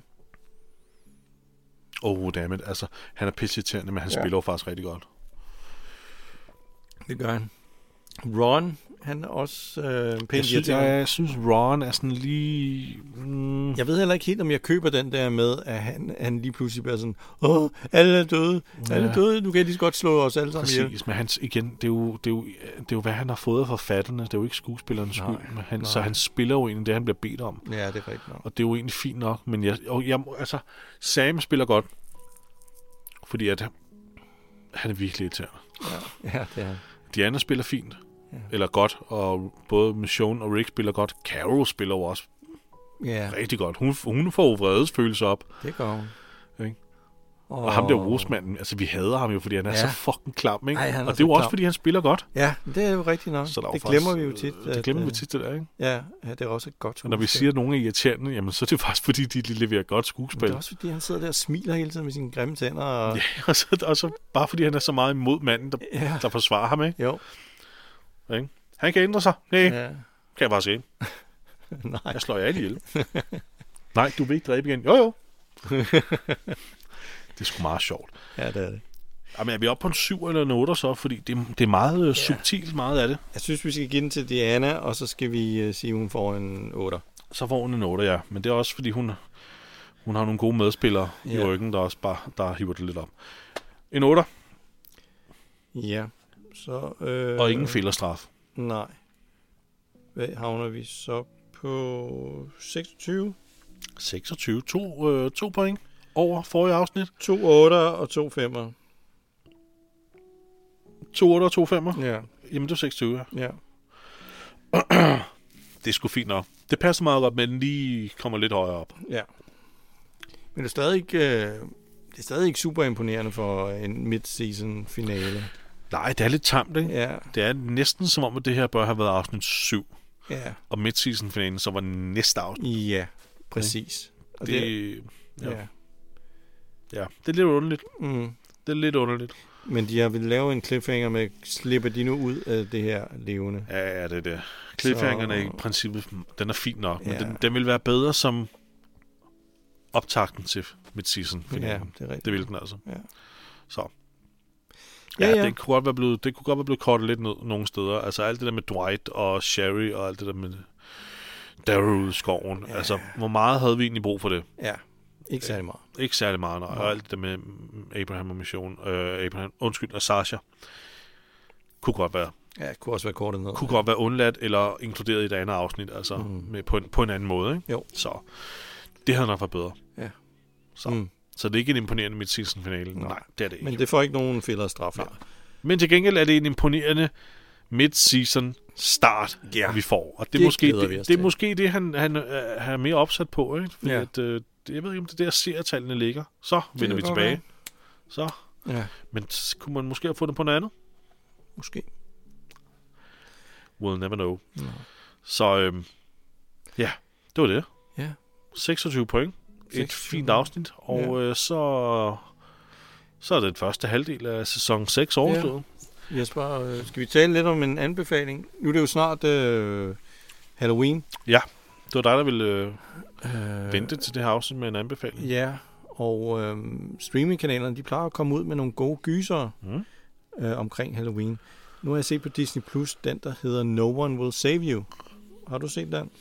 Oh, dammit. Altså, han er pisseirriterende, men han ja. spiller jo faktisk rigtig godt. Det gør han. Ron, han er også øh, pænt jeg synes, jeg, jeg synes, Ron er sådan lige... Mm. Jeg ved heller ikke helt, om jeg køber den der med, at han, han lige pludselig bliver sådan, åh, alle er døde, ja. alle er døde, nu kan jeg lige så godt slå os alle sammen ihjel. Præcis, men han, igen, det er, jo, det, er jo, det er jo, hvad han har fået af forfatterne, det er jo ikke skuespillernes skyld, men han, så han spiller jo egentlig det, han bliver bedt om. Ja, det er rigtigt nok. Og det er jo egentlig fint nok, men jeg, og jeg, altså, Sam spiller godt, fordi at han er virkelig irriterende. Ja, ja, det er han. Diana spiller fint, ja. eller godt, og både Michonne og Rick spiller godt. Carol spiller jo også ja. rigtig godt. Hun, hun får vredesfølelse op. Det gør hun. Ikke? Og, og ham der Rosemanden, altså vi hader ham jo, fordi han er ja. så fucking klam, ikke? Ej, og det er jo også, klam. fordi han spiller godt. Ja, det er jo rigtigt nok. Så det faktisk, glemmer vi jo tit. Det at, glemmer vi tit, det der, ikke? Ja, ja, det er også et godt skuespil. Og når vi siger, at nogen er irriterende, jamen så er det faktisk, fordi de leverer godt skuespil. Men det er også, fordi han sidder der og smiler hele tiden med sine grimme tænder. Og... Ja, og så, og så bare fordi han er så meget imod manden, der, ja. der forsvarer ham, ikke? Jo. Ikke? Han kan ændre sig. Nej, ja. Kan jeg bare se. Nej. Jeg slår jer ihjel. Nej, du vil ikke dræbe igen. Jo, jo. Det er sgu meget sjovt. Ja, det er det. Jamen, er vi oppe på en syv eller en otte så? Fordi det, det er meget ja. subtilt, meget af det. Jeg synes, vi skal give den til Diana, og så skal vi uh, sige, at hun får en otte. Så får hun en otte, ja. Men det er også, fordi hun, hun har nogle gode medspillere ja. i ryggen, der også bare der hiver det lidt op. En otte. Ja. Så, øh, og ingen fejlerstraf. Nej. Hvad havner vi så på seksogtyve? seksogtyve. To, øh, to point over forrige afsnit. To otter og to femmer. To otter og to femmer? Ja. Jamen, det er seksogtyve. Ja. Det er sgu fint nok. Det passer meget godt, men den lige kommer lidt højere op. Ja. Men det er stadig ikke, øh, det er stadig ikke super imponerende for en mid-season finale. Nej, det er lidt tamt, ikke? Ja. Det er næsten som om, at det her bør have været afsnit syv. Ja. Og mid-season-finalen så var næste afsnit. Ja, præcis. Og det, det ja. ja. Ja, det er lidt underligt. Mm. Det er lidt underligt. Men de har vil lave en cliffhanger med, slipper de nu ud af det her levende? Ja, ja, det er det. Cliffhangerne så... i princippet, den er fint nok, men ja. den, den vil være bedre som optakten til mid-season-finalen. Ja, det er rigtigt. Det vil den altså. Ja. Så. Ja, ja, ja. Det kunne godt være blevet, det kunne godt være blevet kortet lidt ned nogle steder. Altså alt det der med Dwight og Sherry og alt det der med Daryl i skoven. Ja. Altså, hvor meget havde vi egentlig brug for det? Ja, ikke særlig meget. Ikke særlig meget, nej. Og alt det der med Abraham og Mission, øh, Abraham, undskyld, og Sasha, kunne godt være. Ja, det kunne også være kortet ned. Kunne godt være undladt eller inkluderet i et andet afsnit, altså mm. med, på, en, på en anden måde, ikke? Jo. Så det havde nok været bedre. Ja. Så. Mm. Så det er ikke en imponerende mid-season-finale. Nej. Nej, det er det ikke. Men det får ikke nogen fælder straf her. Men til gengæld er det en imponerende mid-season start, ja. vi får. Og det er, det måske, det, det, det er måske det, han, han, han er mere opsat på. Ikke? Fordi ja. at, øh, jeg ved ikke, om det der serietallene ligger. Så vender vi tilbage. Være. Så. Ja. Men kunne man måske have fundet på noget andet? Måske. We'll never know. No. Så øhm, ja, det var det. Ja. seksogtyve point. Et fint afsnit. Og ja. øh, så, så er det den første halvdel af sæson seks overstået. Ja. Jesper, øh, skal vi tale lidt om en anbefaling? Nu er det jo snart øh, Halloween. Ja, det var dig, der ville øh, øh, vente til det her afsnit med en anbefaling. Ja, og øh, streamingkanalerne, de plejer at komme ud med nogle gode gyser mm. øh, omkring Halloween. Nu har jeg set på Disney Plus den, der hedder No One Will Save You. Har du set den?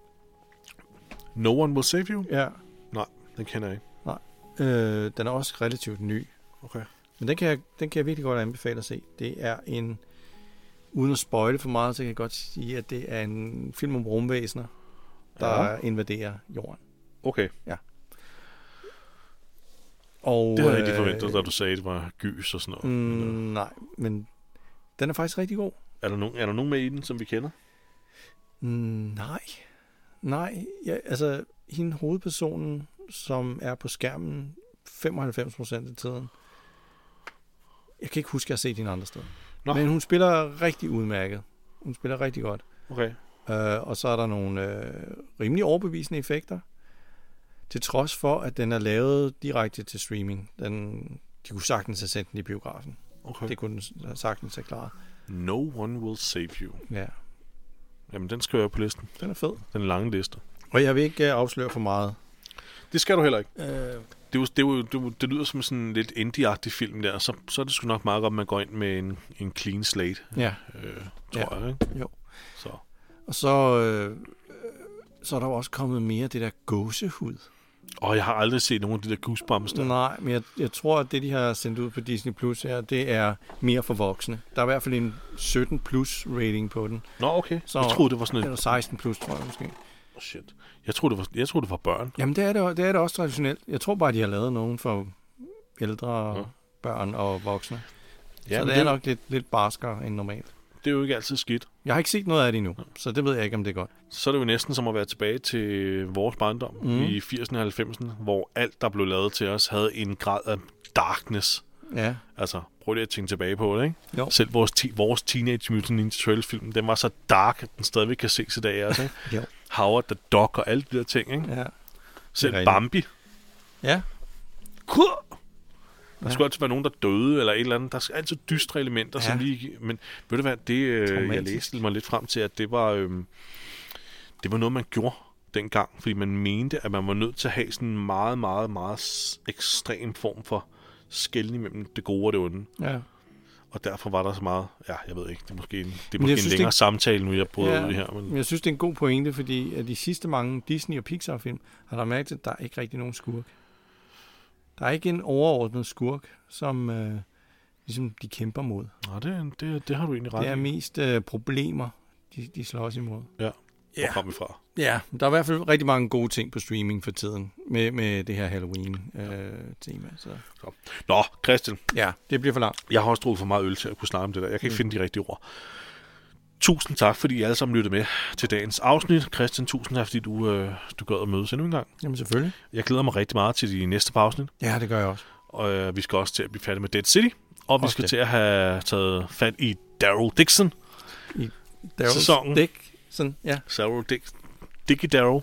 No One Will Save You? Ja. Nej, den kender jeg ikke. Nej. Øh, den er også relativt ny. Okay. Men den kan, jeg, den kan jeg virkelig godt anbefale at se. Det er en, uden at spoile for meget, så kan jeg godt sige, at det er en film om rumvæsener, der ja. invaderer jorden. Okay. Ja. Og, det havde jeg ikke forventet, da du sagde, at det var gys og sådan noget. Mm, nej, men den er faktisk rigtig god. Er der, nogen, er der nogen med i den, som vi kender? Mm, nej. Nej, ja, altså hende hovedpersonen, som er på skærmen femoghalvfems procent af tiden. Jeg kan ikke huske, at jeg har set hende andre steder. Nå. Men hun spiller rigtig udmærket. Hun spiller rigtig godt. Okay. Uh, og så er der nogle uh, rimelig overbevisende effekter. Til trods for, at den er lavet direkte til streaming. Den, de kunne sagtens have sendt den i biografen. Okay. Det kunne den sagtens have klaret. No One Will Save You. Ja. Jamen, den skal jeg på listen. Den er fed. Den lange liste. Og jeg vil ikke uh, afsløre for meget. Det skal du heller ikke. Uh, det, er jo, det, er jo, det, det lyder som sådan en lidt indie-agtig film der. Så, så er det sgu nok meget godt, at man går ind med en, en clean slate. Ja. Øh, tror ja. jeg, ikke? Jo. Så. Og så, øh, så er der jo også kommet mere det der gåsehud. Og jeg har aldrig set nogen af de der goosebumps der. Nej, men jeg, jeg tror, at det, de har sendt ud på Disney Plus her, det er mere for voksne. Der er i hvert fald en sytten plus rating på den. Nå, okay. Så, jeg troede, det var sådan en... Eller seksten plus, tror jeg måske. Oh, shit. Jeg troede, det var, jeg troede, det var børn. Jamen, det er det, det er det også traditionelt. Jeg tror bare, de har lavet nogen for ældre, ja. børn og voksne. Ja, så det er det... nok lidt, lidt barskere end normalt. Det er jo ikke altid skidt. Jeg har ikke set noget af det endnu, så det ved jeg ikke, om det er godt. Så er det jo næsten som at være tilbage til vores barndom mm. i firserne og halvfemserne, hvor alt, der blev lavet til os, havde en grad af darkness. Ja. Altså, prøv lige at tænke tilbage på det, ikke? Jo. Selv vores, ti- vores Teenage Mutant Ninja Turtles-film, den var så dark, at den stadigvæk kan ses i dag, altså, ikke? Jo. Howard the Duck og alle de der ting, ikke? Ja. Selv Bambi. Ja. Kur! Der skulle altid være nogen, der døde, eller et eller andet. Der er altid dystre elementer, ja. som lige... Men ved du hvad, det, øh, jeg læste mig lidt frem til, at det var, øh, det var noget, man gjorde dengang, fordi man mente, at man var nødt til at have sådan en meget, meget, meget ekstrem form for skelning mellem det gode og det onde. Ja. Og derfor var der så meget... Ja, jeg ved ikke, det er måske en, det er måske en synes, længere det... samtale, nu jeg prøver ja, ud i her. Men... men jeg synes, det er en god pointe, fordi at de sidste mange Disney- og Pixar-film har der mærket, at der er ikke rigtig nogen skurk. Der er ikke en overordnet skurk, som øh, ligesom de kæmper mod. Nej, det, det, det har du egentlig ret i. Det er mest øh, problemer, de, de slås imod. Ja, hvor kom vi fra? Ja, der er i hvert fald rigtig mange gode ting på streaming for tiden, med, med det her Halloween-tema. Øh, så. Så. Nå, Christian. Ja, det bliver for langt. Jeg har også drukket for meget øl til at kunne snakke om det der. Jeg kan ikke mm. finde de rigtige ord. Tusind tak, fordi I alle sammen lyttede med til dagens afsnit. Christian, tusind tak, fordi du, øh, du gad at mødes endnu en gang. Jamen selvfølgelig. Jeg glæder mig rigtig meget til de næste par afsnit. Ja, det gør jeg også. Og øh, vi skal også til at blive færdige med Dead City. Og vi også skal det. til at have taget fat i Daryl Dixon. I Daryl Dixon, ja. Daryl Dixon. Dickie Daryl.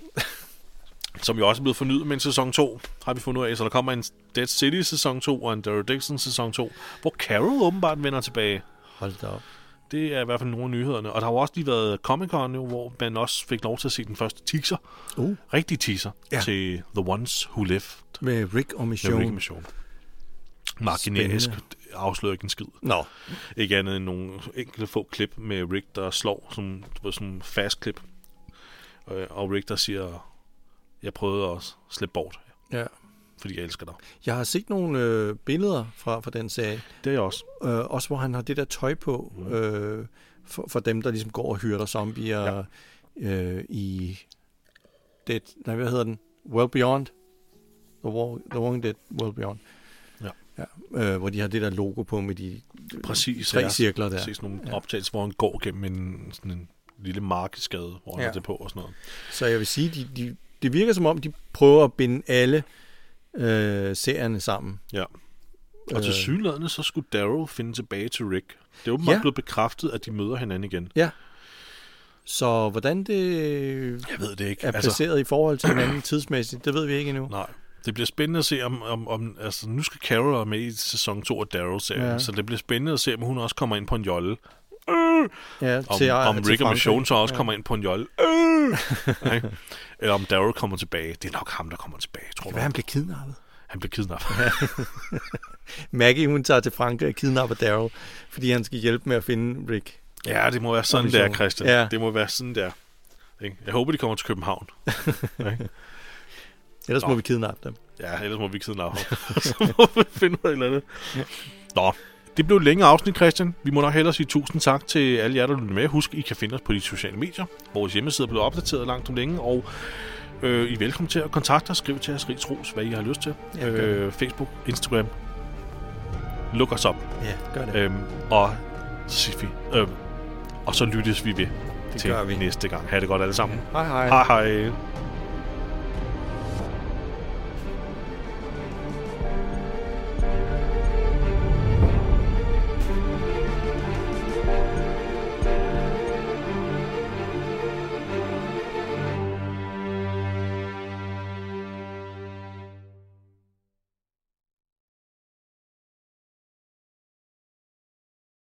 Som jo også er blevet fornyet med en sæson to, har vi fundet ud af. Så der kommer en Dead City sæson to og en Daryl Dixon sæson to, hvor Carol åbenbart vender tilbage. Hold da op. Det er i hvert fald nogle af nyhederne. Og der har jo også lige været Comic-Con, hvor man også fik lov til at se den første teaser. Uh. Rigtig teaser ja. til The Ones Who Lived. Med Rick og Michonne. Med Rick og Michonne. Marginerisk afslører ikke en skid. Nå. Ikke andet end nogle enkelte få klip med Rick, der slår som, som fast klip. Og Rick, der siger, jeg prøvede at slippe bort. Ja. Fordi jeg elsker dig. Jeg har set nogle øh, billeder fra, fra den serie. Det er jeg også. Øh, også hvor han har det der tøj på, mm. øh, for, for dem, der ligesom går og hyrder zombier ja. øh, i... Dead, nej, hvad hedder den? Well Beyond. The, War, The Walking Dead, Well Beyond. Ja. Ja, øh, hvor de har det der logo på med de præcis, tre ja. cirkler der. Præcis, nogle ja. optagelser, hvor han går gennem en, sådan en lille markeskade, hvor han ja. har det på og sådan noget. Så jeg vil sige, de, de, det virker som om, de prøver at binde alle øh, serierne sammen. Ja. Og til sygeladende, så skulle Daryl finde tilbage til Rick. Det er åbenbart ja. blevet bekræftet, at de møder hinanden igen. Ja. Så hvordan det jeg ved det ikke. er placeret altså, i forhold til hinanden tidsmæssigt, det ved vi ikke endnu. Nej. Det bliver spændende at se, om, om, om altså, nu skal Carol være med i sæson to af Daryl-serien, ja. så det bliver spændende at se, om hun også kommer ind på en jolle. Øh! Ja, om, til, om til Rick og Michonne så også ja. kommer ind på en jolle. Øh! Okay. Eller om Daryl kommer tilbage. Det er nok ham, der kommer tilbage, tror jeg. Hvad, han bliver kidnappet? Han bliver kidnappet. Maggie, hun tager til Frankrig og kidnapper Daryl, fordi han skal hjælpe med at finde Rick. Ja, det må være sådan der, Christian. Ja. Det må være sådan der. Jeg håber, de kommer til København. Okay. Ellers Nå. må vi kidnappe dem. Ja, ellers må vi kidnappe dem. Så må vi finde noget eller andet. Nå, det blev et længere afsnit, Christian. Vi må nok hellere sige tusind tak til alle jer, der lytter med. Husk, I kan finde os på de sociale medier. Vores hjemmeside er blevet opdateret langt om længe, og øh, I er velkommen til at kontakte os. Skriv til os, ris, ros, hvad I har lyst til. Ja, øh, Facebook, Instagram. Luk os op. Ja, gør det. Øhm, og så siger vi, øh, og så lyttes vi ved det til gør vi. næste gang. Ha' det godt alle sammen. Ja. Hej hej. Hej hej.